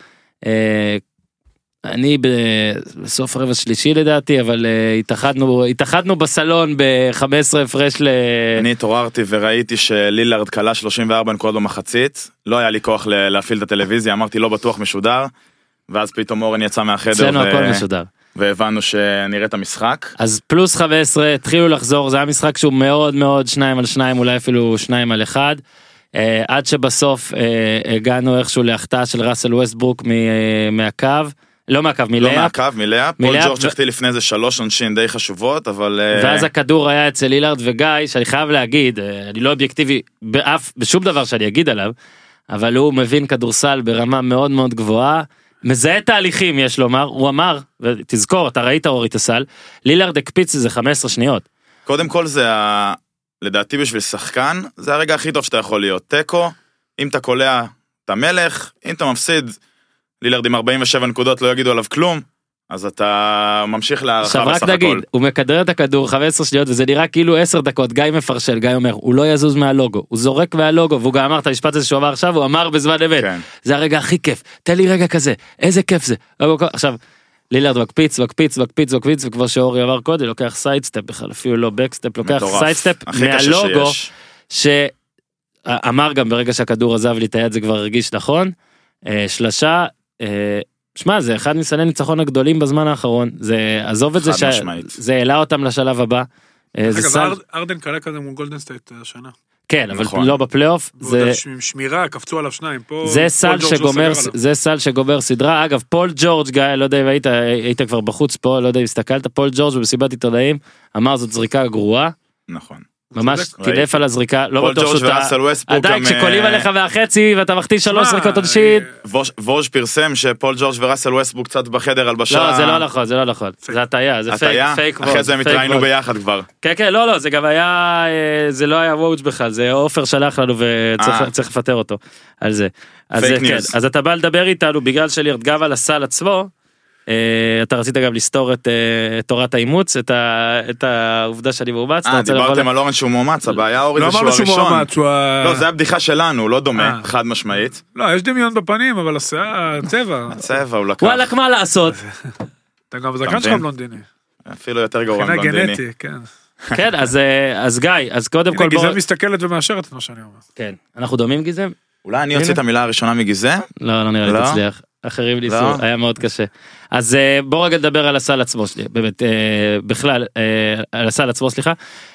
Speaker 1: אני בסוף הרבע שלישי לדעתי, אבל התאחדנו, התאחדנו בסלון ב-חמש עשרה הפרש ל...
Speaker 5: אני התעוררתי וראיתי שלילארד קלה שלושים וארבע נקודות במחצית, לא היה לי כוח להפעיל את הטלוויזיה, אמרתי לא בטוח משודר, ואז פתאום אורן יצא מהחדר.
Speaker 1: אצלנו הכל משודר.
Speaker 5: והבנו שנראה את המשחק.
Speaker 1: אז פלוס חמש עשרה, התחילו לחזור, זה היה משחק שהוא מאוד מאוד שניים על שניים, אולי אפילו שניים על אחד, Uh, עד שבסוף uh, הגענו איכשהו להחטאה של ראסל ווסטברוק מ- מהקו, לא מהקו, מלאפ.
Speaker 5: לא מהקו, מלאפ. פול ג'ורג' החטיא לפני זה שלוש עונשין די חשובות, אבל...
Speaker 1: ואז הכדור היה אצל לילארד וגיא, שאני חייב להגיד, אני לא אובייקטיבי באף, בשום דבר שאני אגיד עליו, אבל הוא מבין כדורסל ברמה מאוד מאוד גבוהה, מזהה תהליכים יש לומר, הוא אמר, ותזכור, אתה ראית אורי תסל, לילארד הקפיץ איזה חמש עשרה שניות.
Speaker 5: קודם כל זה ה... לדעתי בשביל שחקן, זה הרגע הכי טוב שאתה יכול להיות. טקו, אם אתה קולע, אתה מלך, אם אתה מפסיד, לילארד עם ארבעים ושבע נקודות לא יגידו עליו כלום, אז אתה ממשיך להערכה בסך הכל.
Speaker 1: נגיד, הוא מקדר את הכדור חמש עשרה שניות, וזה נראה כאילו עשר דקות, גיא מפרשל, גיא אומר, הוא לא יזוז מהלוגו, הוא זורק מהלוגו, והוא גם אמר את המשפט הזה שהוא אמר עכשיו, הוא אמר בזמן אמת,
Speaker 5: כן.
Speaker 1: זה הרגע הכי כיף, תן לי רגע כזה, איזה כיף זה. עכשיו, לילארד מקפיץ, מקפיץ, מקפיץ, מקפיץ, וכבר שאורי אמר קודם, לוקח סיידסטפ בכלל, אפילו לא בקסטפ, לוקח סיידסטפ מהלוגו, שאמר גם ברגע שהכדור עזב לי את היד, זה כבר הרגיש נכון, שלשה, שמע, זה אחד מסלי ניצחון הגדולים בזמן האחרון, זה, עזוב את זה, זה העלה אותם לשלב הבא.
Speaker 3: אגב, ארדן קלה כזה מול גולדן סטייט השנה.
Speaker 1: כן, אבל לא בפלייאוף.
Speaker 3: שמירה, קפצו עליו שניים.
Speaker 1: זה סל שגומר סדרה. אגב, פול ג'ורג' גיא, לא יודע אם היית, היית כבר בחוץ פה, לא יודע אם הסתכלת, פול ג'ורג' במסיבת עיתונאים, אמר זאת זריקה גרועה.
Speaker 5: נכון.
Speaker 1: ממש תדף על הזריקה, לא בטוח שאתה, עדיין
Speaker 5: גם...
Speaker 1: כשקולים עליך מהחצי ואתה מחטיא שלוש זריקות עונשין.
Speaker 5: ווז' פרסם שפול ג'ורג' וראסל ווסטברוק קצת בחדר על בשעה.
Speaker 1: לא, זה לא נכון, זה לא נכון, זה הטעיה, זה פייק ווז'.
Speaker 5: אחרי זה הם התראינו ביחד כבר.
Speaker 1: כן, כן, לא, לא, זה גם היה, זה לא היה ווז' בכלל, זה אופר שלח לנו וצריך לפטר אותו על זה. אז אתה בא לדבר איתנו בגלל שלרד גב על הסל עצמו, אתה רצית גם לסתור את תורת האימוץ, את העובדה שאני מאומץ.
Speaker 5: אה, דיברתם על אורן שהוא מאומץ, הבעיה אורי זה שהוא הראשון. לא, זה הבדיחה שלנו, לא דומה, חד משמעית.
Speaker 3: לא, יש דמיון בפנים, אבל הצבע.
Speaker 5: הצבע הוא לקח.
Speaker 1: וואלק, מה לעשות?
Speaker 3: אתה גם זקן שלך בלונדיני.
Speaker 5: אפילו יותר גרוע מבלונדיני.
Speaker 3: גנטי, כן.
Speaker 1: כן, אז גיא, אז קודם כל...
Speaker 3: הנה, גיזם מסתכלת ומאשרת את מה שאני אומר.
Speaker 1: כן, אנחנו דומים גיזם?
Speaker 5: אולי אני אוציא את המילה הראשונה מגיזם?
Speaker 1: לא, לא נראה לי תצליח. אחרים ניסו, היה מאוד קשה. אז בוא רגע נדבר על הסל עצמו שלי, באמת, בכלל, על הסל עצמו, סליחה.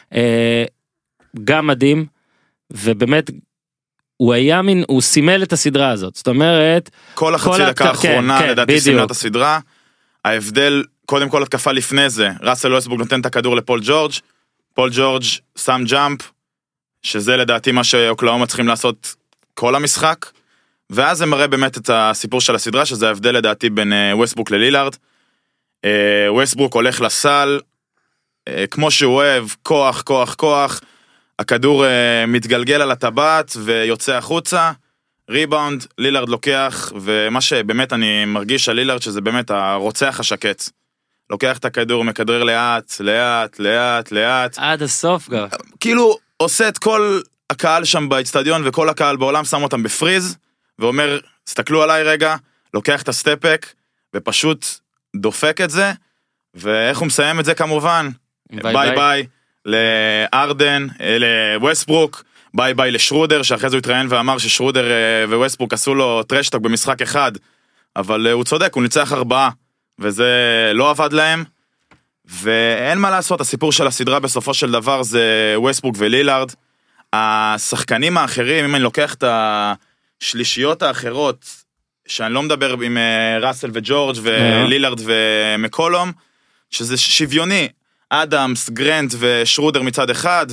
Speaker 1: גם מדהים, ובאמת, הוא היה מין, הוא סימל את הסדרה הזאת, זאת אומרת...
Speaker 5: כל החצי דקה האחרונה, לדעתי סימלה את הסדרה, ההבדל, קודם כל התקפה לפני זה, ראסל ווסטברוק נותן את הכדור לפול ג'ורג', פול ג'ורג' שם ג'אמפ, שזה לדעתי מה שאוקלאומה צריכים לעשות כל המשחק, ואז זה מראה באמת את הסיפור של הסדרה, שזה ההבדל לדעתי בין ווסטברוק ללילארד. ווסטברוק הולך לסל, כמו שהוא אוהב, כוח, כוח, כוח, הכדור מתגלגל על הטבעת ויוצא החוצה, ריבאונד, לילארד לוקח, ומה שבאמת אני מרגיש על לילארד, שזה באמת הרוצח השקט. לוקח את הכדור, מכדרר לאט, לאט, לאט, לאט.
Speaker 1: עד הסוף גם.
Speaker 5: כאילו עושה את כל הקהל שם באצטדיון, וכל הקהל בעולם שם אותם בפריז, ואומר, סתכלו עליי רגע, לוקח את הסטפק, ופשוט דופק את זה, ואיך הוא מסיים את זה כמובן? ביי ביי, ביי לארדן, לווסטברוק, ביי ביי לשרודר, שאחרי זה הוא התראיין ואמר ששרודר וווסטברוק עשו לו טרשטוק במשחק אחד, אבל הוא צודק, הוא ניצח ארבעה, וזה לא עבד להם, ואין מה לעשות, הסיפור של הסדרה בסופו של דבר זה ווסטברוק ולילארד, השחקנים האחרים, אם אני לוקח את השלישיות האחרות, שאני לא מדבר עם ראסל וג'ורג' ולילארד ומקולום, שזה שוויוני, אדמס, גרנט ושרודר מצד אחד,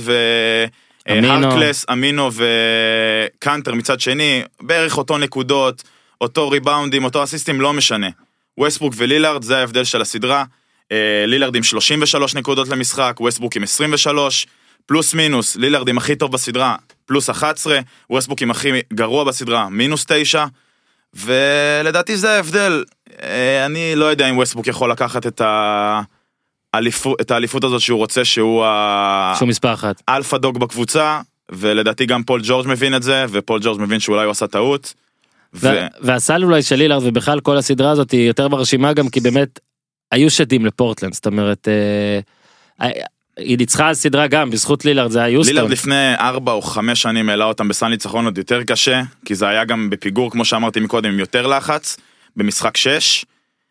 Speaker 5: והרקלס, אמינו וקנטר מצד שני, בערך אותו נקודות, אותו ריבאונדים, אותו אסיסטים, לא משנה. ווסטברוק ולילארד, זה ההבדל של הסדרה, לילארד עם שלושים ושלוש נקודות למשחק, ווסטברוק עם עשרים ושלוש, פלוס מינוס, לילארד עם הכי טוב בסדרה, פלוס אחת עשרה, ווסטברוק עם הכי גרוע בסדרה, מינוס תשע, ולדעתי זה ההבדל. אני לא יודע אם ווסטברוק יכול לקחת את האליפות, את האליפות הזאת שהוא רוצה, שהוא
Speaker 1: שהוא מספר אחת.
Speaker 5: אלפא דוג בקבוצה, ולדעתי גם פול ג'ורג' מבין את זה, ופול ג'ורג' מבין שאולי הוא עשה טעות.
Speaker 1: והסל אולי של לילארד, ובכלל כל הסדרה הזאת היא יותר ברשימה גם, כי באמת היו שדים לפורטלנד, זאת אומרת, היא ניצחה על סדרה גם, בזכות לילארד, זה היה יוסטון.
Speaker 5: לילארד לפני ארבע או חמש שנים העלה אותם בסן ניצחון עוד יותר קשה, כי זה היה גם בפיגור, כמו שאמרתי מקודם, עם יותר לחץ, במשחק שש,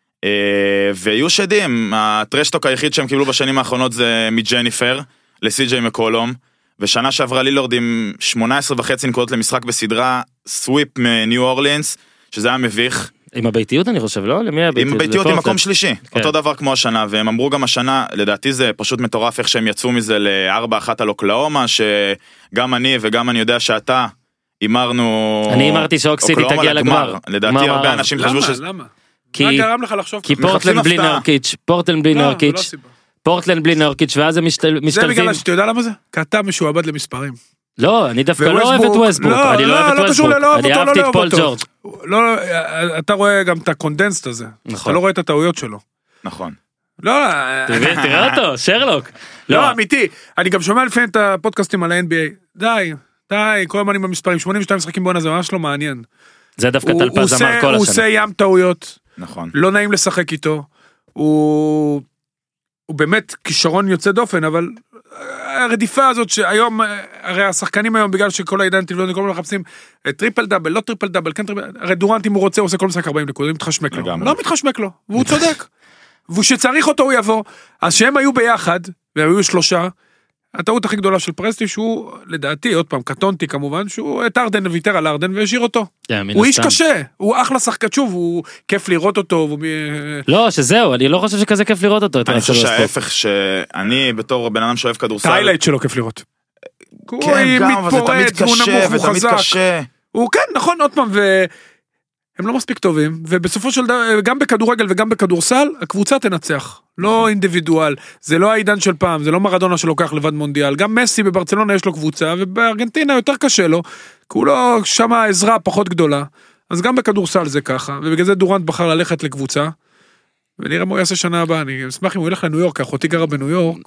Speaker 5: והיו שדים, הטרשטוק היחיד שהם קיבלו בשנים האחרונות זה מג'ניפר, לסי.ג'יי מקולום, ושנה שעברה לילארד עם שמונה עשרה וחצי נקודות למשחק בסדרה, סוויפ מניו אורלינס, שזה היה מביך. עם
Speaker 1: הביתיות אני חושב, לא? למי הביתיות?
Speaker 5: עם הביתיות עם מקום שלישי, אותו דבר כמו השנה, והם אמרו גם השנה, לדעתי זה פשוט מטורף איך שהם יצאו מזה ל-ארבע אחת על אוקלאומה, שגם אני וגם אני יודע שאתה אמרנו...
Speaker 1: אני אמרתי שאוקסיטי תגיע לגמר.
Speaker 5: לדעתי הרבה אנשים חשבו ש...
Speaker 3: למה? מה גרם לך לחשוב?
Speaker 1: כי פורטלנד בלי נורקיץ', פורטלנד בלי נורקיץ', פורטלנד בלי נורקיץ', ואז הם משתלבים...
Speaker 3: זה בגלל שאתה יודע למה זה? כי אתה משועבד למספרים.
Speaker 1: לא, אני דווקא לא אוהב את ווסטברוק, אני לא אוהב את ווסטברוק, אני אהבתי את פול ג'ורג'.
Speaker 3: לא, אתה רואה גם את הקונדנסט הזה, אתה לא רואה את הטעויות שלו.
Speaker 5: נכון.
Speaker 3: לא,
Speaker 1: תראה אותו, שרלוק.
Speaker 3: לא, אמיתי, אני גם שומע לפעמים את הפודקאסטים על ה-אן בי איי, די, די, כל הזמן עם המספרים, שמונים ושתיים משחקים בעונה, זה ממש לא מעניין.
Speaker 1: זה דווקא טלפז אמר כל השנה.
Speaker 3: הוא עושה ים טעויות,
Speaker 5: נכון.
Speaker 3: לא נעים לשחק איתו, הוא באמת כישרון יוצא דופן, אבל הרדיפה הזאת שהיום, הרי השחקנים היום, בגלל שכל העידן טבלון, כל מיני מחפשים טריפל דאבל, לא טריפל דאבל, כן טריפל, הרי דורנט אם הוא רוצה, הוא עושה כל משחק ארבעים נקודות, אם מתחשמק לו, לא מתחשמק לו, והוא צודק, ושצריך אותו הוא יבוא, אז שהם היו ביחד, והם היו שלושה, הטעות הכי גדולה של פרסטי, שהוא לדעתי, עוד פעם, קטונתי כמובן, שהוא את ארדן ויתר על ארדן והשאיר אותו. הוא איש קשה, הוא אחלה שחקן, שוב, הוא כיף לראות אותו.
Speaker 1: לא, שזהו, אני לא חושב שכזה כיף לראות אותו.
Speaker 5: אני חושב שההפך שאני בתור בן אדם שאוהב כדורסל...
Speaker 3: טיילייט שלו כיף לראות.
Speaker 5: כן, גם, אבל זה תמיד קשה, ותמיד קשה.
Speaker 3: הוא כן, נכון, עוד פעם, הם לא מספיק טובים, ובסופו של דבר, גם בכדורגל וגם בכדורסל, הקבוצה תנצח, לא אינדיבידואל, זה לא העידן של פעם, זה לא מרדונה שלוקח לבד מונדיאל, גם מסי בברצלונה יש לו קבוצה, ובארגנטינה יותר קשה לו, כי הוא לא, שם העזרה פחות גדולה, אז גם בכדורסל זה ככה, ובגלל זה דורנט בחר ללכת לקבוצה, ונראה מה הוא יעשה שנה הבאה, אני אשמח אם הוא ילך לניו יורק, אחותי גרה בניו יורק,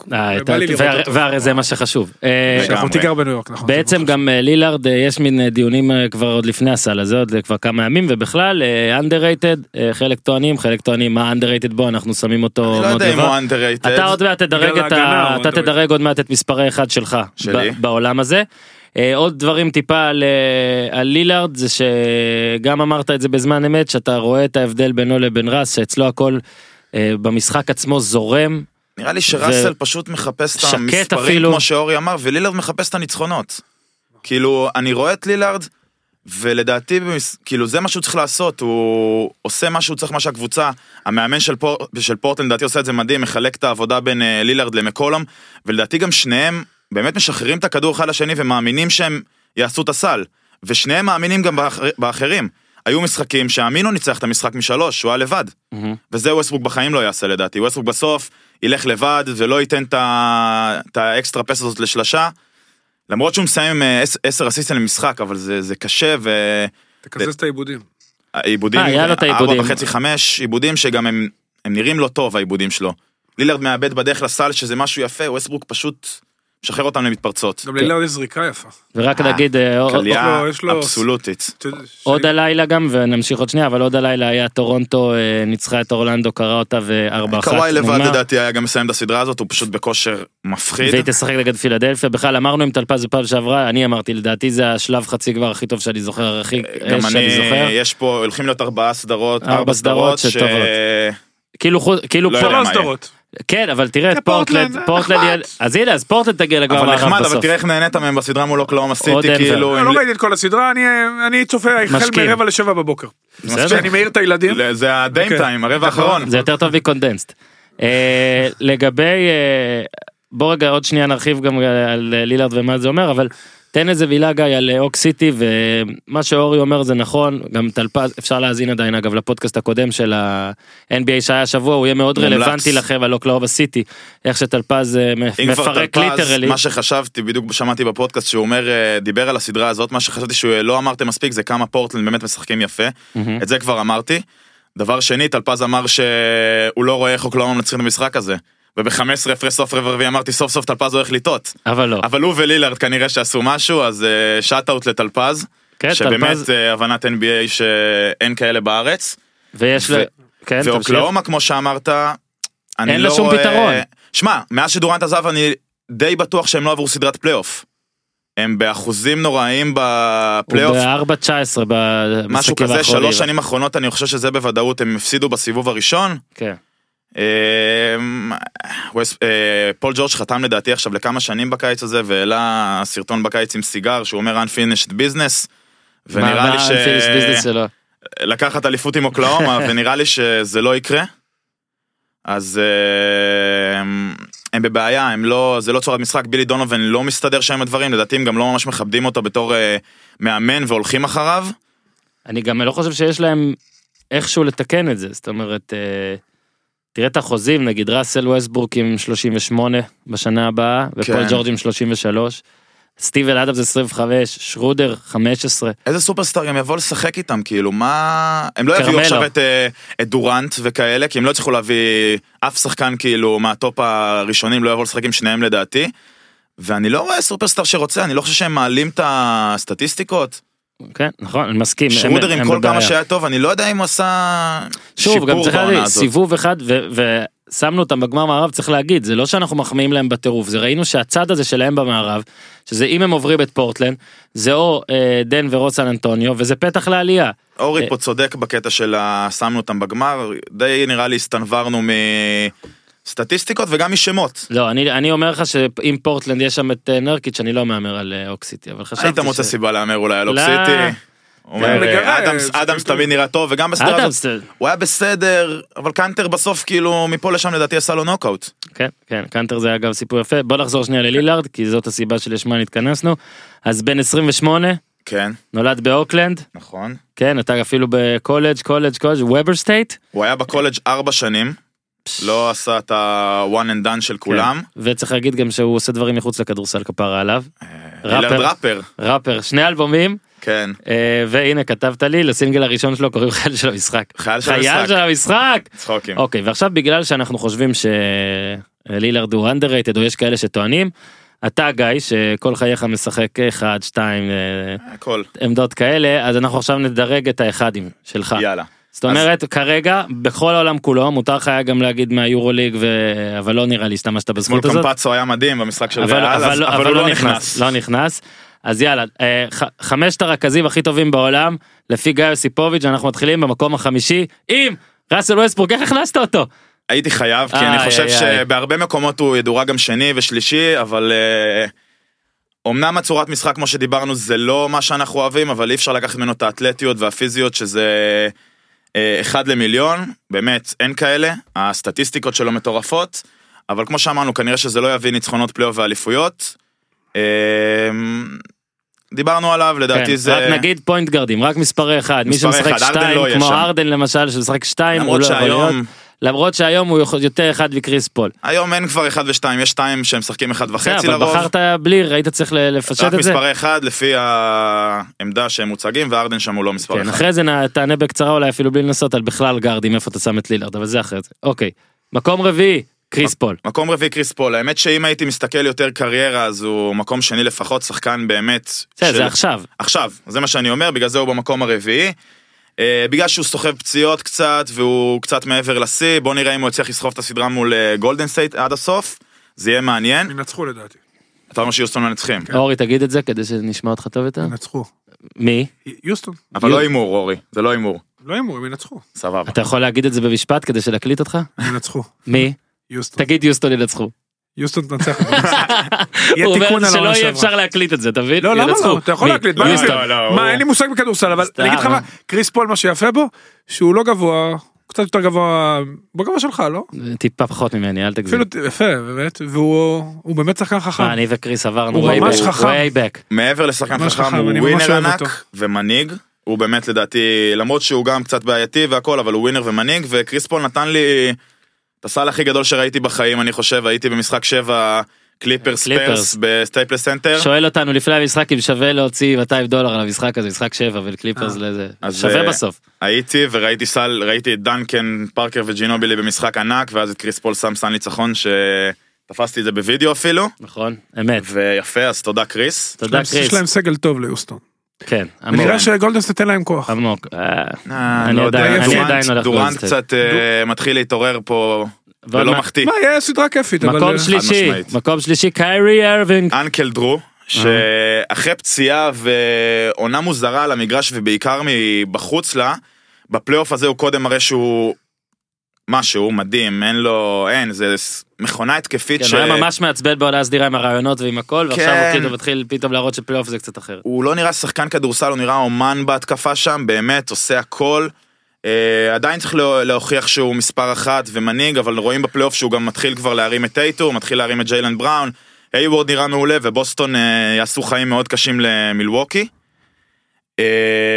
Speaker 1: והרי זה מה שחשוב.
Speaker 3: אחותי גרה בניו יורק, נכון.
Speaker 1: בעצם גם לילארד, יש מין דיונים כבר עוד לפני הסל הזה, עוד כבר כמה ימים, ובכלל, underrated, חלק טוענים, חלק טוענים מה underrated בו, אנחנו שמים אותו...
Speaker 5: אני לא יודע אם הוא underrated.
Speaker 1: אתה עוד מעט תדרג את ה... אתה תדרג עוד מעט את מספרי אחד שלך, בעולם הזה. עוד דברים טיפה על, על לילארד, זה שגם אמרת את זה בזמן אמת, שאתה רואה את ההבדל בינו לבין רס, שאצלו הכל במשחק עצמו זורם.
Speaker 5: נראה לי שרסל פשוט מחפש את המספרים, אפילו. כמו שאורי אמר, ולילארד מחפש את הניצחונות. כאילו, אני רואה את לילארד, ולדעתי, כאילו, זה מה שהוא צריך לעשות, הוא עושה מה שהוא צריך, מה שהקבוצה, המאמן של, פור, של פורטלנד, לדעתי עושה את זה מדהים, מחלק את העבודה בין לילארד למקולום, ולדעתי גם שניהם, באמת משחררים את הכדור אחד לשני ומאמינים שהם יעשו את הסל, ושניהם מאמינים גם באחר, באחרים. היו משחקים שהאמינו ניצח את המשחק משלוש, שהוא היה לבד. Mm-hmm. וזה ווסטברוק בחיים לא יעשה לדעתי. ווסטברוק בסוף ילך לבד ולא ייתן את האקסטרה פס הזאת לשלשה, למרות שהוא מסיים עם עשר אסיסטים למשחק, אבל זה, זה קשה ו...
Speaker 3: תקזז את העיבודים.
Speaker 5: העיבודים, ארבע וחצי, חמש, עיבודים שגם הם, הם נראים לא טוב, העיבודים שלו. לילארד מאבד בדרך לסל שזה משהו יפה, ווסטברוק פשוט... שחרר אותם למתפרצות.
Speaker 3: גם לילארד יש זריקה יפה.
Speaker 1: ורק נגיד,
Speaker 5: קליה אבסולוטית.
Speaker 1: עוד הלילה גם, ונמשיך עוד שנייה, אבל עוד הלילה היה טורונטו, ניצחה את אורלנדו, קרא אותה וארבע אחת.
Speaker 5: קוואי לבד לדעתי היה גם מסיים את הסדרה הזאת, הוא פשוט בכושר מפחיד.
Speaker 1: והיא תשחק נגד פילדלפיה, בכלל אמרנו עם טלפז בפעם שעברה, אני אמרתי, לדעתי זה השלב חצי כבר הכי טוב שאני זוכר, הכי שאני זוכר.
Speaker 5: יש פה, הולכים להיות ארבעה סדרות, ארבע סדרות
Speaker 1: כאילו, כאילו
Speaker 3: שלוש סדרות.
Speaker 1: כן, אבל תראה את פורטלנד, פורטלנד, אז הנה, אז פורטלנד תגיע לגמר מערב בסוף.
Speaker 5: אבל נחמד, אבל תראה איך נהנית מהם בסדרה מול אוקלהומה סיטי, כאילו...
Speaker 3: לא ראיתי את כל הסדרה, אני צופה החל מרבע לשבע בבוקר. שאני מעיר את הילדים.
Speaker 5: זה הדיים טיים, הרבע האחרון.
Speaker 1: זה יותר טוב מקונדנסט. לגבי, בוא רגע עוד שנייה נרחיב גם על לילארד ומה זה אומר, אבל... תן איזה וילה גיא על אוק סיטי, ומה שאורי אומר זה נכון, גם טלפז, אפשר להזין עדיין אגב לפודקאסט הקודם של ה-אן בי איי שהיה השבוע, הוא יהיה מאוד רלוונטי לכם על אוקלהומה סיטי, איך שטלפז מפרק ליטרלי.
Speaker 5: מה שחשבתי, בדיוק שמעתי בפודקאסט שהוא אומר, דיבר על הסדרה הזאת, מה שחשבתי שהוא לא אמרתם מספיק, זה כמה פורטלנד באמת משחקים יפה, את זה כבר אמרתי. דבר שני, טלפז אמר שהוא לא רואה איך אוקלהומה מנצחים את המשחק הזה. וב-חמש עשרה הפרש סוף רבעי אמרתי סוף סוף טלפז הולך לטעות.
Speaker 1: אבל לא.
Speaker 5: אבל הוא ולילארד כנראה שעשו משהו, אז שאט-אוט לטלפז, שבאמת הבנת אן בי איי שאין כאלה בארץ.
Speaker 1: ויש ל...
Speaker 5: ואוקלהומה, כמו שאמרת,
Speaker 1: אין לה שום פתרון.
Speaker 5: שמע, מאז שדורנט עזב אני די בטוח שהם לא עברו סדרת פלייאוף. הם באחוזים נוראיים בפלייאוף.
Speaker 1: ב-ארבע תשע עשרה במשחקים האחרונים.
Speaker 5: משהו כזה, שלוש שנים אחרונות, אני חושב שזה בוודאות, הם הפסידו בסיבוב הראשון.
Speaker 1: כן.
Speaker 5: פול ג'ורג' חתם לדעתי עכשיו לכמה שנים בקיץ הזה, והעלה סרטון בקיץ עם סיגר, שהוא אומר unfinished business, ונראה לי ש... לקחת אליפות עם אוקלהומה, ונראה לי שזה לא יקרה. אז הם בבעיה, הם לא, זה לא צורת משחק, בילי דונובן לא מסתדר שם הדברים, לדעתי הם גם לא ממש מכבדים אותו בתור מאמן והולכים אחריו.
Speaker 1: אני גם לא חושב שיש להם איכשהו לתקן את זה, זאת אומרת, תראה את החוזים, נגיד ראסל ווסטברוק עם שלושים ושמונה בשנה הבאה, ופול ג'ורג' עם שלושים ושלוש, סטיבן אדמס עשרים וחמש, שרודר חמש עשרה.
Speaker 5: איזה סופרסטאר הם יבואו לשחק איתם, כאילו, מה... הם לא יביאו עכשיו את, את דורנט וכאלה, כי הם לא צריכו להביא אף שחקן, כאילו, מהטופ הראשונים, לא יבואו לשחק עם שניהם לדעתי, ואני לא רואה סופרסטאר שרוצה, אני לא חושב שהם מעלים את הסטטיסטיקות.
Speaker 1: כן, נכון, אני מסכים.
Speaker 5: שרודר עם כל כמה שהיה טוב, אני לא יודע אם הוא עשה
Speaker 1: שוב, גם צריך להגיד, סיבוב אחד, ושמנו אותם בגמר מערב, צריך להגיד, זה לא שאנחנו מחמיאים להם בטירוף, זה ראינו שהצד הזה שלהם במערב, שזה אם הם עוברים את פורטלנד, זה או דנבר או סן אנטוניו, וזה פתח לעלייה.
Speaker 5: אורי פה צודק בקטע של שמנו אותם בגמר, די נראה לי הסתנברנו מ... סטטיסטיקות וגם משמות.
Speaker 1: לא, אני, אני אומר לך שאם פורטלנד יש שם את נרקיץ' אני לא מאמר על אוקסיטי, אבל חשבתי ש...
Speaker 5: היית מוצא סיבה לאמר אולי על אוקסיטי. אדמס תמיד נראה טוב, וגם בסדרה הזאת, הוא היה בסדר, אבל קנטר בסוף כאילו מפה לשם לדעתי עשה לו נוקאוט.
Speaker 1: כן, כן, קנטר זה אגב סיפור יפה. בוא נחזור שנייה ללילארד, כי זאת הסיבה שלשמה נתכנסנו. אז בן עשרים ושמונה,
Speaker 5: כן.
Speaker 1: נולד באוקלנד.
Speaker 5: נכון.
Speaker 1: כן, אתה אפילו בקולג', קולג', קולג', וובר סטייט.
Speaker 5: הוא היה בקולג' ארבע שנים. לא עשה את ה-one and done של כולם.
Speaker 1: וצריך להגיד גם שהוא עושה דברים מחוץ לכדורסל כפרה עליו.
Speaker 5: ראפר.
Speaker 1: ראפר, שני אלבומים.
Speaker 5: כן.
Speaker 1: והנה כתבת לי, לסינגל הראשון שלו קוראים חייל של המשחק.
Speaker 5: חייל של
Speaker 1: חייל
Speaker 5: המשחק.
Speaker 1: של המשחק.
Speaker 5: צחוקים.
Speaker 1: אוקיי, ועכשיו בגלל שאנחנו חושבים שלילארד הוא underrated, או יש כאלה שטוענים, אתה גיא, שכל חייך משחק אחד, שתיים,
Speaker 5: הכל.
Speaker 1: עמדות כאלה, אז אנחנו עכשיו נדרג את האחדים שלך.
Speaker 5: יאללה.
Speaker 1: זאת אומרת, כרגע, בכל העולם כולו, מותר לך היה גם להגיד מהיורוליג, אבל לא נראה לי השתמשת
Speaker 5: אתמול
Speaker 1: בזכות הזאת.
Speaker 5: קמפצו היה מדהים במשחק של
Speaker 1: אבל,
Speaker 5: ריאל,
Speaker 1: אבל,
Speaker 5: אז-
Speaker 1: אבל,
Speaker 5: אבל הוא לא נכנס.
Speaker 1: לא נכנס. אז יאללה, אה, ח, חמשת הרכזים הכי טובים בעולם, לפי גיא יוסיפוביץ', אנחנו מתחילים במקום החמישי, עם ראסל ווסטברוק, איך הכנסת אותו?
Speaker 5: הייתי חייב, כי
Speaker 1: איי,
Speaker 5: אני חושב
Speaker 1: איי, איי.
Speaker 5: שבהרבה מקומות הוא ידורג גם שני ושלישי, אבל אה, אומנם הצורת משחק כמו שדיברנו זה לא מה שאנחנו אוהבים, אבל אי אפשר לקחת ממנו את האתלטיות והפיזיות שזה אה, אחד למיליון, באמת אין כאלה, הסטטיסטיקות שלו מטורפות, אבל כמו שאמרנו כנראה שזה לא יביא ניצחונות פלייאוף ואליפויות, אה, דיברנו עליו, לדעתי
Speaker 1: כן,
Speaker 5: זה...
Speaker 1: רק נגיד פוינט גרדים, רק מספר אחד, מי
Speaker 5: מספר
Speaker 1: שמשחק
Speaker 5: אחד, ארדן
Speaker 1: שתיים,
Speaker 5: לא יהיה
Speaker 1: כמו
Speaker 5: שם.
Speaker 1: ארדן למשל, שמשחק שתיים, הוא
Speaker 5: למרות
Speaker 1: לא יכול
Speaker 5: שהיום,
Speaker 1: להיות, למרות שהיום הוא יכול- יותר אחד וקריס פול.
Speaker 5: היום אין כבר אחד ושתיים, יש שתיים שהם משחקים אחד וחצי
Speaker 1: בסדר, אבל
Speaker 5: לרוב.
Speaker 1: בחרת בלי, היית צריך ל- לפשט
Speaker 5: רק
Speaker 1: את זה?
Speaker 5: מספרי אחד לפי העמדה שהם מוצגים, וארדן שם הוא לא מספר
Speaker 1: כן,
Speaker 5: אחד.
Speaker 1: אחרי זה נ- תענה בקצרה אולי אפילו בלי לנסות על בכלל גרדים, איפה אתה שם את לילארד, אבל זה אחרי זה. אוקיי, מקום רביעי, קריס פול.
Speaker 5: מקום רביעי קריס פול, האמת שאם הייתי מסתכל יותר קריירה, אז הוא מקום שני לפחות, שחקן באמת...
Speaker 1: זה,
Speaker 5: של-
Speaker 1: זה עכשיו.
Speaker 5: עכשיו, זה מה שאני אומר, בגלל זה הוא במקום הרביעי. אה, בגלל שהוא סוחב פציעות קצת, והוא קצת מעבר לשיא, בוא נראה אם הוא יצליח לסחוב את הסדרה מול גולדן סטייט עד הסוף, זה יהיה מעניין.
Speaker 3: ינצחו לדעתי.
Speaker 5: אתה אומר שיוסטון מנצחים.
Speaker 1: אורי, תגיד את זה כדי שנשמע אותך טוב יותר.
Speaker 3: ינצחו.
Speaker 1: מי?
Speaker 3: יוסטון.
Speaker 5: אבל לא הימור, אורי, זה לא הימור.
Speaker 3: לא יאמרו, הם ינצחו.
Speaker 5: סבבה.
Speaker 1: אתה יכול להגיד את זה במשפט כדי שנקליט אותך?
Speaker 3: ינצחו.
Speaker 1: מי?
Speaker 3: יוסטון.
Speaker 1: תגיד יוסטון ינצחו.
Speaker 3: יוסטון תנצח. יהיה
Speaker 1: הוא
Speaker 3: תיקון
Speaker 1: אומר
Speaker 3: על
Speaker 1: שלא
Speaker 3: העונה
Speaker 1: יהיה
Speaker 3: שעברה.
Speaker 1: אפשר להקליט את זה, תבין?
Speaker 3: לא, למה
Speaker 1: ינצחו.
Speaker 3: לא? אתה יכול
Speaker 1: מי?
Speaker 3: להקליט. מה
Speaker 1: יוסטון.
Speaker 5: לא, לא,
Speaker 3: מה,
Speaker 5: הוא-
Speaker 3: אין לי מושג בכדורסל, אבל
Speaker 1: סתם.
Speaker 3: אני אגיד לך מה, קריס פול, מה שיפה בו, שהוא לא גבוה, הוא קצת יותר גבוה, בגובה שלך, לא?
Speaker 1: טיפה פחות ממני, אל תגזים.
Speaker 3: אפילו, יפה, באמת, והוא הוא באמת שחקן חכם.
Speaker 1: מה, אני וקריס עברנו
Speaker 3: הוא
Speaker 1: way
Speaker 3: ממש
Speaker 1: back,
Speaker 3: חכם.
Speaker 1: way back.
Speaker 5: מעבר לשחקן
Speaker 3: ממש
Speaker 5: חכם,
Speaker 3: חכם,
Speaker 5: הוא
Speaker 3: אני ממש
Speaker 5: ווינר
Speaker 3: אוהב
Speaker 5: ענק
Speaker 3: אותו.
Speaker 5: ומנהיג, הוא באמת לדעתי, למרות שהוא גם קצת בעייתי והכל, אבל הוא ווינר ומנהיג, וקריס פול נתן לי את הסל הכי גדול שראיתי בחיים, אני חושב, הייתי במשחק שבע קליפרס
Speaker 1: קליפרס.
Speaker 5: ספרס בסטייפלס סנטר,
Speaker 1: שואל אותנו לפני המשחק אם שווה להוציא מאתיים דולר על המשחק הזה, משחק שבע ולקליפרס לזה.
Speaker 5: אז,
Speaker 1: שווה
Speaker 5: אה,
Speaker 1: בסוף.
Speaker 5: הייתי וראיתי סל, ראיתי את דנקן, פארקר וג'ינובילי במשחק ענק, ואז את קריס פול שם סל ניצחון, שתפסתי את זה בווידאו אפילו,
Speaker 1: נכון? אמת.
Speaker 5: ויפה, אז תודה קריס.
Speaker 1: תודה
Speaker 3: יש
Speaker 1: קריס.
Speaker 3: להם סגל טוב ליוסטון.
Speaker 1: כן, עמוק.
Speaker 3: ונראה שגולדנסט תתן להם כוח.
Speaker 1: עמוק. אה,
Speaker 5: אה,
Speaker 1: אני
Speaker 5: לא יודע,
Speaker 1: עדיין-
Speaker 3: אני
Speaker 5: דורנט-
Speaker 1: עדיין הולך
Speaker 5: דורנט
Speaker 1: לגולדסטייט.
Speaker 5: קצת אה, מתחיל להתעורר פה,
Speaker 1: ועוד
Speaker 5: ולא
Speaker 1: מה-
Speaker 5: מחטיא.
Speaker 3: מה, יהיה סדרה כיפית, אבל...
Speaker 1: מקום
Speaker 3: אה,
Speaker 1: שלישי,
Speaker 5: משמעית.
Speaker 1: מקום שלישי, קיירי ארווינג.
Speaker 5: אנקל דרו, שאחרי פציעה ועונה מוזרה על המגרש ובעיקר מבחוץ לה, בפלייאוף הזה הוא קודם מראה שהוא משהו מדהים, אין לו, אין, זה מכונה התקפית
Speaker 1: כן,
Speaker 5: ש...
Speaker 1: הוא היה ממש מעצבן בעונה הסדירה עם הרעיונות ועם הכל, ועכשיו
Speaker 5: כן.
Speaker 1: הוא כאילו מתחיל פתאום להראות שפלייאוף זה קצת אחר.
Speaker 5: הוא לא נראה שחקן כדורסל, הוא נראה אומן בהתקפה שם, באמת עושה הכל. אה, עדיין צריך לה- להוכיח שהוא מספר אחת ומנהיג, אבל רואים בפלייאוף שהוא גם מתחיל כבר להרים את טייטו, מתחיל להרים את ג'יילן בראון, היוורד נראה מעולה, ובוסטון אה, יעשו חיים מאוד קשים למילווקי. אה,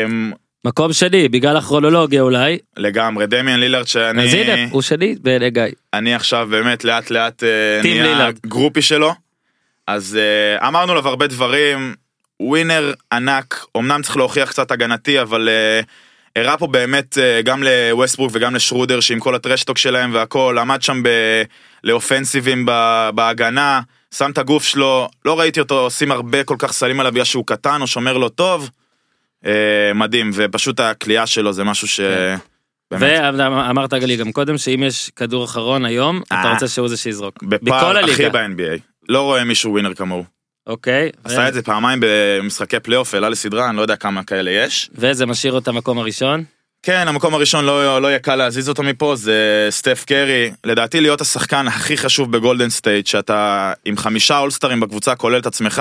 Speaker 1: מקום שני, בגלל הכרונולוגיה אולי,
Speaker 5: לגמרי, דמיאן לילארד שאני...
Speaker 1: אז הנה, הוא שני בעיני גיא.
Speaker 5: אני עכשיו באמת לאט לאט אה,
Speaker 1: טים
Speaker 5: נהיה
Speaker 1: לילארד.
Speaker 5: גרופי שלו, אז אה, אמרנו לו הרבה דברים, ווינר ענק, אמנם צריך להוכיח קצת הגנתי, אבל אה, הראה פה באמת אה, גם לווסטברוק וגם לשרודר, שעם כל הטרשטוק שלהם והכל, עמד שם ב... לאופנסיבים ב... בהגנה, שם את הגוף שלו, לא ראיתי אותו עושים הרבה כל כך סלים עליו בגלל שהוא קטן או שומר לו טוב, אה, מדהים, ופשוט הקליעה שלו זה משהו ש... באמת.
Speaker 1: ואמרת גלי גם קודם שאם יש כדור אחרון היום, אתה
Speaker 5: אה.
Speaker 1: רוצה שהוא זה שיזרוק. בכל
Speaker 5: בפער הכי
Speaker 1: הליגה.
Speaker 5: ב-אן בי איי. לא רואה מישהו ווינר כמוהו.
Speaker 1: אוקיי.
Speaker 5: עשה את זה פעמיים במשחקי פלייאוף, העלה לסדרה, אני לא יודע כמה כאלה יש.
Speaker 1: וזה משאיר אותה מקום הראשון.
Speaker 5: כן, המקום הראשון לא, לא יהיה קל להזיז אותו מפה, זה סטף קרי. לדעתי להיות השחקן הכי חשוב בגולדן סטייט, שאתה עם חמישה אולסטרים בקבוצה כולל את עצמך,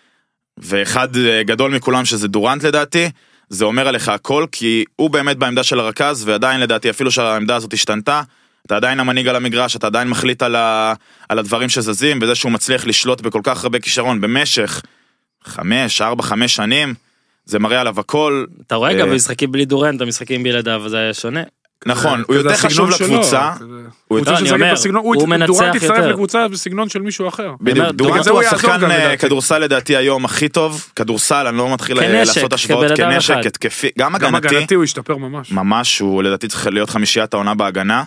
Speaker 5: ואחד גדול מכולם שזה דורנט לדעתי, זה אומר עליך הכל, כי הוא באמת בעמדה של הרכז, ועדיין לדעתי אפילו שהעמדה הזאת השתנתה, אתה עדיין המנהיג על המגרש, אתה עדיין מחליט על, ה, על הדברים שזזים, וזה שהוא מצליח לשלוט בכל כך הרבה כישרון במשך חמש, ארבע, חמש שנים, זה מראה עליו הכל.
Speaker 1: אתה רואה
Speaker 5: אה,
Speaker 1: גם במשחקים בלי דורנט, במשחקים בלעדיו, זה היה שונה.
Speaker 5: נכון, הוא
Speaker 3: כזה
Speaker 5: יותר
Speaker 3: הסגנון
Speaker 5: חשוב
Speaker 3: שלו,
Speaker 5: לקבוצה.
Speaker 3: כזה.
Speaker 5: הוא
Speaker 3: קבוצה
Speaker 1: לא, אני
Speaker 3: ששחקת
Speaker 1: אומר,
Speaker 3: בסגנון-
Speaker 1: הוא
Speaker 3: הוא-
Speaker 1: מנצח
Speaker 3: דורנט יצטרף
Speaker 1: יותר.
Speaker 3: לקבוצה בסגנון של מישהו אחר.
Speaker 5: בדיוק,
Speaker 1: אומר,
Speaker 5: דורנט
Speaker 3: זה
Speaker 5: הוא
Speaker 3: הוא יעזור
Speaker 5: השחקן
Speaker 3: גם,
Speaker 5: אה,
Speaker 3: לדעתי.
Speaker 5: כדורסל לדעתי היום הכי טוב, כדורסל, אני לא מתחיל אה,
Speaker 1: כנשק,
Speaker 5: לעשות השוואות,
Speaker 1: כבן אדם
Speaker 5: כנשק,
Speaker 1: אחד.
Speaker 5: התקפי, גם
Speaker 3: גם
Speaker 5: הגנתי,
Speaker 3: הגנתי הוא השתפר ממש.
Speaker 5: ממש, הוא לדעתי צריך להיות חמישיית העונה בהגנה,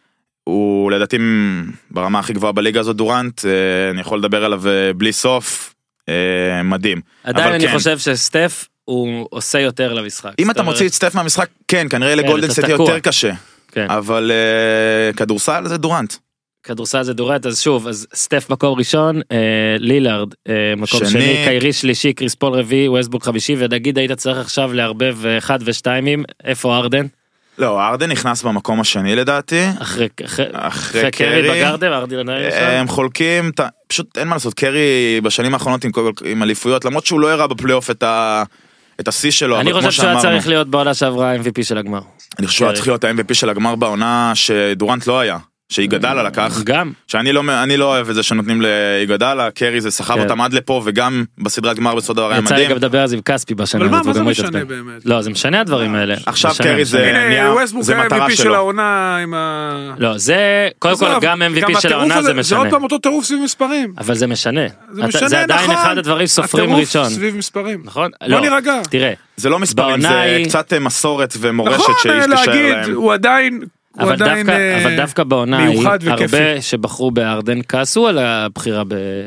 Speaker 5: הוא לדעתי ברמה הכי גבוהה בליגה הזאת דורנט, אה, אני יכול לדבר עליו אה, בלי סוף, אה, מדהים.
Speaker 1: עדיין
Speaker 5: אבל
Speaker 1: אני
Speaker 5: כן,
Speaker 1: חושב שסטף הוא עושה יותר למשחק.
Speaker 5: אם
Speaker 1: זאת
Speaker 5: אתה
Speaker 1: אומרת,
Speaker 5: מוציא את סטף מהמשחק, כן, כנראה לגולדן
Speaker 1: אתה
Speaker 5: סטייט
Speaker 1: תקוע.
Speaker 5: יותר קשה,
Speaker 1: כן.
Speaker 5: אבל אה, כדורסל זה דורנט.
Speaker 1: כדורסל זה דורנט, אז שוב, אז סטף מקום ראשון, אה, לילארד אה, מקום
Speaker 5: שני.
Speaker 1: שני, קיירי שלישי, קריס פול רביעי, ווסטבוק חמישי, ונגיד היית צריך עכשיו לערבב אחד ושתיימים, איפה ארדן?
Speaker 5: לא, ארדן נכנס במקום השני לדעתי,
Speaker 1: אחרי, אחרי,
Speaker 5: אחרי
Speaker 1: אחרי קרי
Speaker 5: קרי.
Speaker 1: בגרדר, ארדן היה שם?
Speaker 5: הם חולקים, אתה- פשוט אין מה לעשות, קרי בשנים האחרונות עם כל- עם אליפויות, למרות שהוא לא הראה בפלייאוף את ה... את השיא שלו,
Speaker 1: אני
Speaker 5: אבל כמו
Speaker 1: חושב שהוא היה
Speaker 5: שאמרנו,
Speaker 1: צריך להיות בעונה שעברה ה-אם וי פי של הגמר.
Speaker 5: אני חושב שהוא היה
Speaker 1: קרי.
Speaker 5: צריך להיות ה-אם וי פי של הגמר בעונה שדורנט לא היה, שאיגדלה לקח,
Speaker 1: גם,
Speaker 5: שאני לא, אני לא אוהב את זה שנותנים לאיגדלה, קרי זה סחב
Speaker 1: כן.
Speaker 5: אותם עד לפה, וגם בסדרת גמר בסוד הרעי
Speaker 1: יצא לי
Speaker 5: מדהים,
Speaker 1: גם לדבר על זה עם כספי בשנה.
Speaker 3: אבל מה,
Speaker 1: הזאת,
Speaker 3: מה
Speaker 1: והוא
Speaker 3: זה
Speaker 1: גם לא
Speaker 3: משנה
Speaker 1: התעצבן.
Speaker 3: באמת?
Speaker 1: לא, זה משנה הדברים האלה.
Speaker 5: עכשיו
Speaker 1: משנה,
Speaker 5: קרי
Speaker 1: משנה.
Speaker 5: זה-
Speaker 3: הנה,
Speaker 5: נהיה-
Speaker 3: ווסטבוק
Speaker 5: זה
Speaker 3: היה
Speaker 5: מטרה
Speaker 3: אם וי פי של
Speaker 5: שלו.
Speaker 3: העונה עם ה...
Speaker 1: לא, זה, קודם כל,
Speaker 3: עזוב,
Speaker 1: גם אם וי פי
Speaker 3: גם
Speaker 1: של
Speaker 3: הטירוף
Speaker 1: העונה
Speaker 3: הזה-
Speaker 1: זה
Speaker 3: זה
Speaker 1: משנה.
Speaker 3: עוד פעם אותו טירוף סביב מספרים.
Speaker 1: אבל זה משנה.
Speaker 3: זה
Speaker 1: אתה-
Speaker 3: משנה,
Speaker 1: זה עדיין
Speaker 3: נכון.
Speaker 1: אחד הדברים סופרים
Speaker 3: הטירוף
Speaker 1: ראשון.
Speaker 3: סביב מספרים.
Speaker 1: נכון?
Speaker 3: בוא
Speaker 1: לא,
Speaker 3: נירגע.
Speaker 1: תראה,
Speaker 5: זה לא מספרים,
Speaker 1: בעונה
Speaker 5: זה
Speaker 1: היא-
Speaker 5: קצת מסורת ומורשת
Speaker 3: נכון,
Speaker 5: שתישאר
Speaker 3: להגיד,
Speaker 5: להם.
Speaker 3: הוא עדיין... הוא
Speaker 1: אבל
Speaker 3: עדיין,
Speaker 1: דווקא,
Speaker 3: אה,
Speaker 1: אבל דווקא בעונה ההיא,
Speaker 3: מיוחד וכיפי.
Speaker 1: הרבה שבחרו בארדן כעסו על הבחירה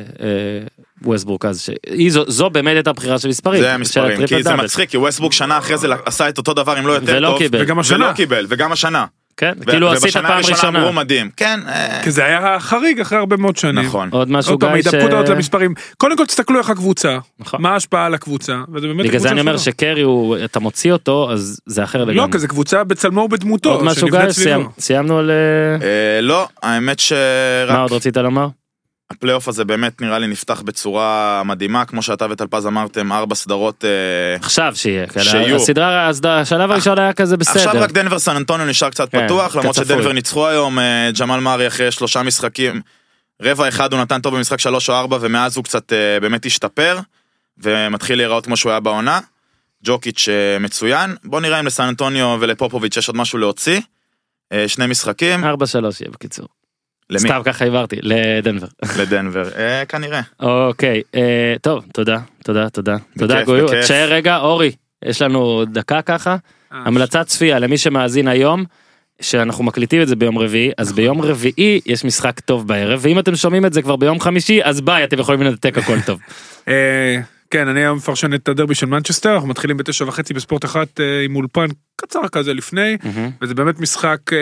Speaker 1: בווסטברוק, אז שהיא- זו- זו באמת הייתה בחירה של מספרים.
Speaker 5: זה
Speaker 1: של
Speaker 5: המספרים,
Speaker 1: הטריפל
Speaker 5: כי זה
Speaker 1: דאבל.
Speaker 5: מצחיק, כי ווסטבורג שנה אחרי זה עשה את אותו דבר אם לא יותר
Speaker 1: ולא
Speaker 5: טוב,
Speaker 1: קיבל.
Speaker 3: וגם השנה.
Speaker 5: ולא קיבל, וגם השנה.
Speaker 1: כן,
Speaker 5: ו-
Speaker 1: כאילו עשית
Speaker 5: ובשנה
Speaker 1: פעם
Speaker 5: הראשונה
Speaker 1: ראשונה.
Speaker 5: אמרו מדהים, כן, אה,
Speaker 3: כי זה היה חריג אחרי הרבה מאוד שנים.
Speaker 5: נכון.
Speaker 1: עוד משהו
Speaker 3: עוד פעם,
Speaker 1: גיא ש...
Speaker 3: הידבקות עוד למספרים. קודם כל תסתכלו איך הקבוצה,
Speaker 1: נכון.
Speaker 3: מה ההשפעה על הקבוצה, וזה באמת
Speaker 1: בגלל
Speaker 3: הקבוצה
Speaker 1: זה אני אומר
Speaker 3: שלו.
Speaker 1: שקרי הוא, אתה מוציא אותו, אז זה אחר
Speaker 3: לא,
Speaker 1: לגמרי.
Speaker 3: כי זה קבוצה בצלמו ובדמותו,
Speaker 1: עוד משהו
Speaker 3: שנבנית
Speaker 1: גיא,
Speaker 3: סביבו.
Speaker 1: סיימ- סיימנו על... אה,
Speaker 5: אה, לא, האמת
Speaker 1: מה
Speaker 5: שרק
Speaker 1: עוד רצית לומר?
Speaker 5: הפלייאוף הזה באמת נראה לי נפתח בצורה מדהימה, כמו שאתה וטלפז אמרתם, ארבע סדרות, אה,
Speaker 1: עכשיו שיהיה, כן,
Speaker 5: שיהיו.
Speaker 1: הסדרה, הסדרה- השלב הראשון היה כזה בסדר.
Speaker 5: עכשיו רק דנבר סן אנטוניו נשאר קצת
Speaker 1: כן,
Speaker 5: פתוח, למרות
Speaker 1: כצפוי.
Speaker 5: שדנבר ניצחו היום, אה, ג'מאל מארי אחרי שלושה משחקים, רבע אחד הוא נתן טוב במשחק שלוש או ארבע, ומאז הוא קצת אה, באמת השתפר, ומתחיל להיראות כמו שהוא היה בעונה, ג'וקיץ' אה, מצוין, בוא נראה אם לסן אנטוניו ולפופוביץ' יש עוד משהו להוציא, אה, שני משחקים,
Speaker 1: ארבע שלוש יהיה בקיצור.
Speaker 5: למי?
Speaker 1: סתם ככה העברתי, לדנבר.
Speaker 5: לדנבר, אה, כנראה.
Speaker 1: אוקיי, אה, טוב, תודה, תודה, תודה. תודה גויו,
Speaker 5: בכיף.
Speaker 1: תשאר רגע, אורי, יש לנו דקה ככה,
Speaker 3: אה,
Speaker 1: המלצת צפייה למי שמאזין היום, שאנחנו מקליטים את זה ביום רביעי, אז ביום רביעי יש משחק טוב בערב, ואם אתם שומעים את זה כבר ביום חמישי, אז ביי, אתם יכולים לנתק הכל טוב.
Speaker 3: אה, כן, אני היום מפרשן את הדרבי של מנצ'סטר, אנחנו מתחילים בתשע וחצי בספורט אחת אה, עם אולפן קצר כזה לפני, וזה באמת משחק אה,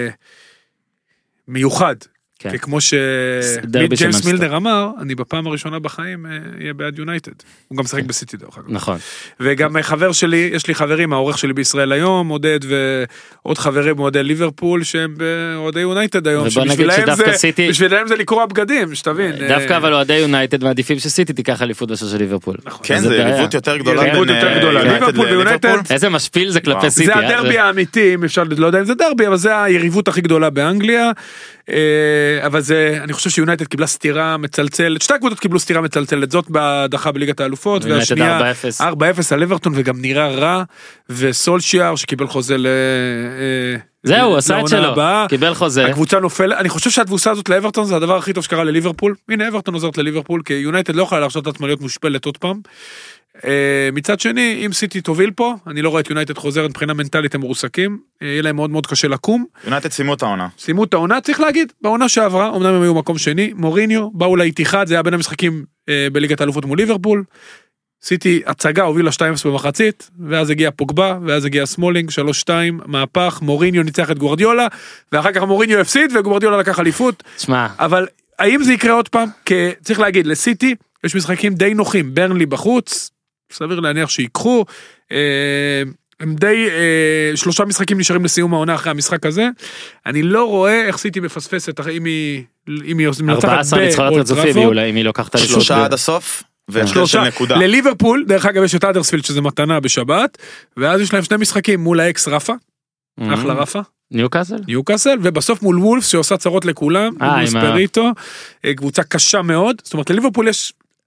Speaker 3: מיוחד.
Speaker 1: כן.
Speaker 3: כי כמו
Speaker 1: דרבי של
Speaker 3: שג'יימס
Speaker 1: מנצ'סטר.
Speaker 3: מילנר אמר, אני בפעם הראשונה בחיים אה, יהיה בעד יונייטד. הוא גם משחק בסיטי דרך אגב.
Speaker 1: נכון.
Speaker 3: וגם חבר שלי, יש לי חברים, העורך שלי בישראל היום, עודד ועוד חברים אוהדי ליברפול שהם אוהדי יונייטד היום,
Speaker 1: ובוא נגיד
Speaker 3: שבשבילם
Speaker 1: שדווקא
Speaker 3: זה,
Speaker 1: סיטי-
Speaker 3: בשבילם זה לקרוע בגדים, שתבין.
Speaker 1: דווקא
Speaker 3: אה,
Speaker 1: אבל אוהדי יונייטד מעדיפים שסיטי תיקח אליפות בשביל של ליברפול.
Speaker 5: כן,
Speaker 1: אז
Speaker 5: זה
Speaker 1: בעיה.
Speaker 5: יריבות יותר גדולה
Speaker 3: יריבות
Speaker 5: בין
Speaker 3: יותר
Speaker 5: אה,
Speaker 3: גדולה.
Speaker 5: יונייטד
Speaker 3: ליברפול
Speaker 5: לליברפול.
Speaker 3: ויונייטד.
Speaker 1: איזה משפיל זה כלפי
Speaker 5: וואו.
Speaker 1: סיטי.
Speaker 3: זה
Speaker 1: אה?
Speaker 3: הדרבי האמיתי, אם אפשר, לא יודע אם זה דרבי, אבל זה היריבות הכי גדולה באנגליה, אה, אבל זה, אני חושב שיונייטד קיבלה סתירה מצלצלת, שתי הקבוצות קיבלו סתירה מצלצלת, זאת בהדחה בליגת האלופות,
Speaker 1: ויונייטד
Speaker 3: והשנייה
Speaker 1: ארבע אפס.
Speaker 3: ארבע אפס על אברטון, וגם נראה רע, וסולשיאר שקיבל חוזה ל... אה,
Speaker 1: זהו, הוא עשה את
Speaker 3: לעונה
Speaker 1: שלו,
Speaker 3: הבאה.
Speaker 1: קיבל חוזה.
Speaker 3: הקבוצה נופלת, אני חושב שהתבוסה הזאת לאברטון זה הדבר הכי טוב שקרה לליברפול, הנה אברטון עוזרת לליברפול, כי יונייטד לא יכולה להרשות את עצמה להיות מושפלת עוד פעם. מצד שני, אם סיטי תוביל פה, אני לא רואה את יונייטד חוזרת מבחינה מנטלית, הם מרוסקים, יהיה להם מאוד מאוד קשה לקום.
Speaker 5: יונייטד סיימו את העונה.
Speaker 3: סיימו את העונה, צריך להגיד, בעונה שעברה, אמנם הם היו מקום שני, מוריניו, באו לאיתיחד, זה היה בין המשחקים אה, בליגת האלופות מול ליברפול, סיטי הצגה, הובילה שתיים אפס במחצית, ואז הגיע פוגבה, ואז הגיע סמולינג, שלוש שתיים, מהפך, מוריניו ניצח את גוארדיולה, ואחר כך מוריניו הפסיד, וגוארדיולה לקח אליפות,
Speaker 1: תשמע,
Speaker 3: אבל האם זה יקרה עוד פעם? כי צריך להגיד, לסיטי יש משחקים די נוחים, ברנלי בחוץ, סביר להניח שיקחו, אה, הם די, אה, שלושה משחקים נשארים לסיום העונה אחרי המשחק הזה, אני לא רואה איך סיטי מפספסת, אם היא, אם היא מנצחת
Speaker 1: ארבעה עשר ניצחונות
Speaker 3: באולט
Speaker 1: רצופים,
Speaker 3: טראפורד.
Speaker 1: אולי אם היא לוקחת אליפות.
Speaker 5: שלושה עד הסוף, והפרש של
Speaker 3: שלושה,
Speaker 5: נקודה.
Speaker 3: לליברפול, דרך אגב יש את אדרספילד שזה מתנה בשבת, ואז יש להם שני משחקים מול האקס רפה,
Speaker 1: Mm-hmm.
Speaker 3: אחלה רפה,
Speaker 1: ניוקאסל?
Speaker 3: ניוקאסל, ובסוף מול וולפס שעושה צרות לכולם,
Speaker 1: אה,
Speaker 3: מול
Speaker 1: עם ה-
Speaker 3: ספריטו, קבוצה קשה מאוד, זאת אומרת לליברפול יש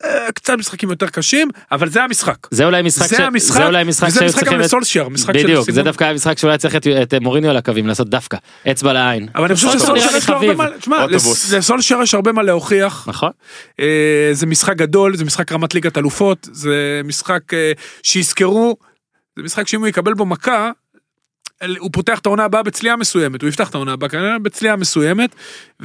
Speaker 3: קצת משחקים יותר קשים, אבל זה המשחק.
Speaker 1: זה אולי משחק
Speaker 3: זה
Speaker 1: ש...
Speaker 3: המשחק,
Speaker 1: זה אולי משחק
Speaker 3: וזה משחק גם
Speaker 1: את...
Speaker 3: לסולשייר, משחק של
Speaker 1: בדיוק,
Speaker 3: סימון.
Speaker 1: זה דווקא המשחק שאולי צריך את, את מוריניו על הקווים, לעשות דווקא, אצבע לעין.
Speaker 3: אבל אני חושב שסולשייר יש לו הרבה מה, תשמע, לסולשייר יש הרבה מה להוכיח.
Speaker 1: נכון.
Speaker 3: זה משחק גדול, זה משחק רמת ליגת אלופות, זה משחק שיזכרו, זה משחק שאם הוא יקבל בו מכה, הוא פותח את העונה הבאה בצליעה מסוימת, הוא יפתח את העונה הבאה כנראה בצליעה מסוימת,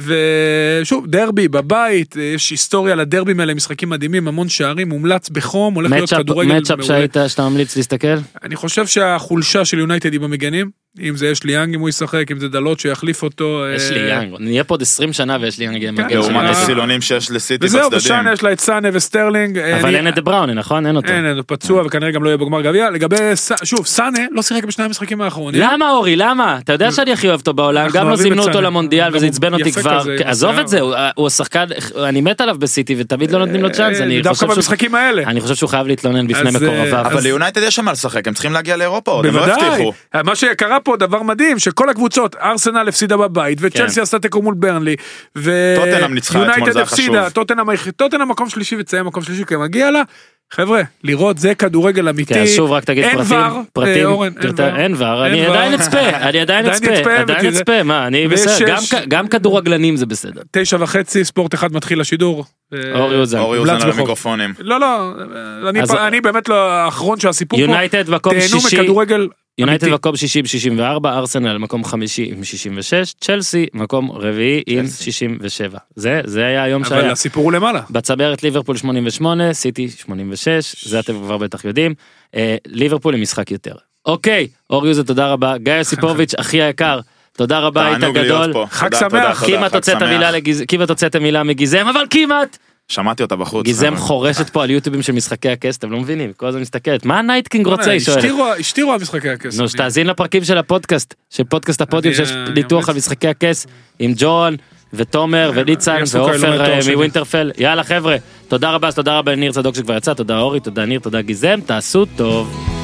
Speaker 3: ושוב, דרבי בבית, יש היסטוריה לדרבים האלה, משחקים מדהימים, המון שערים, מומלץ בחום, הולך להיות כדורגל מעולה.
Speaker 1: מצ'אפ שהיית, שאתה ממליץ להסתכל?
Speaker 3: אני חושב שהחולשה של יונייטד היא במגנים, אם זה יש לי יאנג אם הוא ישחק, אם זה דלות שיחליף אותו.
Speaker 1: יש לי יאנג, נהיה פה עוד עשרים שנה ויש לי יאנג מגן.
Speaker 5: לעומת הסילונים שיש לסיטי בצדדים.
Speaker 3: וזהו, ושאנה יש לה את סאנה וסטרלינג.
Speaker 1: אבל אין את דה בראון, נכון? אין אותו.
Speaker 3: אין, אין, הוא פצוע וכנראה גם לא יהיה בגמר גביע. לגבי, שוב, סאנה לא שיחק בשני המשחקים האחרונים.
Speaker 1: למה אורי, למה? אתה יודע שאני הכי אוהב אותו בעולם, גם לא זימנו אותו למונדיאל וזה עצבן אותי כבר. עזוב את זה, הוא שחקן, אני מת עליו בסיטי ותמיד לא נותנים לו צ'אנס.
Speaker 3: דווקא במשחקים האלה.
Speaker 1: אני חושב שהוא חייב להתלונן בפני מקורביו.
Speaker 5: אבל ליונייטד יש שם מה לשחק, הם צריכים להגיע לאירופה עוד, הם לא הבטיחו. מה
Speaker 3: שקרה פה דבר מדהים, שכל הקבוצות, ארסנל הפסידה בבית, וצ'לסי עשתה תיקו מול ברנלי,
Speaker 5: טוטנהאם ניצחה אתמול, זה החשוב.
Speaker 3: טוטנהאם מקום שלישי וציים מקום שלישי, כי מגיע לה, חבר'ה, לראות זה כדורגל אמיתי.
Speaker 1: כן, שוב רק תגיד פרטים, פרטים, אין ור, אני עדיין אצפה, אני עדיין אצפה, עדיין אצפה, מה, אני בסדר, גם כדורגלנים זה בסדר.
Speaker 3: תשע וחצי, ספורט אחד מתחיל לשידור.
Speaker 1: אורי אוזן.
Speaker 5: אורי אוזן על המיקרופונים.
Speaker 3: לא, לא, אני באמת לא האחרון שהסיפור פה,
Speaker 1: יונייטד מקום
Speaker 3: תהנו
Speaker 1: שישי,
Speaker 3: מכדורגל
Speaker 1: יונייטד מקום שישי ב-שישים וארבע, ארסנל מקום חמישי עם שישים ושש, צ'לסי מקום רביעי עם שישים ושבע. זה, זה היה היום שהיה.
Speaker 3: אבל הסיפור הוא למעלה.
Speaker 1: בצמרת ליברפול שמונים ושמונה, סיטי שמונים ושש, זה אתם כבר בטח יודעים. ליברפול עם משחק יותר. אוקיי, אורי יוזן, תודה רבה. גיא יוסיפוביץ', אחי היקר, תודה רבה, היית גדול.
Speaker 3: חג שמח.
Speaker 1: כמעט הוצאתם מילה מגיזם, אבל כמעט.
Speaker 5: שמעתי אותה בחוץ.
Speaker 1: גיזם חורשת פה על יוטיובים של משחקי הכס, אתם לא מבינים, כל הזמן מסתכלת, מה הנייטקינג רוצה, היא שואלת.
Speaker 3: השתירו על משחקי הכס.
Speaker 1: נו, שתאזין לפרקים של הפודקאסט, של פודקאסט הפודיום, שיש ניתוח על משחקי הכס, עם ג'ון, ותומר, וניצן, ואופר מווינטרפל. יאללה חבר'ה, תודה רבה, תודה רבה לניר צדוק שכבר יצא, תודה אורי, תודה ניר, תודה גיזם, תעשו טוב.